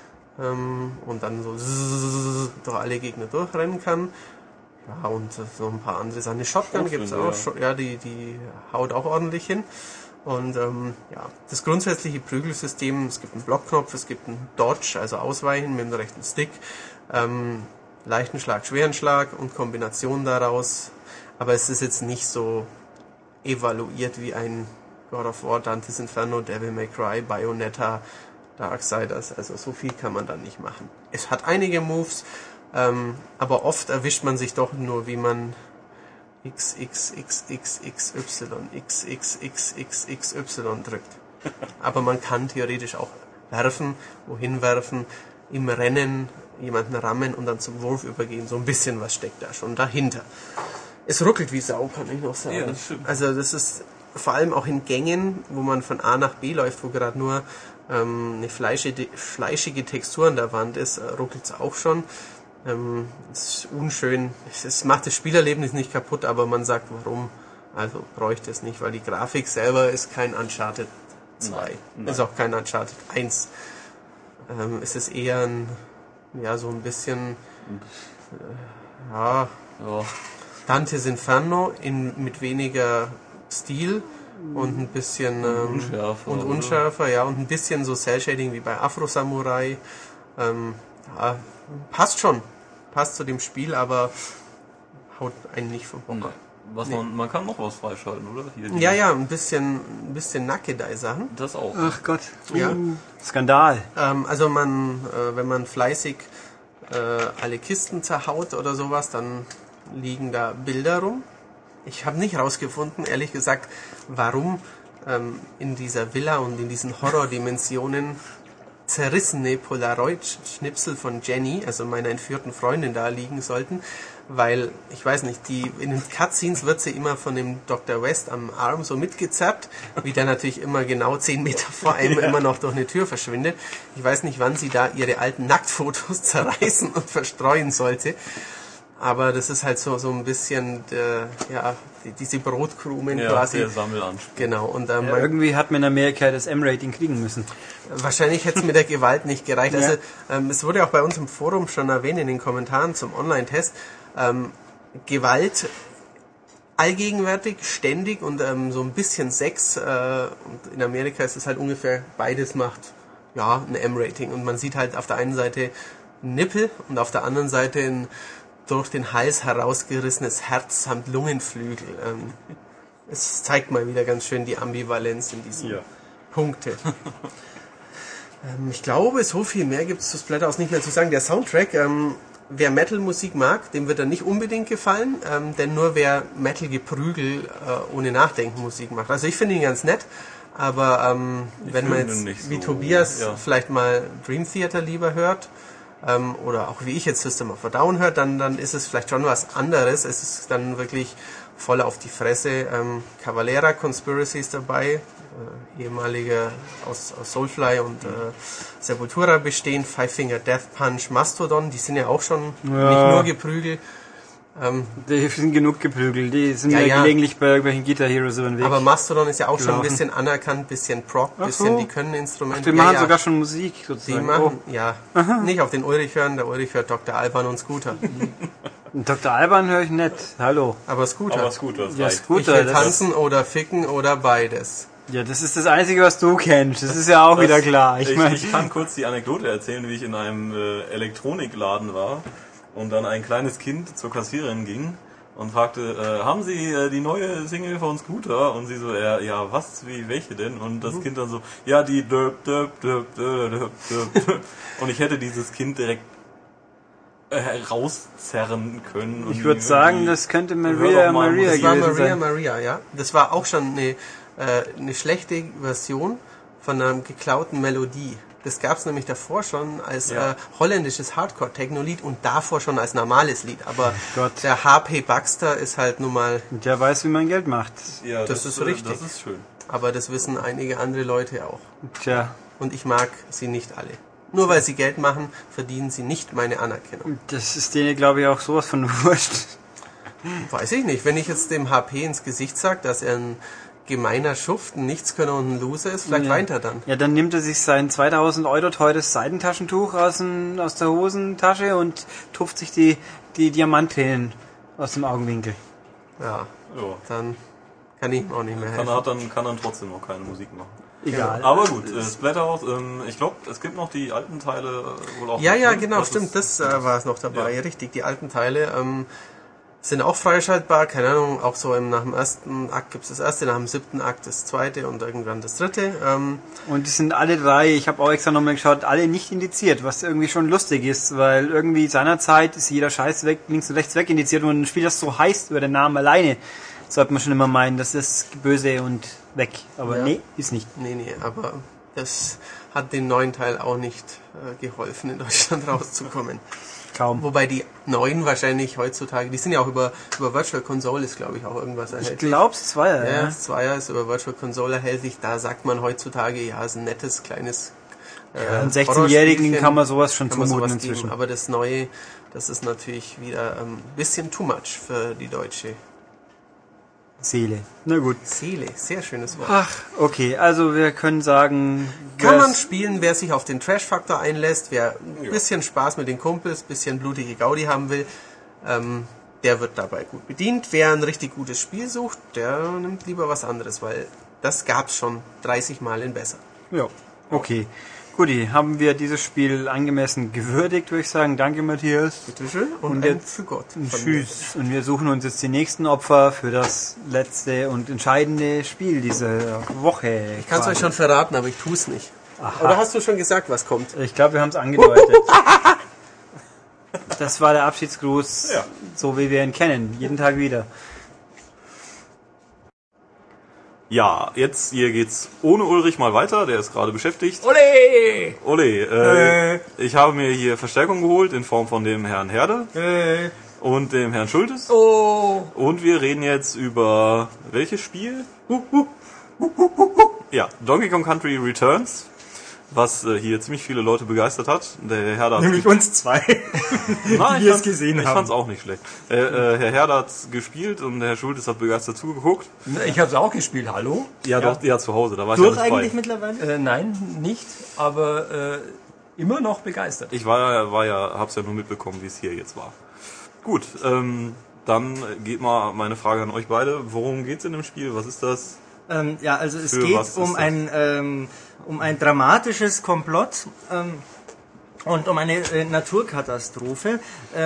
und dann so durch alle Gegner durchrennen kann. Ja, und so ein paar andere Sachen. Eine Shotgun gibt es auch, ja, die haut auch ordentlich hin. Und das grundsätzliche Prügelsystem, es gibt einen Blockknopf, es gibt einen Dodge, also Ausweichen mit dem rechten Stick, leichten Schlag, schweren Schlag und Kombination daraus. Aber es ist jetzt nicht so evaluiert wie ein God of War, Dante's Inferno, Devil May Cry, Bayonetta, Darksiders. Also so viel kann man da nicht machen. Es hat einige Moves, aber oft erwischt man sich doch nur, wie man XXXXY drückt. Aber man kann theoretisch auch werfen, wohin werfen, im Rennen jemanden rammen und dann zum Wurf übergehen. So ein bisschen was steckt da schon dahinter. Es ruckelt wie Sau, kann ich noch sagen. Ja, das stimmt. Also das ist vor allem auch in Gängen, wo man von A nach B läuft, wo gerade nur eine fleischige Textur an der Wand ist, ruckelt es auch schon. Es ist unschön. Es macht das Spielerlebnis nicht kaputt, aber man sagt, warum? Also bräuchte es nicht, weil die Grafik selber ist kein Uncharted 2. Nein. Ist auch kein Uncharted 1. Es ist eher so ein bisschen Dante's Inferno mit weniger Stil und ein bisschen unschärfer, ja, und ein bisschen so Cell-Shading wie bei Afro Samurai. Passt schon. Passt zu dem Spiel, aber haut einen nicht vom Bock. Man kann noch was freischalten, oder? Hier die- Ja, ein bisschen Nackedei-Sachen. Das auch. Ach Gott. Ja. Skandal. Also wenn man fleißig alle Kisten zerhaut oder sowas, dann liegen da Bilder rum. Ich habe nicht rausgefunden, ehrlich gesagt, warum in dieser Villa und in diesen Horrordimensionen zerrissene Polaroid-Schnipsel von Jenny, also meiner entführten Freundin, da liegen sollten, weil, ich weiß nicht, in den Cutscenes wird sie immer von dem Dr. West am Arm so mitgezerrt, wie der natürlich immer genau 10 Meter vor einem immer noch durch eine Tür verschwindet. Ich weiß nicht, wann sie da ihre alten Nacktfotos zerreißen und verstreuen sollte. Aber das ist halt so ein bisschen diese Brotkrumen quasi. Der Sammelanspruch. Genau. Und Irgendwie hat man in Amerika das M-Rating kriegen müssen. wahrscheinlich hätte es mit der Gewalt nicht gereicht. Ja. Also es wurde auch bei uns im Forum schon erwähnt in den Kommentaren zum Online-Test. Gewalt allgegenwärtig, ständig und so ein bisschen Sex. Und in Amerika ist es halt ungefähr beides macht ein M-Rating. Und man sieht halt auf der einen Seite Nippel und auf der anderen Seite ein durch den Hals herausgerissenes Herz samt Lungenflügel. Es zeigt mal wieder ganz schön die Ambivalenz in diesen Punkte. Ich glaube, so viel mehr gibt es zu Splatterhouse nicht mehr zu sagen. Der Soundtrack, wer Metal-Musik mag, dem wird er nicht unbedingt gefallen, denn nur wer Metal-Geprügel ohne Nachdenken Musik macht. Also ich finde ihn ganz nett, aber wenn man jetzt wie Tobias vielleicht mal Dream Theater lieber hört, oder auch wie ich jetzt System of a Down hört, dann ist es vielleicht schon was anderes. Es ist dann wirklich voll auf die Fresse. Cavalera Conspiracy ist dabei, ehemaliger aus Soulfly und Sepultura bestehend, Five Finger Death Punch, Mastodon, die sind ja auch schon nicht nur Geprügel. Die sind genug geprügelt, die sind gelegentlich bei irgendwelchen Guitar Heroes über den Weg. Aber Mastodon ist ja auch schon ein bisschen anerkannt, bisschen Prog, die können Instrumente. Die machen sogar schon Musik sozusagen. Die machen, nicht auf den Ulrich hören, der Ulrich hört Dr. Alban und Scooter. Dr. Alban höre ich nicht, hallo. Aber Scooter. Das Ja, reicht. Scooter, Ich will tanzen oder ficken oder beides. Ja, das ist das Einzige, was du kennst. Das ist ja auch wieder klar. Ich kann kurz die Anekdote erzählen, wie ich in einem Elektronikladen war und dann ein kleines Kind zur Kassiererin ging und fragte, haben Sie die neue Single von Scooter? Und sie so, ja, was, wie, welche denn? Und das Kind dann so, ja, die döp, döp, döp, döp, döp, döp. Und ich hätte dieses Kind direkt rauszerren können. Ich würde sagen, das könnte Maria Das war gewesen sein. Maria, ja. Das war auch schon eine schlechte Version von einer geklauten Melodie. Das gab es nämlich davor schon als holländisches Hardcore-Techno-Lied und davor schon als normales Lied. Aber der HP Baxter ist halt nun mal... Der weiß, wie man Geld macht. Ja, das ist richtig. Das ist schön. Aber das wissen einige andere Leute auch. Tja. Und ich mag sie nicht alle. Nur weil sie Geld machen, verdienen sie nicht meine Anerkennung. Das ist denen, glaube ich, auch sowas von wurscht. Weiß ich nicht. Wenn ich jetzt dem HP ins Gesicht sage, dass er ein gemeiner Schuft, ein Nichtskönner und ein Loser ist, vielleicht weint er dann. Ja, dann nimmt er sich sein 2000 € teures Seidentaschentuch aus der Hosentasche und tupft sich die Diamanttränen aus dem Augenwinkel. Ja, dann kann ich ihm auch nicht mehr helfen. Kann dann trotzdem noch keine Musik machen. Egal. Aber gut, Splatterhouse, ich glaube, es gibt noch die alten Teile wohl auch. Ja, genau, stimmt, das war es noch dabei, richtig, die alten Teile sind auch freischaltbar, keine Ahnung, auch so nach dem ersten Akt gibt es das erste, nach dem 7. Akt das zweite und irgendwann das dritte. Und die sind alle drei, ich habe auch extra nochmal geschaut, alle nicht indiziert, was irgendwie schon lustig ist, weil irgendwie seinerzeit ist jeder Scheiß weg, links und rechts weg indiziert und ein Spiel, das so heißt über den Namen alleine, sollte man schon immer meinen, das ist böse und weg. Aber nee, ist nicht. Nee, aber das hat den neuen Teil auch nicht geholfen, in Deutschland rauszukommen. Kaum. Wobei die neuen wahrscheinlich heutzutage, die sind ja auch über Virtual Console ist, glaube ich, auch irgendwas erhältlich. Ich glaube, es Zweier, ja. Das Zweier ist über Virtual Console erhältlich. Da sagt man heutzutage, ja, ist ein nettes, kleines einem 16-Jährigen kann man sowas schon zumuten inzwischen. Geben. Aber das Neue, das ist natürlich wieder ein bisschen too much für die deutsche Seele. Na gut. Seele, sehr schönes Wort. Ach, okay, also wir können sagen... Kann man spielen, wer sich auf den Trash-Faktor einlässt, wer ein bisschen Spaß mit den Kumpels, bisschen blutige Gaudi haben will, der wird dabei gut bedient. Wer ein richtig gutes Spiel sucht, der nimmt lieber was anderes, weil das gab's schon 30 Mal in besser. Ja, okay. Guti, haben wir dieses Spiel angemessen gewürdigt, würde ich sagen. Danke, Matthias. Bitteschön. Und ein jetzt für Gott. Tschüss. Und wir suchen uns jetzt die nächsten Opfer für das letzte und entscheidende Spiel dieser Woche. Ich kann es euch schon verraten, aber ich tue es nicht. Aha. Oder hast du schon gesagt, was kommt? Ich glaube, wir haben es angedeutet. Das war der Abschiedsgruß, Ja. so wie wir ihn kennen. Jeden Tag wieder. Ja, jetzt hier geht's ohne Ulrich mal weiter, der ist gerade beschäftigt. Ole! Ole, ich habe mir hier Verstärkung geholt in Form von dem Herrn Herde und dem Herrn Schultes. Oh! Und wir reden jetzt über welches Spiel? Ja, Donkey Kong Country Returns, was hier ziemlich viele Leute begeistert hat. Der Herr hat Nämlich uns zwei. Nein, die es gesehen ich haben. fand's auch nicht schlecht. Herr Herder hat gespielt und der Herr Schultes hat begeistert zugeguckt. Ich habe es auch gespielt, hallo? Ja, doch, ja, zu Hause, da war ich Durch ja nicht eigentlich bei. mittlerweile? Nein, nicht, aber immer noch begeistert. Ich hab's ja nur mitbekommen, wie es hier jetzt war. Gut, dann geht mal meine Frage an euch beide. Worum geht's in dem Spiel? Was ist das? Ja, also es Für geht was um ist um ein dramatisches Komplott und um eine Naturkatastrophe.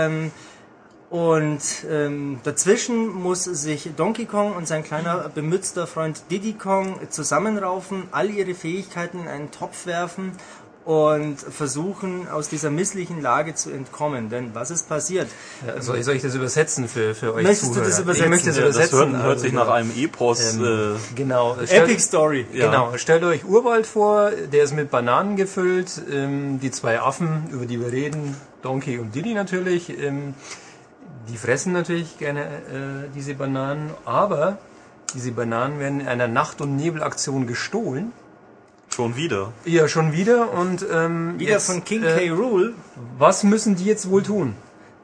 Dazwischen muss sich Donkey Kong und sein kleiner bemützter Freund Diddy Kong zusammenraufen, all ihre Fähigkeiten in einen Topf werfen und versuchen, aus dieser misslichen Lage zu entkommen. Denn was ist passiert? Ja, soll ich das übersetzen für euch Möchtest du Zuhörer? das übersetzen? Ich möchte es Ja, das übersetzen. hört sich also, nach einem Epos. Genau. Epic Story. Ja. Genau. Stellt euch Urwald vor, der ist mit Bananen gefüllt. Die zwei Affen, über die wir reden, Donkey und Diddy natürlich, die fressen natürlich gerne diese Bananen, aber diese Bananen werden in einer Nacht- und Nebelaktion gestohlen. Schon wieder. Ja, schon wieder. Und Wieder jetzt, von King K. Rool. Was müssen die jetzt wohl tun?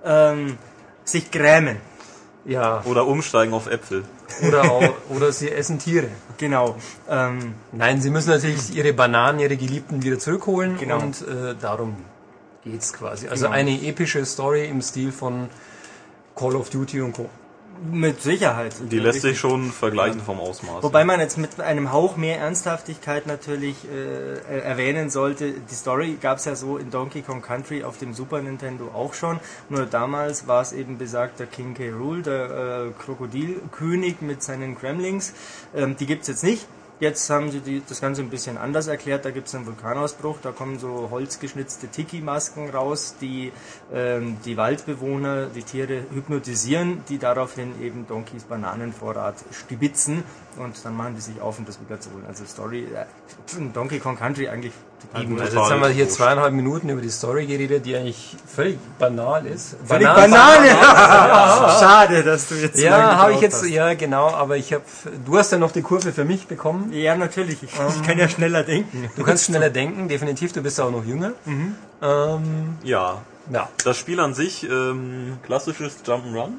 Sich grämen. Ja, Oder umsteigen auf Äpfel. oder sie essen Tiere. Genau. Nein, sie müssen natürlich ihre Bananen, ihre Geliebten wieder zurückholen. Genau. Und darum geht's quasi. Also Genau. eine epische Story im Stil von Call of Duty und Co. Mit Sicherheit. Die lässt sich schon vergleichen vom Ausmaß. Wobei man jetzt mit einem Hauch mehr Ernsthaftigkeit natürlich erwähnen sollte, die Story gab es ja so in Donkey Kong Country auf dem Super Nintendo auch schon, nur damals war es eben besagter King K. Rool, der Krokodilkönig mit seinen Gremlings. Die gibt's jetzt nicht. Jetzt haben sie das Ganze ein bisschen anders erklärt. Da gibt es einen Vulkanausbruch, da kommen so holzgeschnitzte Tiki-Masken raus, die die Waldbewohner, die Tiere hypnotisieren, die daraufhin eben Donkeys Bananenvorrat stibitzen und dann machen die sich auf, um das wieder zu holen. Also Story, Donkey Kong Country eigentlich total gut. Also jetzt haben wir hier 2,5 Minuten über die Story geredet, die eigentlich völlig banal ist. Völlig Banane! Schade, dass du jetzt so lange Ja, habe ich gebraucht jetzt, hast. ja genau, aber du hast ja noch die Kurve für mich bekommen. Ja, natürlich. Ich kann ja schneller denken. Du kannst schneller denken, definitiv, du bist auch noch jünger. Ja. Ja. Das Spiel an sich, klassisches Jump'n'Run.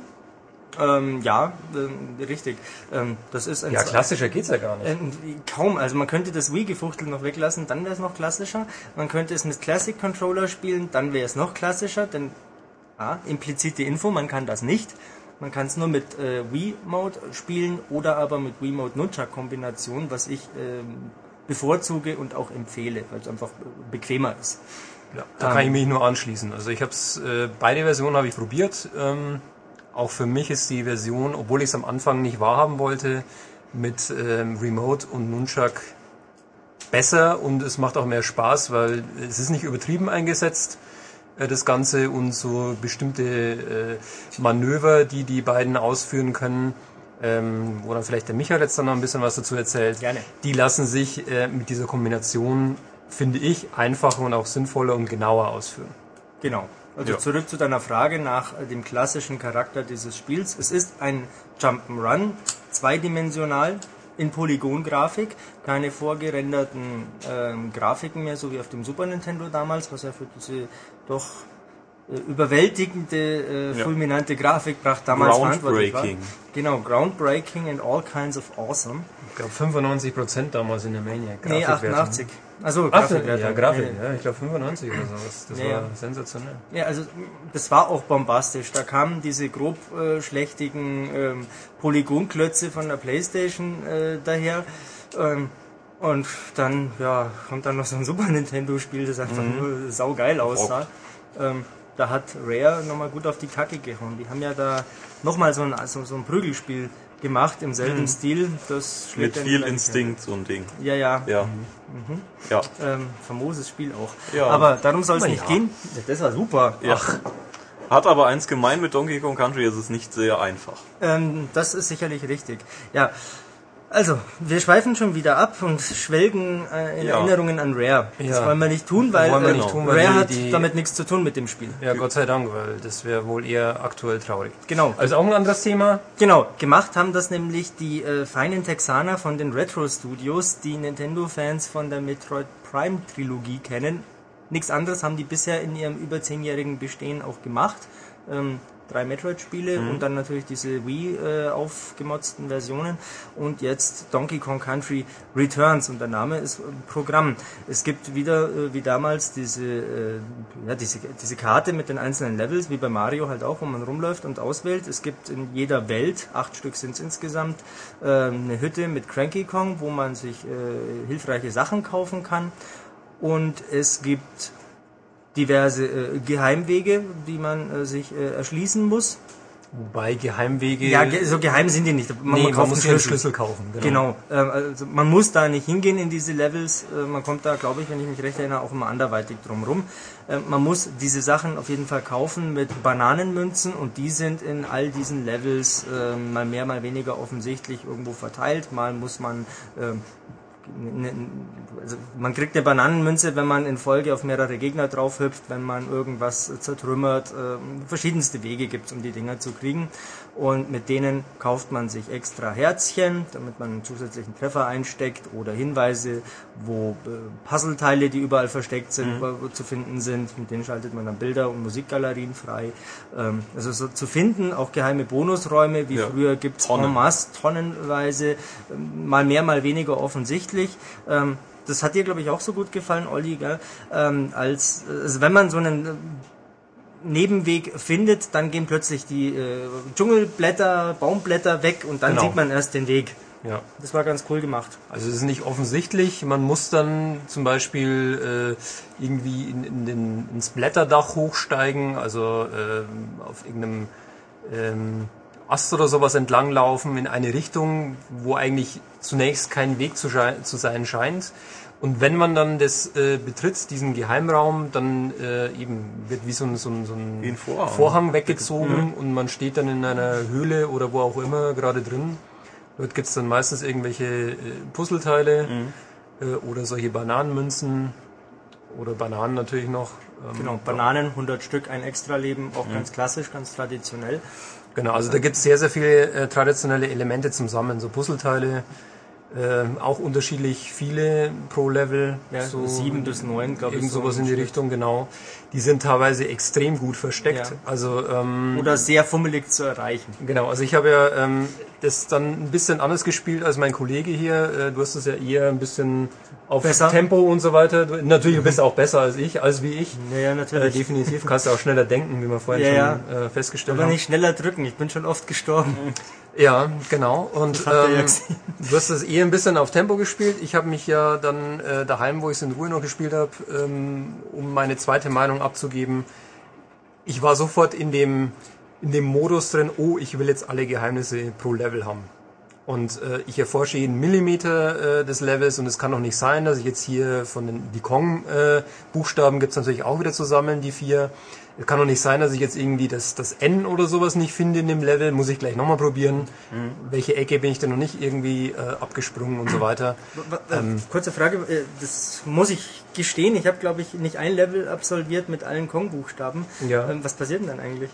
Richtig. Das ist ein Ja, klassischer geht's ja gar nicht. Kaum, also man könnte das Wii-Gefuchtel noch weglassen, dann wäre es noch klassischer. Man könnte es mit Classic Controller spielen, dann wäre es noch klassischer, denn implizite Info, man kann das nicht. Man kann es nur mit Wii-Mode spielen oder aber mit Wii-Mode-Nunchuck-Kombination, was ich bevorzuge und auch empfehle, weil es einfach bequemer ist. Ja, da kann ich mich nur anschließen. Also ich habe beide Versionen habe ich probiert. Auch für mich ist die Version, obwohl ich es am Anfang nicht wahrhaben wollte, mit Remote und Nunchuck besser und es macht auch mehr Spaß, weil es ist nicht übertrieben eingesetzt, das Ganze, und so bestimmte Manöver, die die beiden ausführen können, wo dann vielleicht der Michael jetzt dann noch ein bisschen was dazu erzählt, Gerne. die lassen sich mit dieser Kombination, finde ich, einfacher und auch sinnvoller und genauer ausführen. Genau. Also Ja. zurück zu deiner Frage nach dem klassischen Charakter dieses Spiels. Es ist ein Jump'n'Run, zweidimensional, in Polygongrafik, keine vorgerenderten Grafiken mehr, so wie auf dem Super Nintendo damals, was ja für diese doch überwältigende, fulminante Grafik damals verantwortlich war. Groundbreaking. Genau, groundbreaking and all kinds of awesome. Ich glaube 95% damals in der Maniac. Nee, Grafikwertung. 88. Also Ach, Grafikwertung. ja, Grafik, Nee. ja, ich glaube 95 oder sowas. Das Ja, war ja. sensationell. Ja, also das war auch bombastisch. Da kamen diese grob schlechtigen Polygonklötze von der PlayStation daher. Und dann, ja, kommt dann noch so ein Super Nintendo-Spiel, das einfach nur saugeil aussah. Da hat Rare nochmal gut auf die Kacke gehauen. Die haben ja da nochmal so ein Prügelspiel gemacht im selben Stil. Das Mit dann viel gleich Instinkt, so ein Ding. Ja. Ja. Ja. Famoses Spiel auch. Ja. Aber darum soll es nicht ja. gehen. Das war super. Ja. Hat aber eins gemein mit Donkey Kong Country, es ist nicht sehr einfach. Das ist sicherlich richtig. Ja. Also, wir schweifen schon wieder ab und schwelgen in Ja. Erinnerungen an Rare. Das Ja. wollen wir nicht tun, weil, Wollen wir nicht tun, weil Rare hat die- damit nichts zu tun mit dem Spiel. Ja, Gott sei Dank, weil das wäre wohl eher aktuell traurig. Genau. Also auch ein anderes Thema. Genau, gemacht haben das nämlich die feinen Texaner von den Retro Studios, die Nintendo-Fans von der Metroid Prime Trilogie kennen. Nichts anderes haben die bisher in ihrem über 10-jährigen Bestehen auch gemacht. 3 Metroid-Spiele und dann natürlich diese Wii aufgemotzten Versionen und jetzt Donkey Kong Country Returns und der Name ist Programm. Es gibt wieder wie damals diese Karte mit den einzelnen Levels, wie bei Mario halt auch, wo man rumläuft und auswählt. Es gibt in jeder Welt, 8 Stück sind es insgesamt, eine Hütte mit Cranky Kong, wo man sich hilfreiche Sachen kaufen kann und es gibt diverse Geheimwege, die man sich erschließen muss. Wobei Geheimwege... Ja, so geheim sind die nicht. man kauft muss einen einen Schlüssel kaufen. Genau. Also man muss da nicht hingehen in diese Levels. Man kommt da, glaube ich, wenn ich mich recht erinnere, auch immer anderweitig drum rum. Man muss diese Sachen auf jeden Fall kaufen mit Bananenmünzen und die sind in all diesen Levels mal mehr, mal weniger offensichtlich irgendwo verteilt. Mal muss man... Also man kriegt eine Bananenmünze, wenn man in Folge auf mehrere Gegner draufhüpft, wenn man irgendwas zertrümmert. Verschiedenste Wege gibt es, um die Dinger zu kriegen. Und mit denen kauft man sich extra Herzchen, damit man einen zusätzlichen Treffer einsteckt oder Hinweise, wo Puzzleteile, die überall versteckt sind, zu finden sind. Mit denen schaltet man dann Bilder und Musikgalerien frei. Also so zu finden, auch geheime Bonusräume, wie früher gibt es en masse, tonnenweise, mal mehr, mal weniger offensichtlich. Das hat dir, glaube ich, auch so gut gefallen, Olli, gell? Also wenn man so einen Nebenweg findet, dann gehen plötzlich die Dschungelblätter, Baumblätter weg und dann sieht man erst den Weg. Ja. Das war ganz cool gemacht. Also es ist nicht offensichtlich. Man muss dann zum Beispiel irgendwie ins Blätterdach hochsteigen, also auf irgendeinem Ast oder sowas entlanglaufen in eine Richtung, wo eigentlich zunächst kein Weg zu sein scheint. Und wenn man dann das betritt, diesen Geheimraum, dann eben wird wie so ein Vorhang weggezogen und man steht dann in einer Höhle oder wo auch immer gerade drin. Dort gibt's dann meistens irgendwelche Puzzleteile oder solche Bananenmünzen oder Bananen natürlich noch. Genau, Bananen, 100 Stück, ein Extra-Leben, auch ganz klassisch, ganz traditionell. Genau, also da gibt's sehr, sehr viele traditionelle Elemente zum Sammeln, so Puzzleteile. Auch unterschiedlich viele pro Level. Ja, so 7 bis 9, glaube ich. Irgend sowas in die Richtung, genau. Die sind teilweise extrem gut versteckt. Ja. Also, oder sehr fummelig zu erreichen. Genau, also ich habe ja das dann ein bisschen anders gespielt als mein Kollege hier. Du hast es ja eher ein bisschen auf besser. Tempo und so weiter. Natürlich bist du auch besser als ich. Ja, natürlich. Definitiv. Kannst du auch schneller denken, wie wir vorhin schon festgestellt haben. Aber nicht schneller drücken, ich bin schon oft gestorben. Ja, genau. Und habt ihr ja gesehen. du hast das eher ein bisschen auf Tempo gespielt. Ich habe mich ja dann daheim, wo ich es in Ruhe noch gespielt habe, um meine zweite Meinung abzugeben. Ich war sofort in dem Modus drin, ich will jetzt alle Geheimnisse pro Level haben. Und ich erforsche jeden Millimeter des Levels und es kann doch nicht sein, dass ich jetzt hier von die Kong-Buchstaben gibt es natürlich auch wieder zu sammeln, die 4. Es kann doch nicht sein, dass ich jetzt irgendwie das N oder sowas nicht finde in dem Level. Muss ich gleich nochmal probieren. Welche Ecke bin ich denn noch nicht irgendwie abgesprungen und so weiter. Kurze Frage, das muss ich gestehen. Ich habe, glaube ich, nicht ein Level absolviert mit allen Kong-Buchstaben. Ja. Was passiert denn dann eigentlich?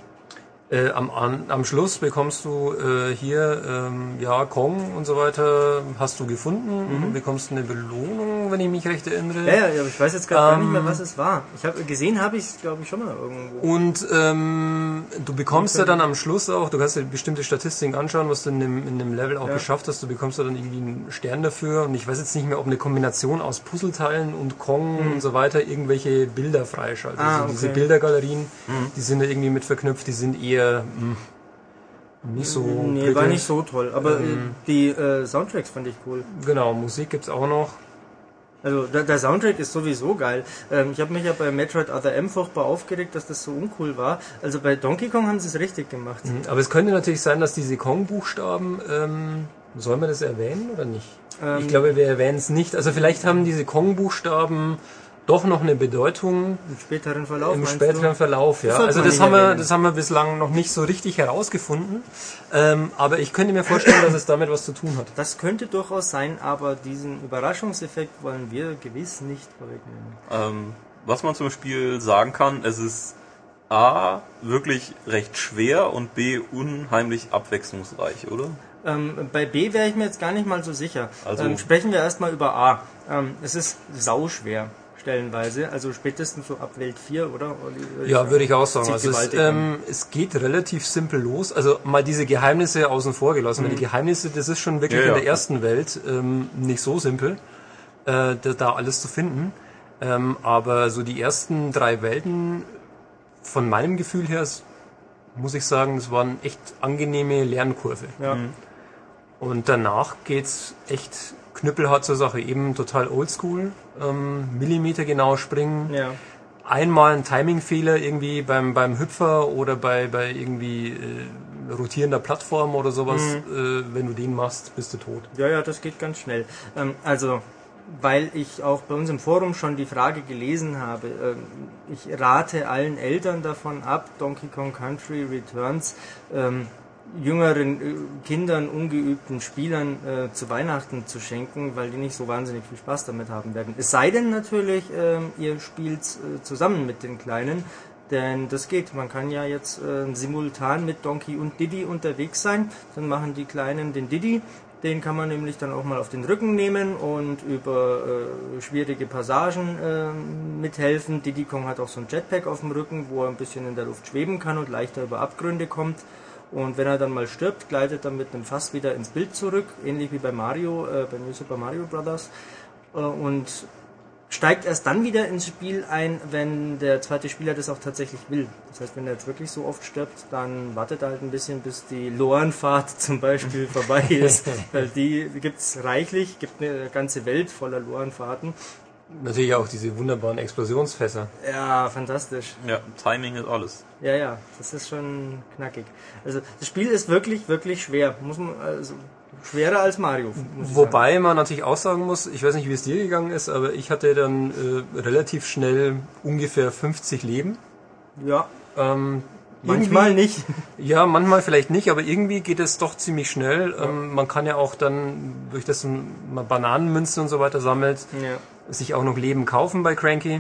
Am Schluss bekommst du hier Kong und so weiter hast du gefunden und bekommst eine Belohnung, wenn ich mich recht erinnere. Ja, aber ich weiß jetzt gar nicht mehr, was es war. Gesehen habe ich es, glaube ich, schon mal irgendwo. Und du bekommst ja dann am Schluss auch, du kannst dir bestimmte Statistiken anschauen, was du in dem Level auch geschafft hast. Du bekommst ja dann irgendwie einen Stern dafür und ich weiß jetzt nicht mehr, ob eine Kombination aus Puzzleteilen und Kong und so weiter irgendwelche Bilder freischaltet. Also diese Bildergalerien, die sind da irgendwie mit verknüpft, die sind eher nicht so Nee, war nicht so toll, aber die Soundtracks fand ich cool. Genau, Musik gibt's auch noch. Also der Soundtrack ist sowieso geil. Ich habe mich ja bei Metroid Other M furchtbar aufgeregt, dass das so uncool war. Also bei Donkey Kong haben sie es richtig gemacht. Aber es könnte natürlich sein, dass diese Kong-Buchstaben, sollen wir das erwähnen oder nicht? Ich glaube, wir erwähnen es nicht. Also vielleicht haben diese Kong-Buchstaben doch noch eine Bedeutung Im späteren Verlauf. im späteren Verlauf, ja. Also das haben wir bislang noch nicht so richtig herausgefunden. Aber ich könnte mir vorstellen, dass es damit was zu tun hat. Das könnte durchaus sein, aber diesen Überraschungseffekt wollen wir gewiss nicht vorwegnehmen. Was man zum Spiel sagen kann, es ist A, wirklich recht schwer und B, unheimlich abwechslungsreich, oder? Bei B wäre ich mir jetzt gar nicht mal so sicher. Also Sprechen wir erstmal über A. Es ist sauschwer, stellenweise. Also spätestens so ab Welt 4, oder? Ja, würde ich auch sagen. Sieht Also gewaltig an. es geht relativ simpel los. Also mal diese Geheimnisse außen vor gelassen. Weil die Geheimnisse, das ist schon wirklich Ja, in der klar. ersten Welt nicht so simpel, da alles zu finden. Aber so die ersten 3 Welten, von meinem Gefühl her, muss ich sagen, es waren echt angenehme Lernkurve. Ja. Und danach geht's echt knüppelhart zur Sache. Eben total oldschool, millimetergenau springen. Ja. Einmal ein Timingfehler irgendwie beim Hüpfer oder bei irgendwie rotierender Plattform oder sowas. Wenn du den machst, bist du tot. Ja, das geht ganz schnell. Also, weil ich auch bei uns im Forum schon die Frage gelesen habe, ich rate allen Eltern davon ab, Donkey Kong Country Returns jüngeren Kindern, ungeübten Spielern zu Weihnachten zu schenken, weil die nicht so wahnsinnig viel Spaß damit haben werden. Es sei denn natürlich, ihr spielt zusammen mit den Kleinen, denn das geht. Man kann ja jetzt simultan mit Donkey und Diddy unterwegs sein. Dann machen die Kleinen den Diddy. Den kann man nämlich dann auch mal auf den Rücken nehmen und über schwierige Passagen mithelfen. Diddy Kong hat auch so ein Jetpack auf dem Rücken, wo er ein bisschen in der Luft schweben kann und leichter über Abgründe kommt. Und wenn er dann mal stirbt, gleitet er mit einem Fass wieder ins Bild zurück, ähnlich wie bei Mario, bei New Super Mario Bros. Und steigt erst dann wieder ins Spiel ein, wenn der zweite Spieler das auch tatsächlich will. Das heißt, wenn er jetzt wirklich so oft stirbt, dann wartet er halt ein bisschen, bis die Lorenfahrt zum Beispiel vorbei ist. Weil die gibt's reichlich, gibt eine ganze Welt voller Lorenfahrten. Natürlich auch diese wunderbaren Explosionsfässer. Ja, fantastisch. ja, Timing ist alles. Ja, das ist schon knackig. Also das Spiel ist wirklich, wirklich schwer. Muss man, also schwerer als Mario. Muss ich Wobei man natürlich auch sagen muss, ich weiß nicht, wie es dir gegangen ist, aber ich hatte dann relativ schnell ungefähr 50 Leben. sagen. Ja, manchmal nicht. Ja, manchmal vielleicht nicht, aber irgendwie geht es doch ziemlich schnell. Man kann ja auch dann, durch das man Bananenmünzen und so weiter sammelt, Ja. sich auch noch Leben kaufen bei Cranky.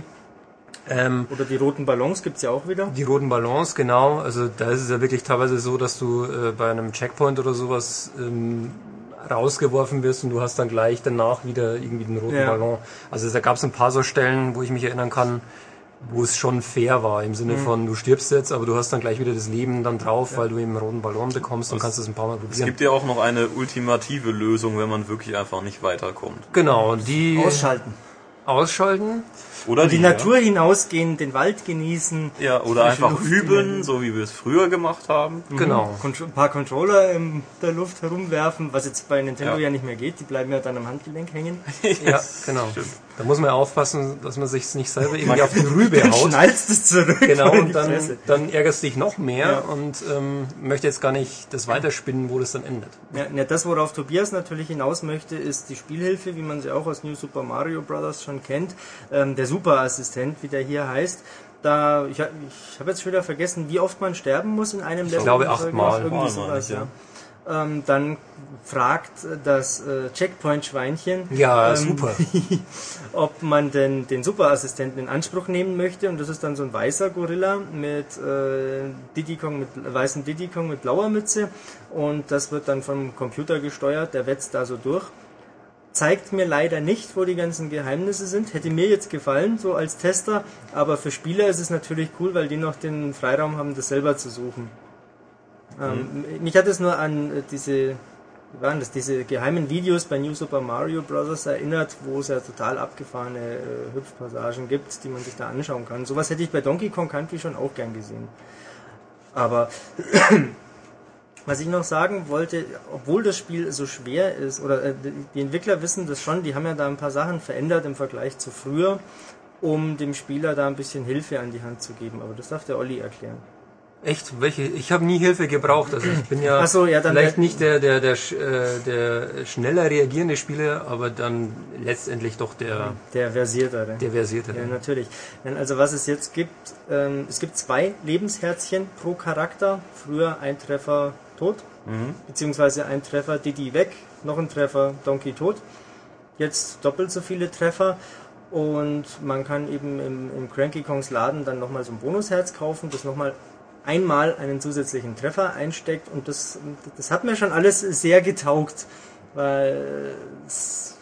Oder die roten Ballons gibt's ja auch wieder. Die roten Ballons, genau. Also da ist es ja wirklich teilweise so, dass du bei einem Checkpoint oder sowas rausgeworfen wirst und du hast dann gleich danach wieder irgendwie den roten Ja. Ballon. Also da gab es ein paar so Stellen, wo ich mich erinnern kann, wo es schon fair war, im Sinne von, du stirbst jetzt, aber du hast dann gleich wieder das Leben dann drauf, weil du eben einen roten Ballon bekommst und kannst es ein paar Mal Es probieren. gibt ja auch noch eine ultimative Lösung, wenn man wirklich einfach nicht weiterkommt. Genau, die Ausschalten. ausschalten. Oder Die Natur hinausgehen, den Wald genießen. Ja, oder frische einfach Luft üben, genießen. so wie wir es früher gemacht haben. Genau. Ein paar Controller in der Luft herumwerfen, was jetzt bei Nintendo Ja. ja nicht mehr geht. Die bleiben ja dann am Handgelenk hängen. Ja, genau. Da muss man ja aufpassen, dass man sich nicht selber irgendwie auf die Rübe Dann haut. schnallst es zurück. Genau, in und die dann, Fresse. dann ärgerst du dich noch mehr Ja. und möchte jetzt gar nicht das weiterspinnen, wo das dann endet. Ja, das, worauf Tobias natürlich hinaus möchte, ist die Spielhilfe, wie man sie auch aus New Super Mario Bros. Schon kennt. Der Superassistent, wie der hier heißt. Ich habe jetzt schon wieder vergessen, wie oft man sterben muss in einem Level. glaube, 8-mal. Irgendwie Mal, sowas, ja. Dann fragt das Checkpoint-Schweinchen, Ja, super. ob man denn den Superassistenten in Anspruch nehmen möchte. Und das ist dann so ein weißer Gorilla mit weißem Diddy Kong mit blauer Mütze. Und das wird dann vom Computer gesteuert, der wetzt da so durch. Zeigt mir leider nicht, wo die ganzen Geheimnisse sind. Hätte mir jetzt gefallen, so als Tester. Aber für Spieler ist es natürlich cool, weil die noch den Freiraum haben, das selber zu suchen. Mich hat es nur an diese geheimen Videos bei New Super Mario Bros. Erinnert, wo es ja total abgefahrene Hüpfpassagen gibt, die man sich da anschauen kann. Sowas hätte ich bei Donkey Kong Country schon auch gern gesehen. Aber Was ich noch sagen wollte, obwohl das Spiel so schwer ist, oder die Entwickler wissen das schon, die haben ja da ein paar Sachen verändert im Vergleich zu früher, um dem Spieler da ein bisschen Hilfe an die Hand zu geben. Aber das darf der Olli erklären. Echt? Welche? Ich habe nie Hilfe gebraucht. Also ich bin ja, Ach so, ja dann vielleicht nicht der schneller reagierende Spieler, aber dann letztendlich doch der Versiertere. Der Versiertere. Ja, natürlich. Also was es jetzt gibt, es gibt 2 Lebensherzchen pro Charakter. Früher ein Treffer tot, beziehungsweise ein Treffer Diddy weg, noch ein Treffer Donkey tot. Jetzt doppelt so viele Treffer. Und man kann eben im Cranky Kongs Laden dann nochmal so ein Bonusherz kaufen, das nochmal einmal einen zusätzlichen Treffer einsteckt, und das hat mir schon alles sehr getaugt, weil es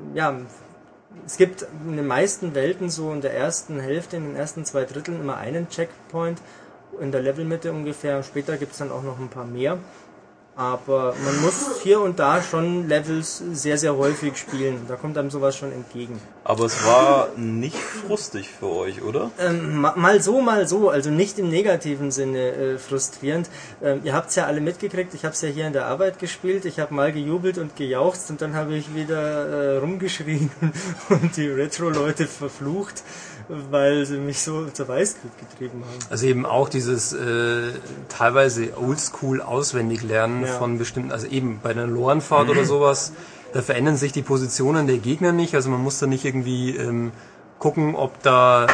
gibt in den meisten Welten so in der ersten Hälfte, in den ersten 2 Dritteln immer einen Checkpoint, in der Levelmitte ungefähr, später gibt es dann auch noch ein paar mehr. Aber man muss hier und da schon Levels sehr, sehr häufig spielen. Da kommt einem sowas schon entgegen. Aber es war nicht frustig für euch, oder? Mal so. Also nicht im negativen Sinne frustrierend. Ihr habt es ja alle mitgekriegt. Ich habe es ja hier in der Arbeit gespielt. Ich habe mal gejubelt und gejauchzt und dann habe ich wieder rumgeschrien und die Retro-Leute verflucht, weil sie mich so zur Weißglut getrieben haben. Also eben auch dieses teilweise oldschool auswendig lernen von bestimmten, also eben bei einer Lorenfahrt oder sowas, da verändern sich die Positionen der Gegner nicht, also man muss da nicht irgendwie gucken, ob da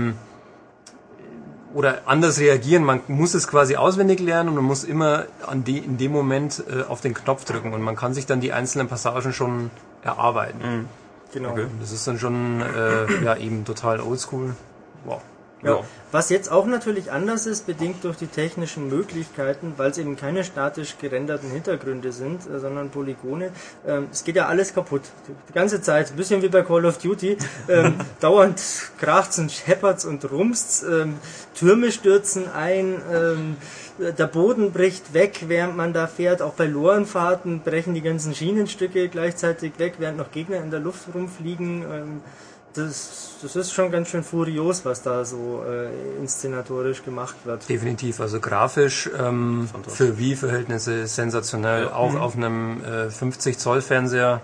oder anders reagieren, man muss es quasi auswendig lernen und man muss immer in dem Moment auf den Knopf drücken und man kann sich dann die einzelnen Passagen schon erarbeiten. Genau. Okay. Das ist dann schon eben total oldschool. Wow. Ja. Was jetzt auch natürlich anders ist, bedingt durch die technischen Möglichkeiten, weil es eben keine statisch gerenderten Hintergründe sind, sondern Polygone. Es geht ja alles kaputt. Die ganze Zeit, ein bisschen wie bei Call of Duty. Dauernd kracht's und scheppert's und rumst's. Türme stürzen ein. Der Boden bricht weg, während man da fährt. Auch bei Lorenfahrten brechen die ganzen Schienenstücke gleichzeitig weg, während noch Gegner in der Luft rumfliegen. Das ist schon ganz schön furios, was da so inszenatorisch gemacht wird. Definitiv, also grafisch für Wii-Verhältnisse sensationell. Ja. Auch auf einem 50-Zoll-Fernseher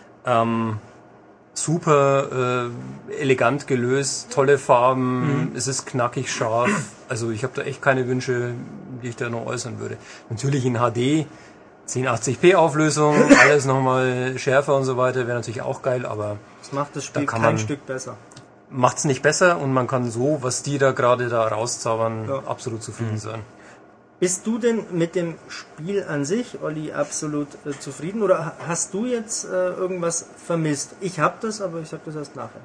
super elegant gelöst, tolle Farben, es ist knackig scharf. Also ich habe da echt keine Wünsche, die ich da noch äußern würde. Natürlich in HD, 1080p Auflösung, alles nochmal schärfer und so weiter, wäre natürlich auch geil, aber das macht das Spiel kein Stück besser. Macht's nicht besser und man kann so, was die da gerade da rauszaubern, absolut zufrieden sein. Bist du denn mit dem Spiel an sich, Olli, absolut zufrieden oder hast du jetzt irgendwas vermisst? Ich habe das, aber ich sag das erst nachher.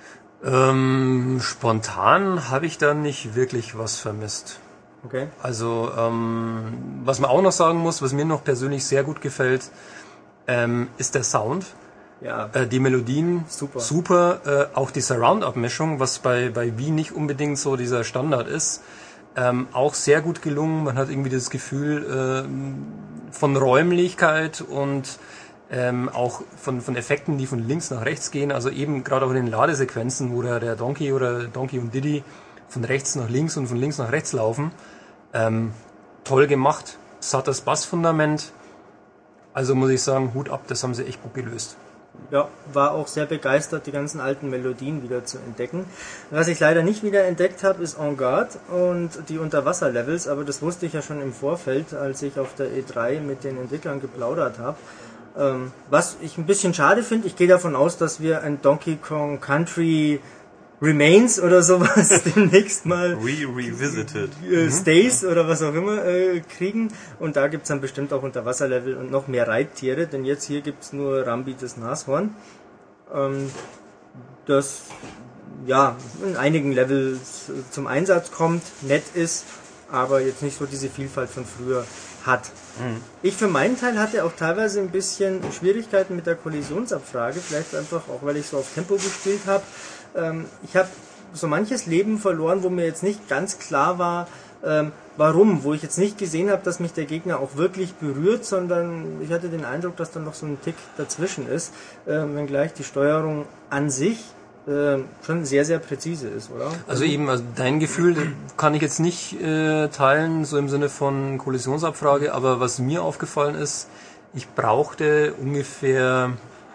Spontan habe ich da nicht wirklich was vermisst. Okay. Also, was man auch noch sagen muss, was mir noch persönlich sehr gut gefällt, ist der Sound. Ja. Die Melodien, super. Auch die Surround-Abmischung, was bei Wii nicht unbedingt so dieser Standard ist, auch sehr gut gelungen. Man hat irgendwie das Gefühl von Räumlichkeit und auch von Effekten, die von links nach rechts gehen. Also eben gerade auch in den Ladesequenzen, wo der Donkey oder Donkey und Diddy von rechts nach links und von links nach rechts laufen. Toll gemacht, sattes Bassfundament. Also muss ich sagen, Hut ab, das haben sie echt gut gelöst. Ja, war auch sehr begeistert, die ganzen alten Melodien wieder zu entdecken. Was ich leider nicht wieder entdeckt habe, ist En Garde und die Unterwasserlevels, aber das wusste ich ja schon im Vorfeld, als ich auf der E3 mit den Entwicklern geplaudert habe. Was ich ein bisschen schade finde, ich gehe davon aus, dass wir ein Donkey Kong Country Remains oder sowas demnächst mal revisited Stays oder was auch immer kriegen und da gibt's dann bestimmt auch Unterwasserlevel und noch mehr Reittiere, denn jetzt hier gibt's nur Rambi das Nashorn, das ja in einigen Levels zum Einsatz kommt, nett ist, aber jetzt nicht so diese Vielfalt von früher hat. Ich für meinen Teil hatte auch teilweise ein bisschen Schwierigkeiten mit der Kollisionsabfrage, vielleicht einfach auch, weil ich so auf Tempo gespielt habe. Ich habe so manches Leben verloren, wo mir jetzt nicht ganz klar war, warum, wo ich jetzt nicht gesehen habe, dass mich der Gegner auch wirklich berührt, sondern ich hatte den Eindruck, dass da noch so ein Tick dazwischen ist, wenngleich die Steuerung an sich schon sehr, sehr präzise ist, oder? Also dein Gefühl kann ich jetzt nicht teilen, so im Sinne von Kollisionsabfrage, aber was mir aufgefallen ist, ich brauchte ungefähr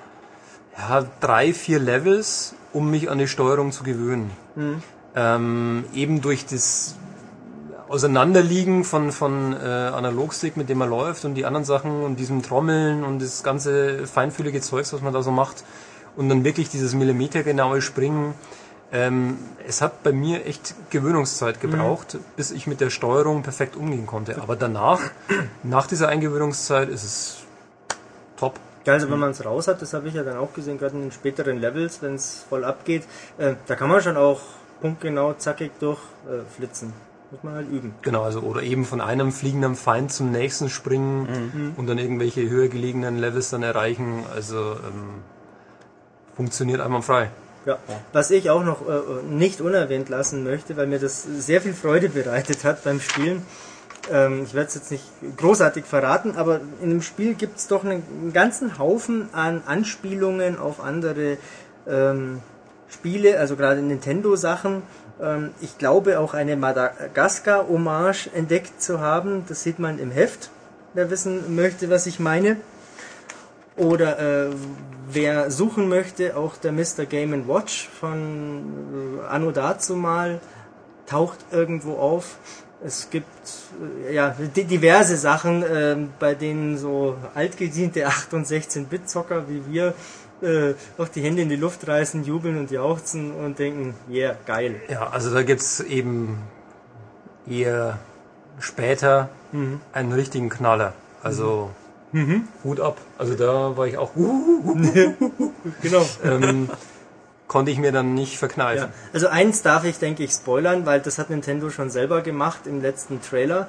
3-4 Levels, um mich an die Steuerung zu gewöhnen. Eben durch das Auseinanderliegen von Analogstick, mit dem man läuft, und die anderen Sachen und diesem Trommeln und das ganze feinfühlige Zeugs, was man da so macht, und dann wirklich dieses millimetergenaue Springen. Es hat bei mir echt Gewöhnungszeit gebraucht, bis ich mit der Steuerung perfekt umgehen konnte. Aber danach, nach dieser Eingewöhnungszeit, ist es top. Ja, also wenn man es raus hat, das habe ich ja dann auch gesehen, gerade in den späteren Levels, wenn es voll abgeht, da kann man schon auch punktgenau zackig durchflitzen. Muss man halt üben. Genau, also oder eben von einem fliegenden Feind zum nächsten springen und dann irgendwelche höher gelegenen Levels dann erreichen. Also funktioniert einwandfrei. Ja. Was ich auch noch nicht unerwähnt lassen möchte, weil mir das sehr viel Freude bereitet hat beim Spielen. Ich werde es jetzt nicht großartig verraten, aber in dem Spiel gibt es doch einen ganzen Haufen an Anspielungen auf andere Spiele, also gerade Nintendo-Sachen. Ich glaube auch eine Madagaskar-Hommage entdeckt zu haben. Das sieht man im Heft, wer wissen möchte, was ich meine. Oder wer suchen möchte, auch der Mr. Game & Watch von Anno dazumal taucht irgendwo auf. Es gibt diverse Sachen, bei denen so altgediente 8- und 16-Bit-Zocker wie wir auch die Hände in die Luft reißen, jubeln und jauchzen und denken, yeah, geil. Ja, also da gibt's eben eher später einen richtigen Knaller. Also Hut ab. Also da war ich auch Genau. Konnte ich mir dann nicht verkneifen. Ja. Also eins darf ich, denke ich, spoilern, weil das hat Nintendo schon selber gemacht im letzten Trailer.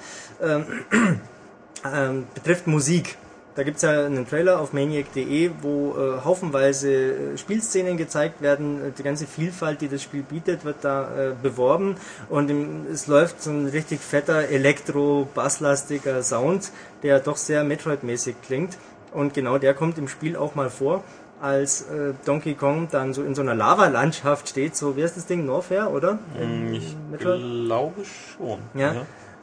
Betrifft Musik. Da gibt es ja einen Trailer auf maniac.de, wo haufenweise Spielszenen gezeigt werden. Die ganze Vielfalt, die das Spiel bietet, wird da beworben. Und es läuft so ein richtig fetter elektro-basslastiger Sound, der doch sehr Metroid-mäßig klingt. Und genau der kommt im Spiel auch mal vor, als Donkey Kong dann so in so einer Lavalandschaft steht. So, wie heißt das Ding? Norfair, oder? Ich glaube schon. Ja.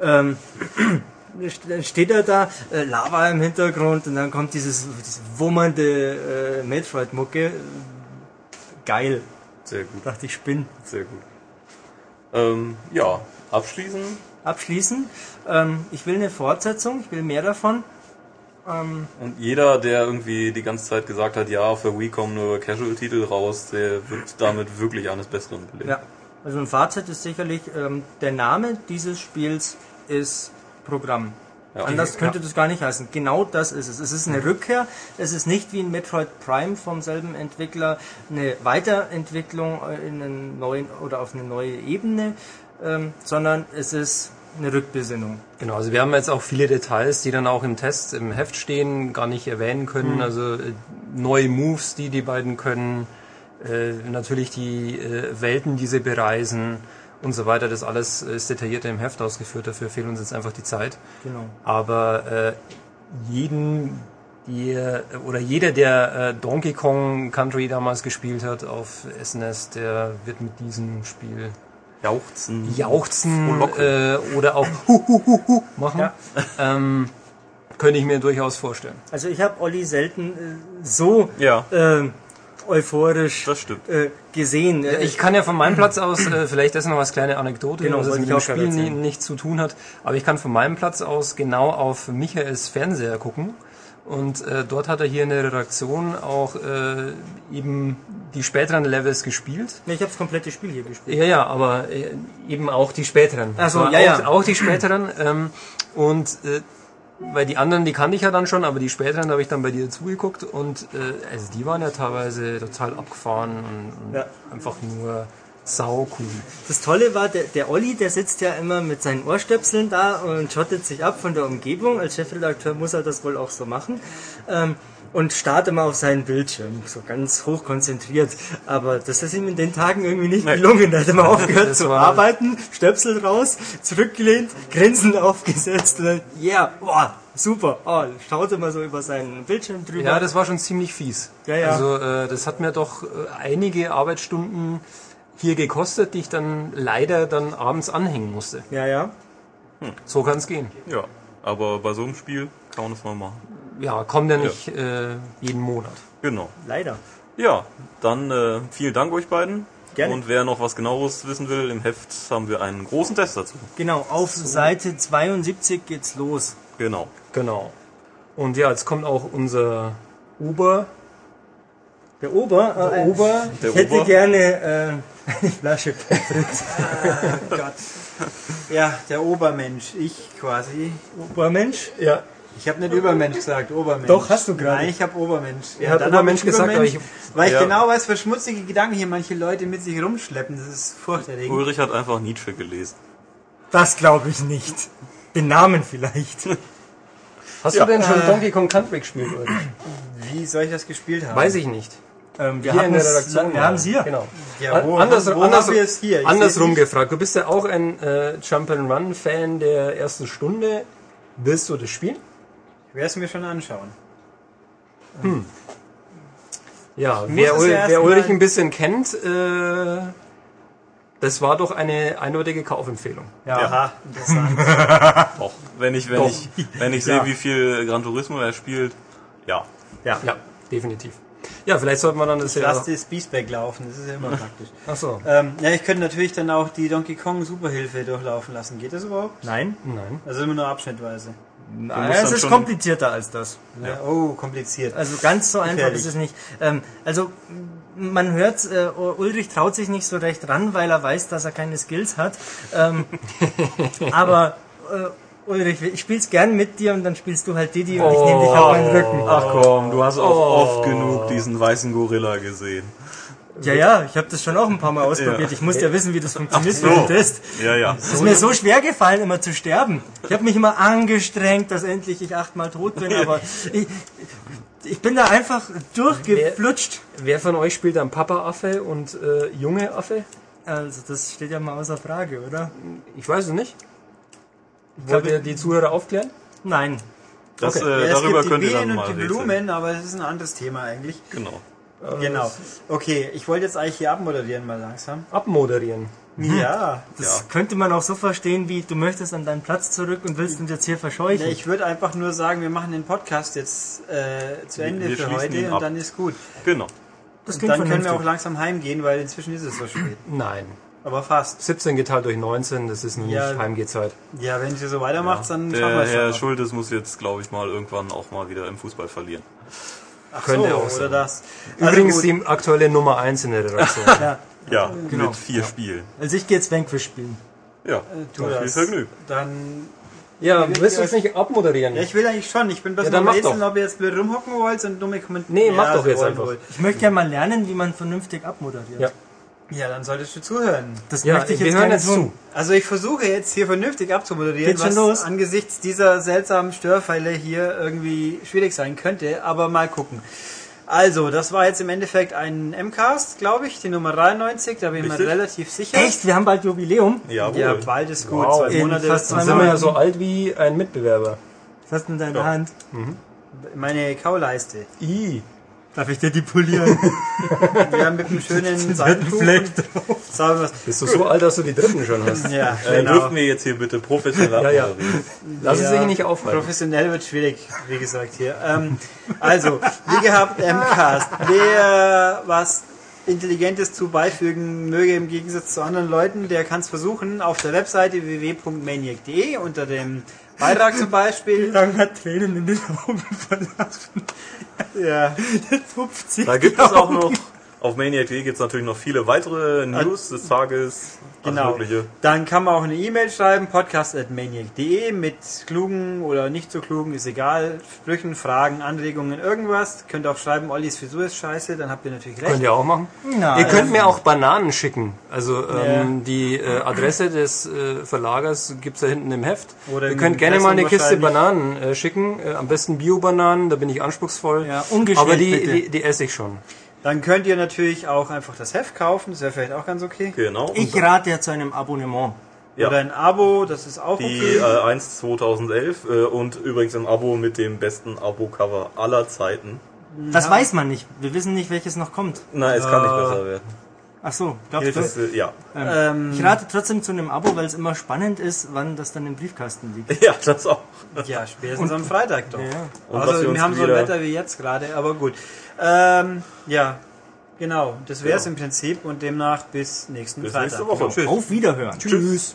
Steht er da, Lava im Hintergrund, und dann kommt diese wummernde Metroid-Mucke. Geil. Sehr gut. Dachte ich, spinn. Sehr gut. Abschließen. Ich will eine Fortsetzung, ich will mehr davon. Und jeder, der irgendwie die ganze Zeit gesagt hat, ja, für Wii kommen nur Casual-Titel raus, der wird damit wirklich eines Besseren belegt. Ja, also ein Fazit ist sicherlich, der Name dieses Spiels ist Programm. Ja. Anders könnte das gar nicht heißen. Genau das ist es. Es ist eine Rückkehr. Es ist nicht wie in Metroid Prime vom selben Entwickler eine Weiterentwicklung in einen neuen oder auf eine neue Ebene, sondern es ist eine Rückbesinnung. Genau, also wir haben jetzt auch viele Details, die dann auch im Test, im Heft stehen, gar nicht erwähnen können. Also neue Moves, die beiden können, natürlich die Welten, die sie bereisen und so weiter. Das alles ist detaillierter im Heft ausgeführt, dafür fehlt uns jetzt einfach die Zeit. Genau. Aber jeder, der Donkey Kong Country damals gespielt hat auf SNES, der wird mit diesem Spiel jauchzen oder auch machen. Ja. Könnte ich mir durchaus vorstellen. Also ich habe Olli selten so euphorisch gesehen. Ich kann ja von meinem Platz aus, vielleicht das noch als kleine Anekdote, genau, was es mit dem Spiel nichts zu tun hat, aber ich kann von meinem Platz aus genau auf Michaels Fernseher gucken. Und dort hat er hier in der Redaktion auch eben die späteren Levels gespielt. Ja, ich habe das komplette Spiel hier gespielt. Ja, aber eben auch die späteren. Ach so, auch die späteren. Weil die anderen, die kannte ich ja dann schon, aber die späteren habe ich dann bei dir zugeguckt und also die waren ja teilweise total abgefahren und einfach nur sau cool. Das Tolle war, der Olli, der sitzt ja immer mit seinen Ohrstöpseln da und schottet sich ab von der Umgebung. Als Chefredakteur muss er das wohl auch so machen. und starrt immer auf seinen Bildschirm, so ganz hoch konzentriert. Aber das ist ihm in den Tagen irgendwie nicht gelungen. Da hat er mal aufgehört Das zu war- arbeiten, Stöpsel raus, zurückgelehnt, Grinsen aufgesetzt und dann, boah, super. Oh, schaut immer so über seinen Bildschirm drüber. Ja, das war schon ziemlich fies. Ja, ja. Also das hat mir doch einige Arbeitsstunden hier gekostet, die ich dann leider dann abends anhängen musste. Ja. So kann es gehen. Ja, aber bei so einem Spiel kann man das mal machen. Ja, kommt ja nicht jeden Monat. Genau. Leider. Ja, dann vielen Dank euch beiden. Gerne. Und wer noch was genaueres wissen will, im Heft haben wir einen großen Test dazu. Genau, auf Seite 72 geht's los. Genau. Genau. Und ja, jetzt kommt auch unser Ober. Der Ober, Der ich hätte Ober. gerne eine Flasche Pommes frites. Oh Gott. Ja, der Obermensch. Ich quasi. Obermensch? Ja. Ich habe nicht Übermensch gesagt, Obermensch. Doch, hast du gerade. Nein, ich habe Obermensch. Er hat dann Obermensch hab ich gesagt, aber ich- weil ich Ja. genau weiß, was schmutzige Gedanken hier manche Leute mit sich rumschleppen. Das ist furchterregend. Ulrich hat einfach Nietzsche gelesen. Das glaube ich nicht. Den Namen vielleicht. Hast Ja. du denn schon Donkey Kong Country gespielt, Ulrich? Wie soll ich das gespielt haben? Weiß ich nicht. Wir Hier in der Redaktion. wir haben es hier. Genau. Ja, wo andersrum haben wir es hier? Ich andersrum seh's nicht. gefragt. Du bist ja auch ein Jump-and-Run-Fan der ersten Stunde. Willst du das spielen? Ich werde es mir schon anschauen. Ja, muss wer, es ja erst wer Ulrich mal- ein bisschen kennt, das war doch eine eindeutige Kaufempfehlung. Ja, aha, interessant. Auch wenn ich sehe, wie viel Gran Turismo er spielt, ja. Ja, definitiv. Ja, vielleicht sollte man dann das ja... Lass das Beastback laufen, das ist ja immer praktisch. Ach so. Ja, ich könnte natürlich dann auch die Donkey Kong Superhilfe durchlaufen lassen. Geht das überhaupt? Nein. Nein. Also immer nur abschnittweise. Nein, musst es dann ist schon- komplizierter als das. Ja. Oh, kompliziert. Also ganz so einfach Gefährlich. ist es nicht. Also man hört, Ulrich traut sich nicht so recht ran, weil er weiß, dass er keine Skills hat. Aber Ulrich, ich spiel's gern mit dir und dann spielst du halt Didi und ich nehme dich auf meinen Rücken. Ach komm, du hast auch oft genug diesen weißen Gorilla gesehen. Ja, ich habe das schon auch ein paar Mal ausprobiert. Ja. Ich muss ja wissen, wie das funktioniert so. mit dem Test. Ja. Es ist mir so schwer gefallen, immer zu sterben. Ich habe mich immer angestrengt, dass endlich ich 8-mal tot bin, aber ich bin da einfach durchgeflutscht. Wer von euch spielt dann Papa-Affe und Junge Affe? Also das steht ja mal außer Frage, oder? Ich weiß es nicht. Wollt ihr die Zuhörer aufklären? Nein. Das, Ja, es darüber gibt könnt die ihr dann Bienen mal und die rätseln. Blumen, aber das ist ein anderes Thema eigentlich. Genau. Genau. Okay, ich wollte jetzt eigentlich hier abmoderieren mal langsam. Abmoderieren. Ja. Das könnte man auch so verstehen, wie du möchtest an deinen Platz zurück und willst uns jetzt hier verscheuchen. Ich würde einfach nur sagen, wir machen den Podcast jetzt zu Ende Wir für schließen ihn heute ab. und dann ist gut. Genau. das Und dann können wir auch langsam heimgehen, weil inzwischen ist es so spät. Nein. Aber fast. 17 geteilt durch 19, das ist noch nicht Ja. Heimgehzeit. Ja, wenn ihr so weitermacht, dann schaffen wir Der es Herr schon. Schultes muss jetzt, glaube ich, mal irgendwann auch mal wieder im Fußball verlieren. Ach könnte so, auch oder sein. das. Übrigens Also gut. die aktuelle Nummer 1 in der Redaktion. Ja, Genau. mit 4 Spielen. Also ich gehe jetzt Vanquish spielen. Ja, Tu viel das. Vergnügen. Dann. Ja, willst du es nicht abmoderieren? Ja, ich will eigentlich schon. Ich bin bloß Ja, noch dann am mach Rätseln, doch. ob ihr jetzt blöd rumhocken wollt und dumme Kommentare. Nee, mach doch jetzt einfach. Ich möchte ja mal lernen, wie man vernünftig abmoderiert. Ja. Ja, dann solltest du zuhören. Das Ja, möchte ich wir jetzt hören gerne jetzt tun. zu. Also ich versuche jetzt hier vernünftig abzumoderieren, Geht schon was los? angesichts dieser seltsamen Störfälle hier irgendwie schwierig sein könnte, aber mal gucken. Also, das war jetzt im Endeffekt ein M-Cast, glaube ich, die Nummer 93, da bin ich mir Richtig. relativ sicher. Echt? Wir haben bald Jubiläum? Jawohl. Ja, bald ist gut, Wow. 2 In Monate. fast Dann 2 sind wir ja Monaten. so alt wie ein Mitbewerber. Was hast du in deiner Hand? Meine Kauleiste. Darf ich dir die polieren? Ja, mit einem schönen Seitentuch. Sagen wir Bist du so alt, dass du die dritten schon hast? Ja, Dürfen genau. wir jetzt hier bitte professionell Ja. abmoderieren? Lass es Ja, sich nicht aufhalten. Professionell wird schwierig, wie gesagt hier. Also, wie gehabt, M-Cast. Wer was Intelligentes zu beifügen möge im Gegensatz zu anderen Leuten, der kann es versuchen auf der Webseite www.maniac.de unter dem Beitrag zum Beispiel. Lang hat Tränen in den Augen verlassen. Ja, Der tupft sich Da gibt die es auch Augen. noch Auf Maniac.de gibt es natürlich noch viele weitere News des Tages. alles Genau. Mögliche. Dann kann man auch eine E-Mail schreiben, podcast@maniac.de mit klugen oder nicht so klugen, ist egal, Sprüchen, Fragen, Anregungen, irgendwas. Könnt ihr auch schreiben, Ollis Frisur ist scheiße, dann habt ihr natürlich recht. Könnt ihr auch machen. Nein. Ihr könnt mir auch Bananen schicken. Also die Adresse des Verlagers gibt's da hinten im Heft. Oder ihr im könnt gerne mal eine Kiste wahrscheinlich. Bananen schicken. Am besten Bio-Bananen, da bin ich anspruchsvoll. Ja, ungeschält aber bitte. die esse ich schon. Dann könnt ihr natürlich auch einfach das Heft kaufen, das wäre vielleicht auch ganz okay. Genau. Ich rate ja zu einem Abonnement. Ja. Oder ein Abo, das ist auch Die okay. 1 2011 und übrigens im Abo mit dem besten Abo-Cover aller Zeiten. Das weiß man nicht. Wir wissen nicht, welches noch kommt. Nein, es kann nicht besser werden. Ach so, glaubst du? Das, ja. Ich rate trotzdem zu einem Abo, weil es immer spannend ist, wann das dann im Briefkasten liegt. Ja, das auch. Ja, spätestens am Freitag doch. Ja. Und was Also wir wir uns haben so ein wieder- Wetter wie jetzt gerade, aber gut. Ja, genau. Das wäre es im Prinzip und demnach bis nächsten Bis Freitag. nächste Woche. Tschüss. Auf Wiederhören. Tschüss.